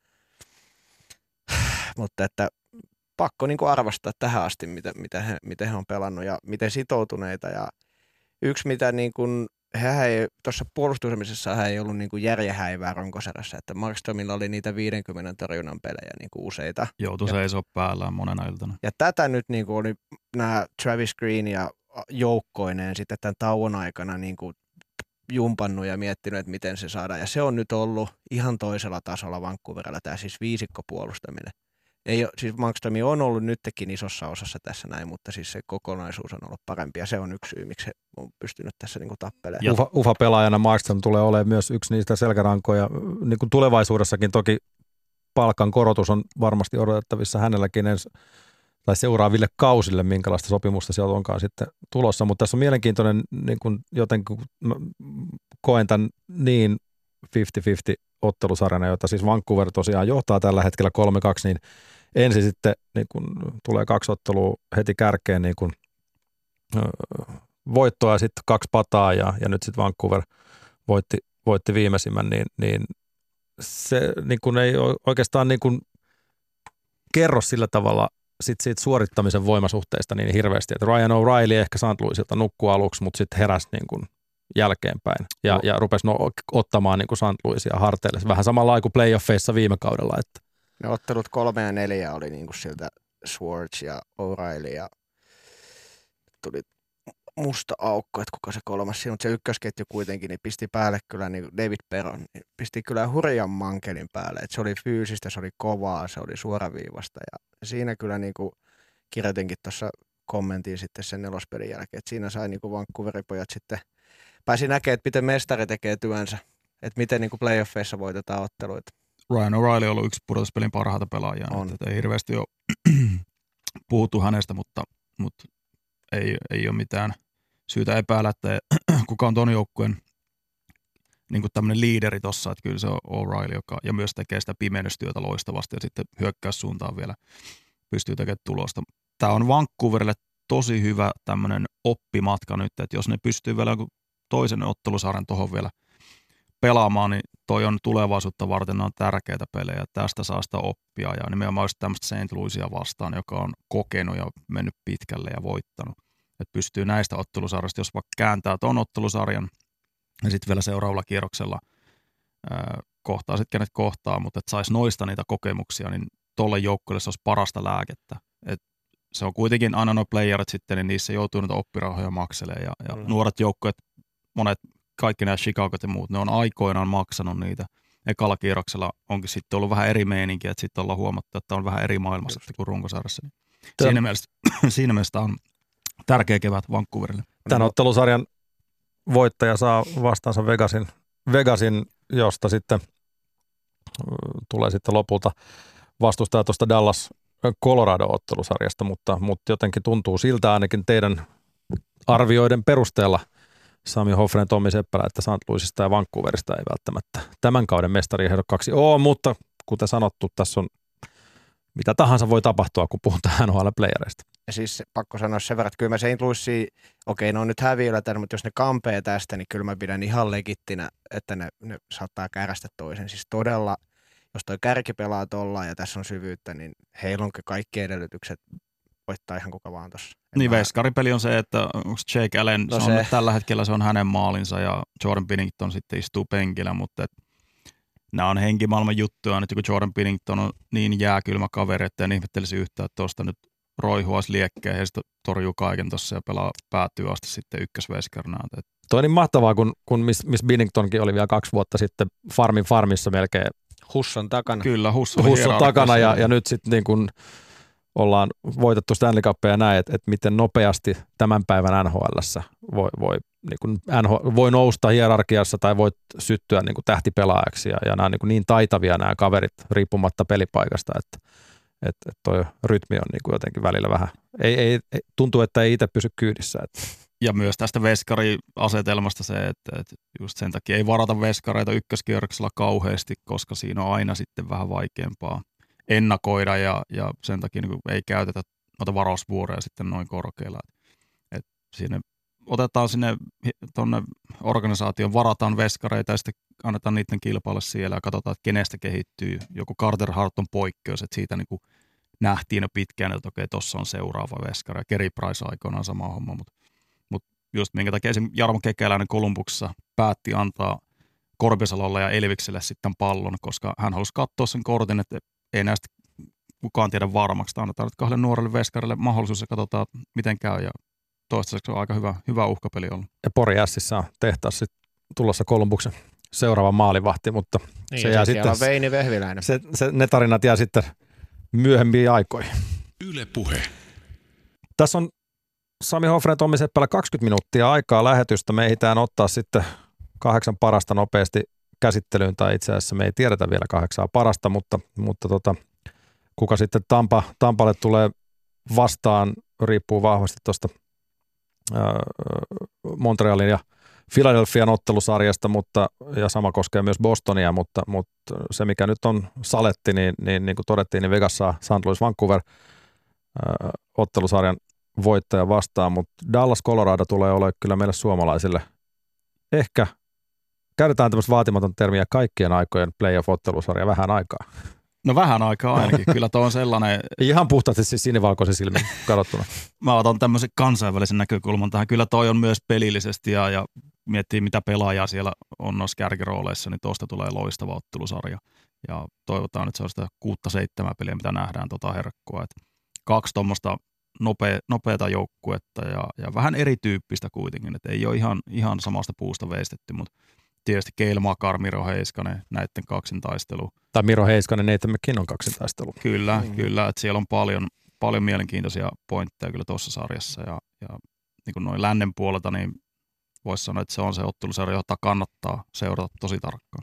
mutta että pakko niin kuin arvostaa tähän asti, mitä, mitä he, miten he on pelannut ja miten sitoutuneita ja yksi mitä niin kuin hän ei, tuossa puolustamisessa hän ei ollut niinku järjehäivää runkosarjassa, että Markströmillä oli niitä viidenkymmenen torjunnan pelejä niinku useita. Joutui seisoo päällään monena iltana. Ja tätä nyt niinku oli nämä Travis Green ja joukkoineen sitten tämän tauon aikana niinku jumpannut ja miettinyt, että miten se saadaan. Ja se on nyt ollut ihan toisella tasolla Vancouverilla, tämä siis viisikkopuolustaminen. Ei ole, siis Markström on ollut nytkin isossa osassa tässä näin, mutta siis se kokonaisuus on ollut parempi ja se on yksi syy, miksi se on pystynyt tässä niinku tappelemaan. Ufa, Ufa-pelaajana Markström tulee olemaan myös yksi niistä selkärankoja. Niin kuin tulevaisuudessakin toki palkan korotus on varmasti odotettavissa hänelläkin ensi, tai seuraaville kausille, minkälaista sopimusta sieltä onkaan sitten tulossa. Mutta tässä on mielenkiintoinen, niin kuin jotenkin koen tämän niin viisikymmentä viisikymmentä ottelusarjana, jota siis Vancouver tosiaan johtaa tällä hetkellä kolme kaksi, niin ensin sitten niin kun tulee kaksi ottelua heti kärkeen niin kun, ö, voittoa ja sitten kaksi pataa ja, ja nyt sitten Vancouver voitti, voitti viimeisimmän, niin, niin se niin kun ei oikeastaan niin kun kerro sillä tavalla sit siitä suorittamisen voimasuhteista niin hirveästi, että Ryan O'Reilly ehkä Saint Louisilta nukkuu aluksi, mutta sitten heräsi niin kun jälkeenpäin ja, no. ja rupesi no, ottamaan niin kuin Saint Louisia harteille. Vähän samalla lailla kuin playoffeissa viime kaudella. Että. Ne ottelut kolme ja neljä oli niin kuin siltä Schwartz ja O'Reilly ja tuli musta aukko, että kuka se kolmas siinä, mutta se ykkösketju kuitenkin niin pisti päälle kyllä niin David Perron, niin pisti kyllä hurjan mankelin päälle, että se oli fyysistä, se oli kovaa, se oli suoraviivasta ja siinä kyllä niin kuin kirjoitinkin tuossa kommentin sitten sen nelospelin jälkeen, että siinä sai niin kuin Vancouverin pojat sitten pääsi näkemään, että miten mestari tekee työnsä, että miten niin kuin playoffeissa voitetaan otteluita. Ryan O'Reilly on ollut yksi pudotuspelin parhaita pelaajia. Ei hirveästi ole puhuttu hänestä, mutta, mutta ei, ei ole mitään syytä epäillä, että kuka on ton joukkueen niin kuin tämmöinen liideri tossa, että kyllä se on O'Reilly, joka ja myös tekee sitä pimennystyötä loistavasti ja sitten hyökkäyssuuntaan vielä pystyy tekemään tulosta. Tämä on Vancouverille tosi hyvä tämmöinen oppimatka nyt, että jos ne pystyy vielä toisen ottelusarjan tuohon vielä pelaamaan, niin toi on tulevaisuutta varten, ne on tärkeitä pelejä. Tästä saa sitä oppia ja nimenomaan just tämmöistä Saint Louisia vastaan, joka on kokenut ja mennyt pitkälle ja voittanut. Että pystyy näistä ottelusarjasta, jos vaikka kääntää ton ottelusarjan ja sitten vielä seuraavalla kierroksella ää, kohtaa sitten kenet kohtaa, mutta että saisi noista niitä kokemuksia, niin tolle joukkueelle se olisi parasta lääkettä. Et se on kuitenkin aina nuo playerit sitten, niin niissä joutuu niitä oppirahoja makselee ja, ja nuoret joukkueet, monet, kaikki nämä Chicagot ja muut, ne on aikoinaan maksanut niitä. Ekalla kierroksella onkin sitten ollut vähän eri meininki, että sitten ollaan huomattu, että on vähän eri maailmassa kuin runkosarjassa. Niin siinä, mielessä, siinä mielessä on tärkeä kevät Vancouverille. Tämän ottelusarjan voittaja saa vastaansa Vegasin, Vegasin josta sitten tulee sitten lopulta vastustaja tuosta Dallas Colorado-ottelusarjasta, mutta, mutta jotenkin tuntuu siltä ainakin teidän arvioiden perusteella Sami Hoffren, Tommi Seppälä, että Saint Louisista ja Vancouverista ei välttämättä tämän kauden mestariehdokkaksi ole, mutta kuten sanottu, tässä on mitä tahansa voi tapahtua, kun puhutaan N H L-playereista. Ja siis pakko sanoa sen verran, että kyllä mä Saint Louisia, okei, ne on nyt häviöllä tänne, mutta jos ne kampee tästä, niin kyllä mä pidän ihan legittinä, että ne, ne saattaa kärästä toisen. Siis todella, jos toi kärki pelaa tollaan ja tässä on syvyyttä, niin heillä on kaikki edellytykset voittaa ihan kuka vaan tossa. Niin, veskaripeli on se, että onko Jake Allen, no se on, se. tällä hetkellä se on hänen maalinsa ja Jordan Binnington sitten istuu penkillä, mutta et, nämä on henkimaailman juttuja, nyt kun Jordan Binnington on niin jääkylmä kaveri, että en ihmettelisi yhtään, että tuosta nyt roihuaisi liekkeen ja sitten torjuu kaiken tuossa ja pelaa päätyy asti sitten ykkösveskarina. Toi on niin mahtavaa, kun, kun Miss, Miss Binningtonkin oli vielä kaksi vuotta sitten farmin farmissa melkein. Husson takana. Kyllä, Husson, Husson takana ja, ja nyt sitten niin kun ollaan voitettu Stanley Cupia ja näin, että, että miten nopeasti tämän päivän N H L:ssä voi, voi, niin kuin N H L, voi nousta hierarkiassa tai voi syttyä niin kuin tähtipelaajaksi ja, ja nämä on niin, niin taitavia nämä kaverit riippumatta pelipaikasta, että, että, että toi rytmi on niin kuin jotenkin välillä vähän, ei, ei, tuntuu, että ei itse pysy kyydissä. Että. Ja myös tästä veskariasetelmasta se, että, että just sen takia ei varata veskareita ykköskierroksella kauheasti, koska siinä on aina sitten vähän vaikeampaa ennakoida ja, ja sen takia niin ei käytetä noita varausvuoroja sitten noin korkealla. Et siinä otetaan sinne tuonne organisaation, varataan veskareita ja sitten annetaan niiden kilpailla siellä ja katsotaan, että kenestä kehittyy. Joku Carter Hart on poikkeus, että siitä niin kuin nähtiin jo pitkään, että okei, tuossa on seuraava veskari. Kerry Price aikoinaan sama homma, mutta, mutta just minkä takia esimerkiksi Jarmo Kekäläinen Kolumbuksessa päätti antaa Korpisalolle ja Elvikselle sitten pallon, koska hän halusi katsoa sen kortin, että ei näistä kukaan tiedä varmaksi. Annetaan nyt kahdelle nuorelle veskarille mahdollisuus ja katsotaan, miten käy. Ja toistaiseksi on aika hyvä, hyvä uhkapeli ollut. Ja Pori Ässissä on tehtaassa sitten tulossa Kolumbuksen seuraava maalivahti, mutta niin, se jää sitten sitten, Veini Vehviläinen. Se, se, ne tarinat jää sitten myöhempiin aikoihin. Yle Puhe. Tässä on Sami Hofren ja Tommi Seppälä kaksikymmentä minuuttia aikaa lähetystä. Me ehditään ottaa sitten kahdeksan parasta nopeasti käsittelyyn, tai itse asiassa me ei tiedetä vielä kahdeksaa parasta, mutta, mutta tota, kuka sitten Tampa, Tampalle tulee vastaan, riippuu vahvasti tuosta Montrealin ja Philadelphian ottelusarjasta, mutta, ja sama koskee myös Bostonia, mutta, mutta se mikä nyt on saletti, niin, niin, niin kuin todettiin, niin Vegas saa Saint Louis Vancouver ää, ottelusarjan voittaja vastaan, mutta Dallas Colorado tulee olemaan kyllä meille suomalaisille ehkä, käytetään tämmöistä vaatimaton termiä, kaikkien aikojen playoff-ottelusarja vähän aikaa. No vähän aikaa ainakin, kyllä tuo on sellainen. Ihan puhtaasti siis sinivalkoisen silmin katsottuna. Mä otan tämmöisen kansainvälisen näkökulman tähän. Kyllä toi on myös pelillisesti ja, ja miettii mitä pelaajaa siellä on noissa kärkirooleissa, niin tuosta tulee loistava ottelusarja. Ja toivotaan, että se on sitä kuutta seitsemää peliä, mitä nähdään tota herkkua. Et kaksi tuommoista nopea, nopeata joukkuetta ja, ja vähän erityyppistä kuitenkin, että ei ole ihan, ihan samasta puusta veistetty, mutta tietysti Cale Makar, Miro Heiskanen, näiden kaksintaistelu. Tai Miro Heiskanen, Nathan McKinnon kaksintaistelu. Kyllä, Mm. kyllä, että siellä on paljon, paljon mielenkiintoisia pointteja kyllä tuossa sarjassa ja, ja niin kuin noin lännen puolelta, niin voisi sanoa, että se on se ottelusarja, jota kannattaa seurata tosi tarkkaan.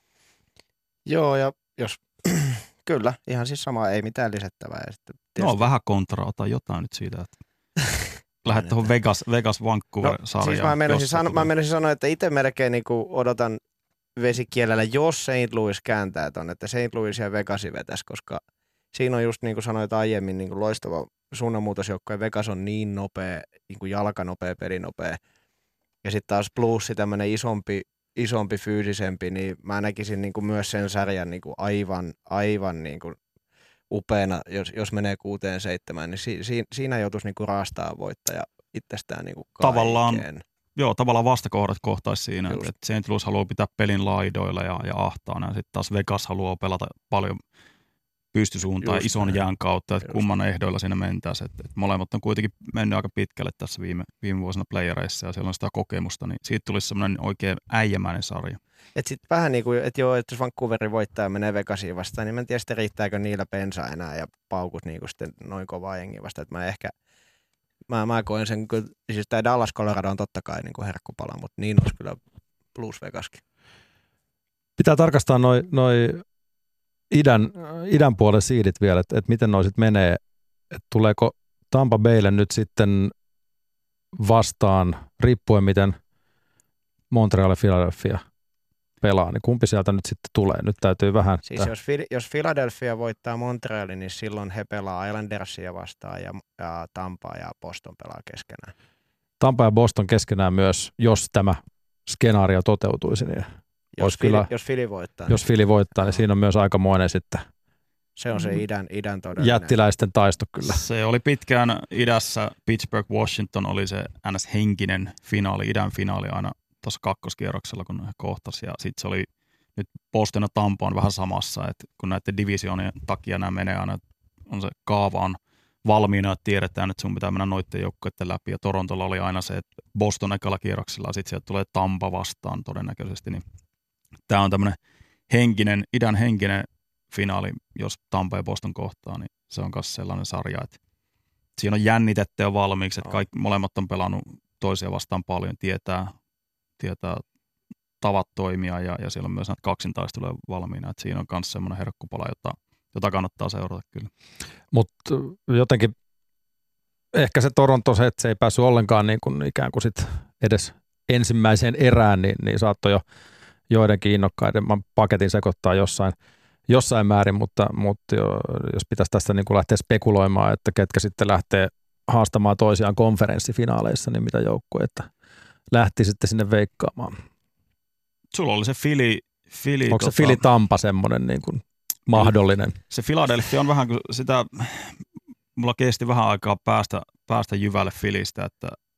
Joo, ja jos, kyllä, ihan siis sama, ei mitään lisättävää. Ja sitten No vähän kontraa, ota jotain nyt siitä, että lähdet tuohon Vegas, Vegas Vancouver-sarjaan. No, siis mä menisin, sano, mä menisin sanoa, että itse melkein niin kuin odotan vesikielellä, jos Saint Louis kääntää ton, että Saint Louis ja Vegasi vetäisi, koska siinä on just niin kuin sanoit aiemmin niin kuin loistava suunnanmuutosjoukko ja Vegas on niin nopea, niin kuin jalkanopea, pelinopea. Ja sitten taas plussi tämmöinen isompi, isompi, fyysisempi, niin mä näkisin niin kuin myös sen sarjan niin kuin aivan, aivan niin kuin upeana, jos, jos menee kuuteen seitsemään, niin si, si, siinä joutuisi niinku raastaa voittaja itsestään niinku kaiken. Tavallaan, joo, tavallaan vastakohdat kohtaisi siinä, Just. että Saint Louis haluaa pitää pelin laidoilla ja, ja ahtaana, ja sitten taas Vegas haluaa pelata paljon pystysuuntaan Just ison näin. jään kautta, että Just. kumman ehdoilla siinä mentäisiin. Että, että molemmat on kuitenkin mennyt aika pitkälle tässä viime, viime vuosina playereissa, ja siellä on sitä kokemusta, niin siitä tulisi semmoinen oikein äijämäinen sarja. Et sit vähän niin kuin, että joo, että jos Vancouveri voittaa ja menee Vegasiin vastaan, niin mä en tiedä sitten riittääkö niillä pensa enää ja paukut niin kuin sitten noin kovaa jengiä vastaan. Että mä ehkä, mä, mä koen sen, kun, siis tämä Dallas Colorado on totta kai niin kuin herkkupala, mutta niin olisi kyllä plus Vegaskin. Pitää tarkastaa noi, noi idän, idän puolen siidit vielä, että et miten noi sit menee, että tuleeko Tampa Baylle nyt sitten vastaan, riippuen miten Montreal ja Philadelphia pelaa, niin kumpi sieltä nyt sitten tulee? Nyt täytyy vähän... Siis täh- jos, jos Philadelphia voittaa Montrealin, niin silloin he pelaa Islandersia vastaan ja, ja Tampa ja Boston pelaa keskenään. Tampa ja Boston keskenään myös, jos tämä skenaario toteutuisi, niin Jos, kyllä- Philly, jos Philly voittaa, jos Philly voittaa, niin siinä on myös aikamoinen sitten se on se idän, idän todellinen. jättiläisten taisto kyllä. Se oli pitkään idässä, Pittsburgh-Washington oli se N S-henkinen finaali, idän finaali aina tuossa kakkoskierroksella, kun he kohtasi. Ja sitten se oli nyt Boston ja Tampa on vähän samassa, että kun näiden divisioonien takia nämä menee aina, on se kaava on valmiina, että tiedetään, että sun pitää mennä noitten joukkueiden läpi. Ja Torontolla oli aina se, että Boston ekalla kierroksella ja sitten sieltä tulee Tampa vastaan todennäköisesti. Niin tämä on tämmöinen henkinen, idän henkinen finaali, jos Tampa ja Boston kohtaa, niin se on myös sellainen sarja, että siinä on jännitettä jo valmiiksi, että kaikki, molemmat on pelannut toisia vastaan paljon, tietää, tietää tavat toimia ja, ja siellä on myös näitä kaksintaisteluja valmiina, että siinä on myös semmoinen herkkupala, jota, jota kannattaa seurata kyllä. Mutta jotenkin ehkä se Toronto, se, että se ei päässyt ollenkaan niin kuin ikään kuin sit edes ensimmäiseen erään, niin, niin saattoi jo joidenkin innokkaiden paketin sekoittaa jossain, jossain määrin, mutta, mutta jo, jos pitäisi tästä niin kuin lähteä spekuloimaan, että ketkä sitten lähtee haastamaan toisiaan konferenssifinaaleissa, niin mitä joukkueita lähti sitten sinne veikkaamaan. Sulla oli se Philly. Philly Onko tota, se Philly Tampa semmoinen niin kuin mahdollinen? Se Philadelphia on vähän kuin sitä, mulla kesti vähän aikaa päästä, päästä jyvälle Phillystä, että,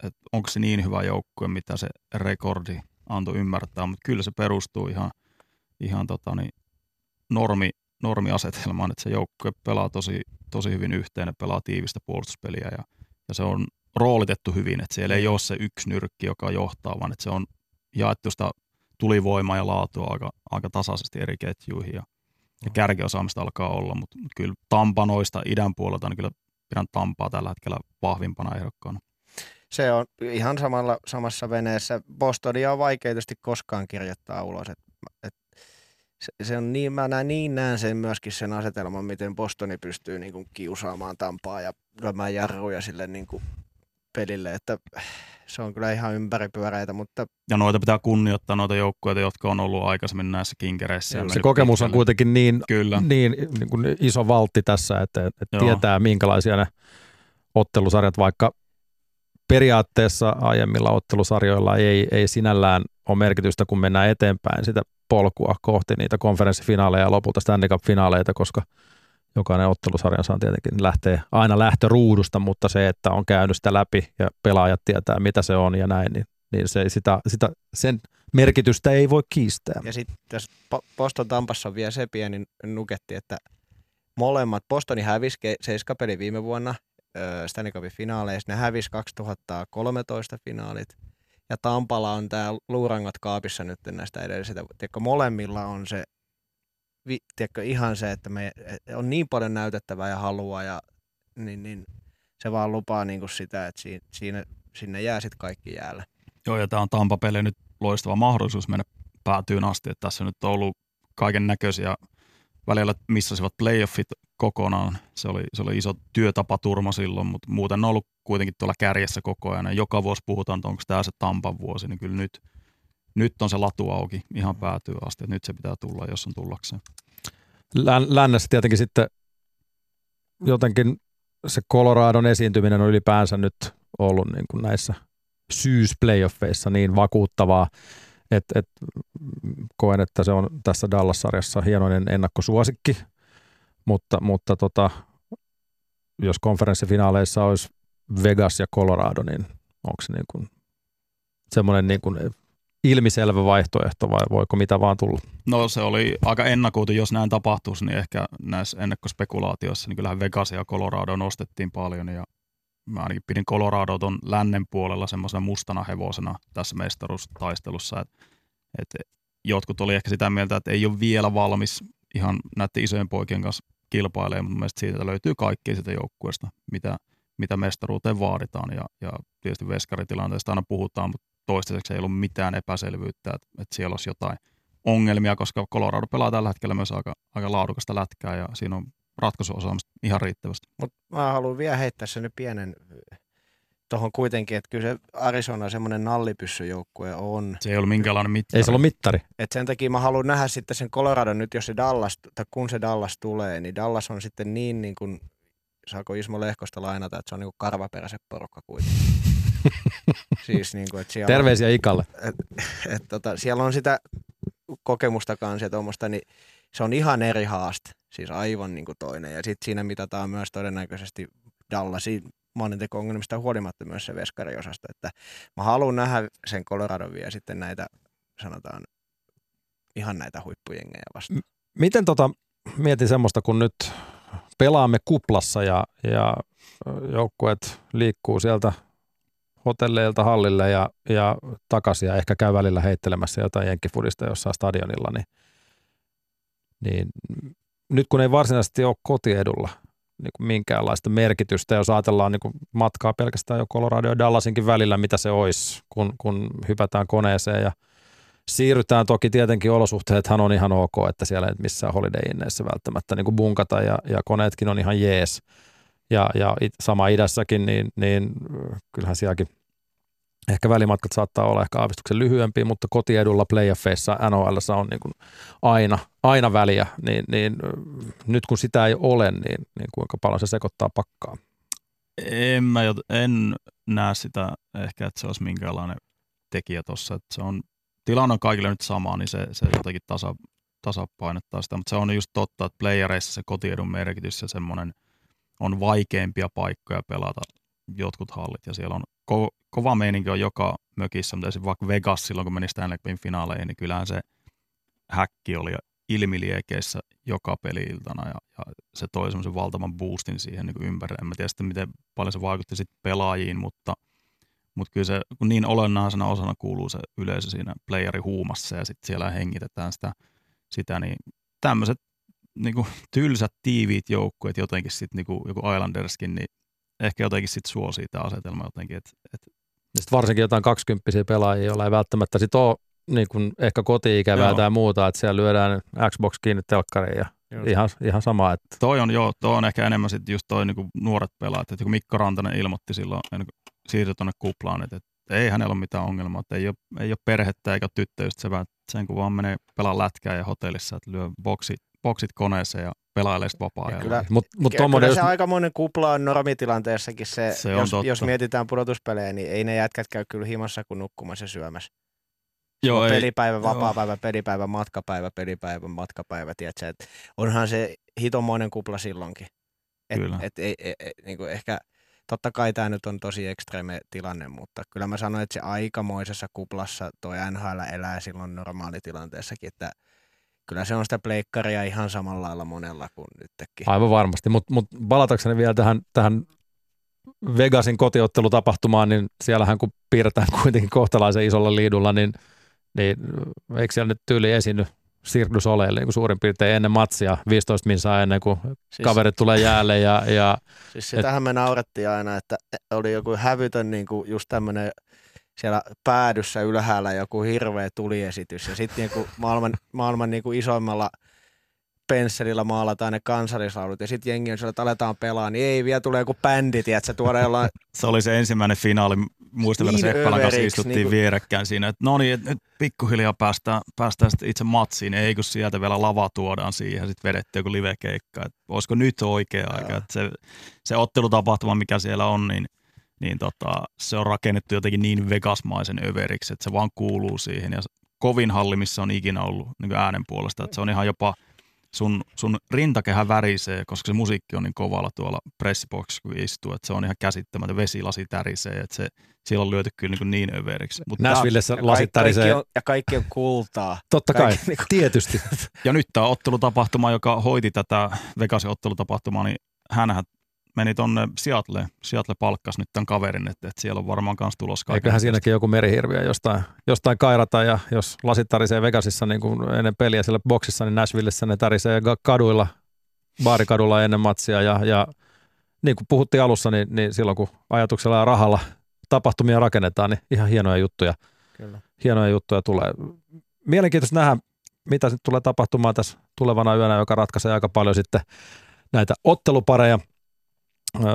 et onko se niin hyvä joukkue, mitä se rekordi antoi ymmärtää, mutta kyllä se perustuu ihan, ihan tota niin, normi, normiasetelmaan, että se joukkue pelaa tosi, tosi hyvin yhteen ja pelaa tiivistä puolustuspeliä ja, ja se on roolitettu hyvin, että siellä ei ole se yksi nyrkki, joka johtaa, vaan että se on jaettu sitä tulivoimaa ja laatua aika, aika tasaisesti eri ketjuihin ja, ja kärkiosaamista alkaa olla, mutta kyllä Tampa noista idän puolelta, niin kyllä pidän Tampaa tällä hetkellä vahvimpana ehdokkaana. Se on ihan samalla, samassa veneessä. Bostonia on vaikea tietysti koskaan kirjoittaa ulos. Et, et, se, se on niin, mä näen, niin näen sen myöskin sen asetelman, miten Bostoni pystyy niin kuin kiusaamaan Tampaa ja lyömään jarruja sille niin kuin pelille, että se on kyllä ihan ympäripyöreitä, mutta... Ja noita pitää kunnioittaa, noita joukkueita, jotka on ollut aikaisemmin näissä kinkereissä. Se kokemus pitkälle. On kuitenkin niin, niin, niin kuin iso valtti tässä, että, että tietää minkälaisia ne ottelusarjat, vaikka periaatteessa aiemmilla ottelusarjoilla ei, ei sinällään ole merkitystä, kun mennään eteenpäin sitä polkua kohti niitä konferenssifinaaleja ja lopulta Stanley Cup-finaaleita, koska jokainen ottelusarjansa on tietenkin lähtee aina lähtöruudusta, mutta se, että on käynyt sitä läpi ja pelaajat tietää, mitä se on ja näin, niin, niin se, sitä, sitä, sen merkitystä ei voi kiistää. Ja sitten tässä Boston Tampassa on vielä se pieni nuketti, että molemmat, Bostoni hävisi seiskapeli viime vuonna Stanley Cupin finaaleissa, ne hävisi kaksituhattakolmetoista finaalit, ja Tampalla on tämä luurangot kaapissa nyt näistä edellisistä. Tiedätkö, molemmilla on se, vi, tiedätkö, ihan se, että me on niin paljon näytettävää ja halua, ja niin, niin se vaan lupaa niin kuin sitä, että siinä, siinä, sinne jää sitten kaikki jäällä. Joo, ja tämä on Tampa-peli nyt loistava mahdollisuus mennä päätyyn asti, että tässä nyt on ollut kaiken näköisiä, välillä missasivat playoffit kokonaan. Se oli, se oli iso työtapaturma silloin, mutta muuten ne on ollut kuitenkin tuolla kärjessä koko ajan. Ja joka vuosi puhutaan, että onko tämä se Tampan vuosi, niin kyllä nyt, nyt on se latu auki ihan päätyy asti. Että nyt se pitää tulla, jos on tullakseen. Län, lännessä tietenkin sitten jotenkin se Coloradon esiintyminen on ylipäänsä nyt ollut niin kuin näissä syysplayoffeissa niin vakuuttavaa, että et, koen, että se on tässä Dallas-sarjassa hienoinen ennakkosuosikki. Mutta, mutta tota, jos konferenssifinaaleissa olisi Vegas ja Colorado, niin onko se niin kuin semmoinen niin kuin ilmiselvä vaihtoehto vai voiko mitä vaan tulla? No se oli aika ennakoitu, jos näin tapahtuisi, niin ehkä näissä ennakkospekulaatioissa niin kyllähän Vegas ja Colorado nostettiin paljon ja mä ainakin pidin Colorado ton lännen puolella semmoisena mustana hevosena tässä mestaruustaistelussa, että et jotkut oli ehkä sitä mieltä, että ei ole vielä valmis ihan näiden isojen poikien kanssa kilpailee, mutta mielestäni siitä löytyy kaikkia sitä joukkueesta, mitä, mitä mestaruuteen vaaditaan. Ja, ja tietysti veskaritilanteesta aina puhutaan, mutta toistaiseksi ei ollut mitään epäselvyyttä, että, että siellä olisi jotain ongelmia, koska Colorado pelaa tällä hetkellä myös aika, aika laadukasta lätkää ja siinä on ratkaisuosaamista ihan riittävästi. Mutta mä haluan vielä heittää sen pienen tuohon kuitenkin, että kyllä se Arizona semmoinen nallipyssyjoukkue on. Se ei ollut minkäänlainen mittari. Ei se ollut mittari. Et sen takia mä haluan nähdä sitten sen Colorado nyt, jos se Dallas, tai kun se Dallas tulee, niin Dallas on sitten niin, niin kuin, saako Ismo Lehkosta lainata, että se on niin kuin karvaperäisen porukka kuitenkin. siis niin kuin, että siellä terveisiä on, Ikalle. Et, et, tota, siellä on sitä kokemusta kanssa ja tuommoista, niin se on ihan eri haaste, siis aivan niin kuin toinen. Ja sitten siinä mitataan myös todennäköisesti Dallasin monenteko-ongelmista huolimatta myös se veskariosasto, että mä haluan nähdä sen Coloradon vielä sitten näitä, sanotaan, ihan näitä huippujengejä vastaan. Miten tota, mietin semmoista, kun nyt pelaamme kuplassa ja, ja joukkueet liikkuu sieltä hotelleilta hallille ja, ja takaisin ja ehkä käy välillä heittelemässä jotain jenkkifudista jossain stadionilla, niin, niin nyt kun ei varsinaisesti ole kotiedulla niin kuin minkäänlaista merkitystä, jos ajatellaan niin kuin matkaa pelkästään jo Colorado ja Dallasinkin välillä, mitä se olisi, kun, kun hypätään koneeseen ja siirrytään. Toki tietenkin olosuhteethan on ihan ok, että siellä ei missään Holiday Inneissä välttämättä niin kuin bunkata ja, ja koneetkin on ihan jees. Ja, ja it, sama idässäkin, niin, niin kyllähän sielläkin ehkä välimatkat saattaa olla ehkä aavistuksen lyhyempiä, mutta kotiedulla playoffeissa N H L:ssä on niin kuin aina, aina väliä, niin, niin nyt kun sitä ei ole, niin, niin kuinka paljon se sekoittaa pakkaa? En, mä, en näe sitä ehkä, että se olisi minkäänlainen tekijä tuossa. Se on, tilanne on kaikille nyt sama, niin se, se jotenkin tasa, tasapainottaa sitä, mutta se on just totta, että playereissa se kotiedun merkitys ja semmoinen on vaikeampia paikkoja pelata jotkut hallit ja siellä on ko- kova meininki on joka mökissä, mutta esimerkiksi vaikka Vegas silloin, kun meni Stanley Cupin finaaleihin, niin kyllähän se häkki oli ilmiliekeissä joka peli-iltana ja, ja se toi semmoisen valtavan boostin siihen niin kuin ympärille. En mä tiedä sitten, miten paljon se vaikutti sitten pelaajiin, mutta, mutta kyllä se kun niin olennaisena osana kuuluu se yleisö siinä playerihuumassa ja sitten siellä hengitetään sitä, sitä niin tämmöiset niin kuin tylsät, tiiviit joukkueet jotenkin sitten niin kuin joku Islanderskin, niin ehkä jotenkin sitten suosii tämä asetelma jotenkin. Et, et. Sitten varsinkin jotain kaksikymppisiä pelaajia, joilla ei välttämättä sit ole niin kuin ehkä koti-ikävää Joo. tai muuta, että siellä lyödään Xbox kiinni telkkariin ja ihan, ihan sama. Että. Toi on joo, toi on ehkä enemmän sitten just toi niin kuin nuoret pelaajat, että kun Mikko Rantanen ilmoitti silloin, niin siirtyi tuonne kuplaan, että, että ei hänellä ole mitään ongelmaa, että ei ole, ei ole perhettä eikä tyttöystävää, sen kun vaan menee pelaa lätkää ja hotellissa, että lyö boksi, boksit koneeseen ja pelailee sitten vapaa-ajalla. Kyllä, mut, mut kyllä just. Se aikamoinen kupla on normitilanteessakin se, se jos, jos mietitään pudotuspelejä, niin ei ne jätkät käy kyllä himassa kuin nukkumassa ja syömässä. Joo, pelipäivä, ei, vapaa-päivä, joo. pelipäivä, matkapäivä, pelipäivä, matkapäivä, tiedätkö, että onhan se hitomoinen kupla silloinkin. Et, kyllä. Et, et, et, et, niin kuin ehkä, totta kai tämä nyt on tosi ekstreeme tilanne, mutta kyllä mä sanoin, että se aikamoisessa kuplassa toi N H L elää silloin normaalitilanteessakin, että kyllä se on sitä pleikkaria ihan samalla lailla monella kuin nytkin. Aivan varmasti, mutta mut palatakseni vielä tähän, tähän Vegasin kotiottelutapahtumaan, niin siellähän kun piirretään kuitenkin kohtalaisen isolla liidulla, niin, niin eikö siellä nyt tyyli esiinny Cirque du Soleil niin kuin suurin piirtein ennen matsia, viisitoista minsaa ennen kuin siis, kaverit tulee jäälle. Ja, ja, siis sitähän et, me naurettiin aina, että oli joku hävytön niin kuin just tämmöinen siellä päädyssä ylhäällä joku hirveä tuliesitys ja sitten niin maailman, maailman niin kuin isoimmalla pensselillä maalataan ne kansallislaulut ja sitten jengi on siellä, että aletaan pelaa, niin ei vielä tulee joku bändi, tiedätkö, tuoda jollain. Se oli se ensimmäinen finaali, muistelemme niin Seppälän kanssa istuttiin niin kuin vierekkäin siinä, että no niin, että nyt pikkuhiljaa päästään, päästään sitten itse matsiin, ei kun sieltä vielä lava tuodaan siihen, sitten vedettiin joku livekeikka, että olisiko nyt oikea aika, että se, se ottelutapahtuma, mikä siellä on, niin niin tota, se on rakennettu jotenkin niin Vegas-maisen överiksi, että se vaan kuuluu siihen. Ja kovin halli, missä on ikinä ollut niin äänen puolesta. Että se on ihan jopa sun, sun rintakehä värisee, koska se musiikki on niin kovalla tuolla pressiboxissa, kun istuu. Että se on ihan käsittämätön, vesilasi tärisee. Että se, siellä on lyöty kyllä niin, niin överiksi. Nashvillessä lasit tärisee. Kaikki on, ja kaikki on kultaa. Totta kai, kaikki, niin kuin. Tietysti. Ja nyt tämä ottelutapahtuma, joka hoiti tätä Vegasin ottelutapahtumaa, niin hänhän meni tonne Seattle. Seattle palkkasi nyt tämän kaverin, että, että siellä on varmaan kans tulos kaiken. Eiköhän siinäkin joku merihirviö jostain, jostain kairata, ja jos lasit tarisee Vegasissa niin kuin ennen peliä siellä boksissa, niin Nashvillessä ne tarisee kaduilla, baarikadulla ennen matsia. Ja, ja niin kuin puhuttiin alussa, niin, niin silloin kun ajatuksella ja rahalla tapahtumia rakennetaan, niin ihan hienoja juttuja, Kyllä. hienoja juttuja tulee. Mielenkiintoista nähdä, mitä sitten tulee tapahtumaan tässä tulevana yönä, joka ratkaisee aika paljon sitten näitä ottelupareja. Öö,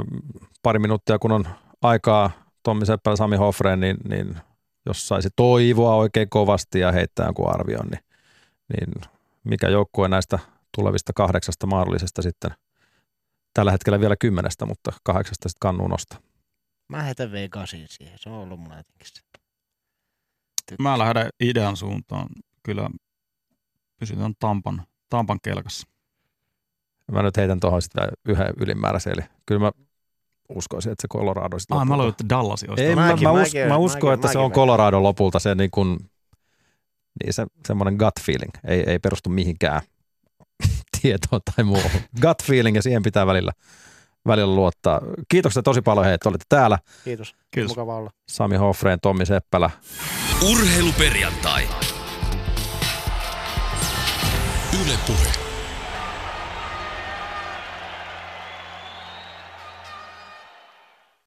pari minuuttia, kun on aikaa Tommi Seppälä, Sami Hoffrén, niin, niin jos saisi toivoa oikein kovasti ja heittää jonkun arvion, niin, niin mikä joukkue näistä tulevista kahdeksasta mahdollisesta sitten, tällä hetkellä vielä kymmenestä, mutta kahdeksasta sitten kannuun nostaa? Mä heitän Vegasin siihen, se on ollut mulla jotenkin se. Mä lähden idean suuntaan, kyllä pysytään Tampan, Tampan kelkassa. Mä nyt heitän tuohon sitten yhden ylimääräisen, eli kyllä mä uskoisin, että se Colorado sitten Ah, mä luulen, että Dallasi olisi. Ei, mäkin, mä, mä, mäkin, mä uskon, mäkin, että mäkin, se on Colorado lopulta se niin kuin, niin se, semmoinen gut feeling, ei, ei perustu mihinkään tietoon tai muuhun. Gut feeling, ja siihen pitää välillä, välillä luottaa. Kiitoksia tosi paljon, hei, että olitte täällä. Kiitos, Kiitos. Mukava olla. Sami Hoffrén, Tommi Seppälä. Urheiluperjantai. Yle Puhe.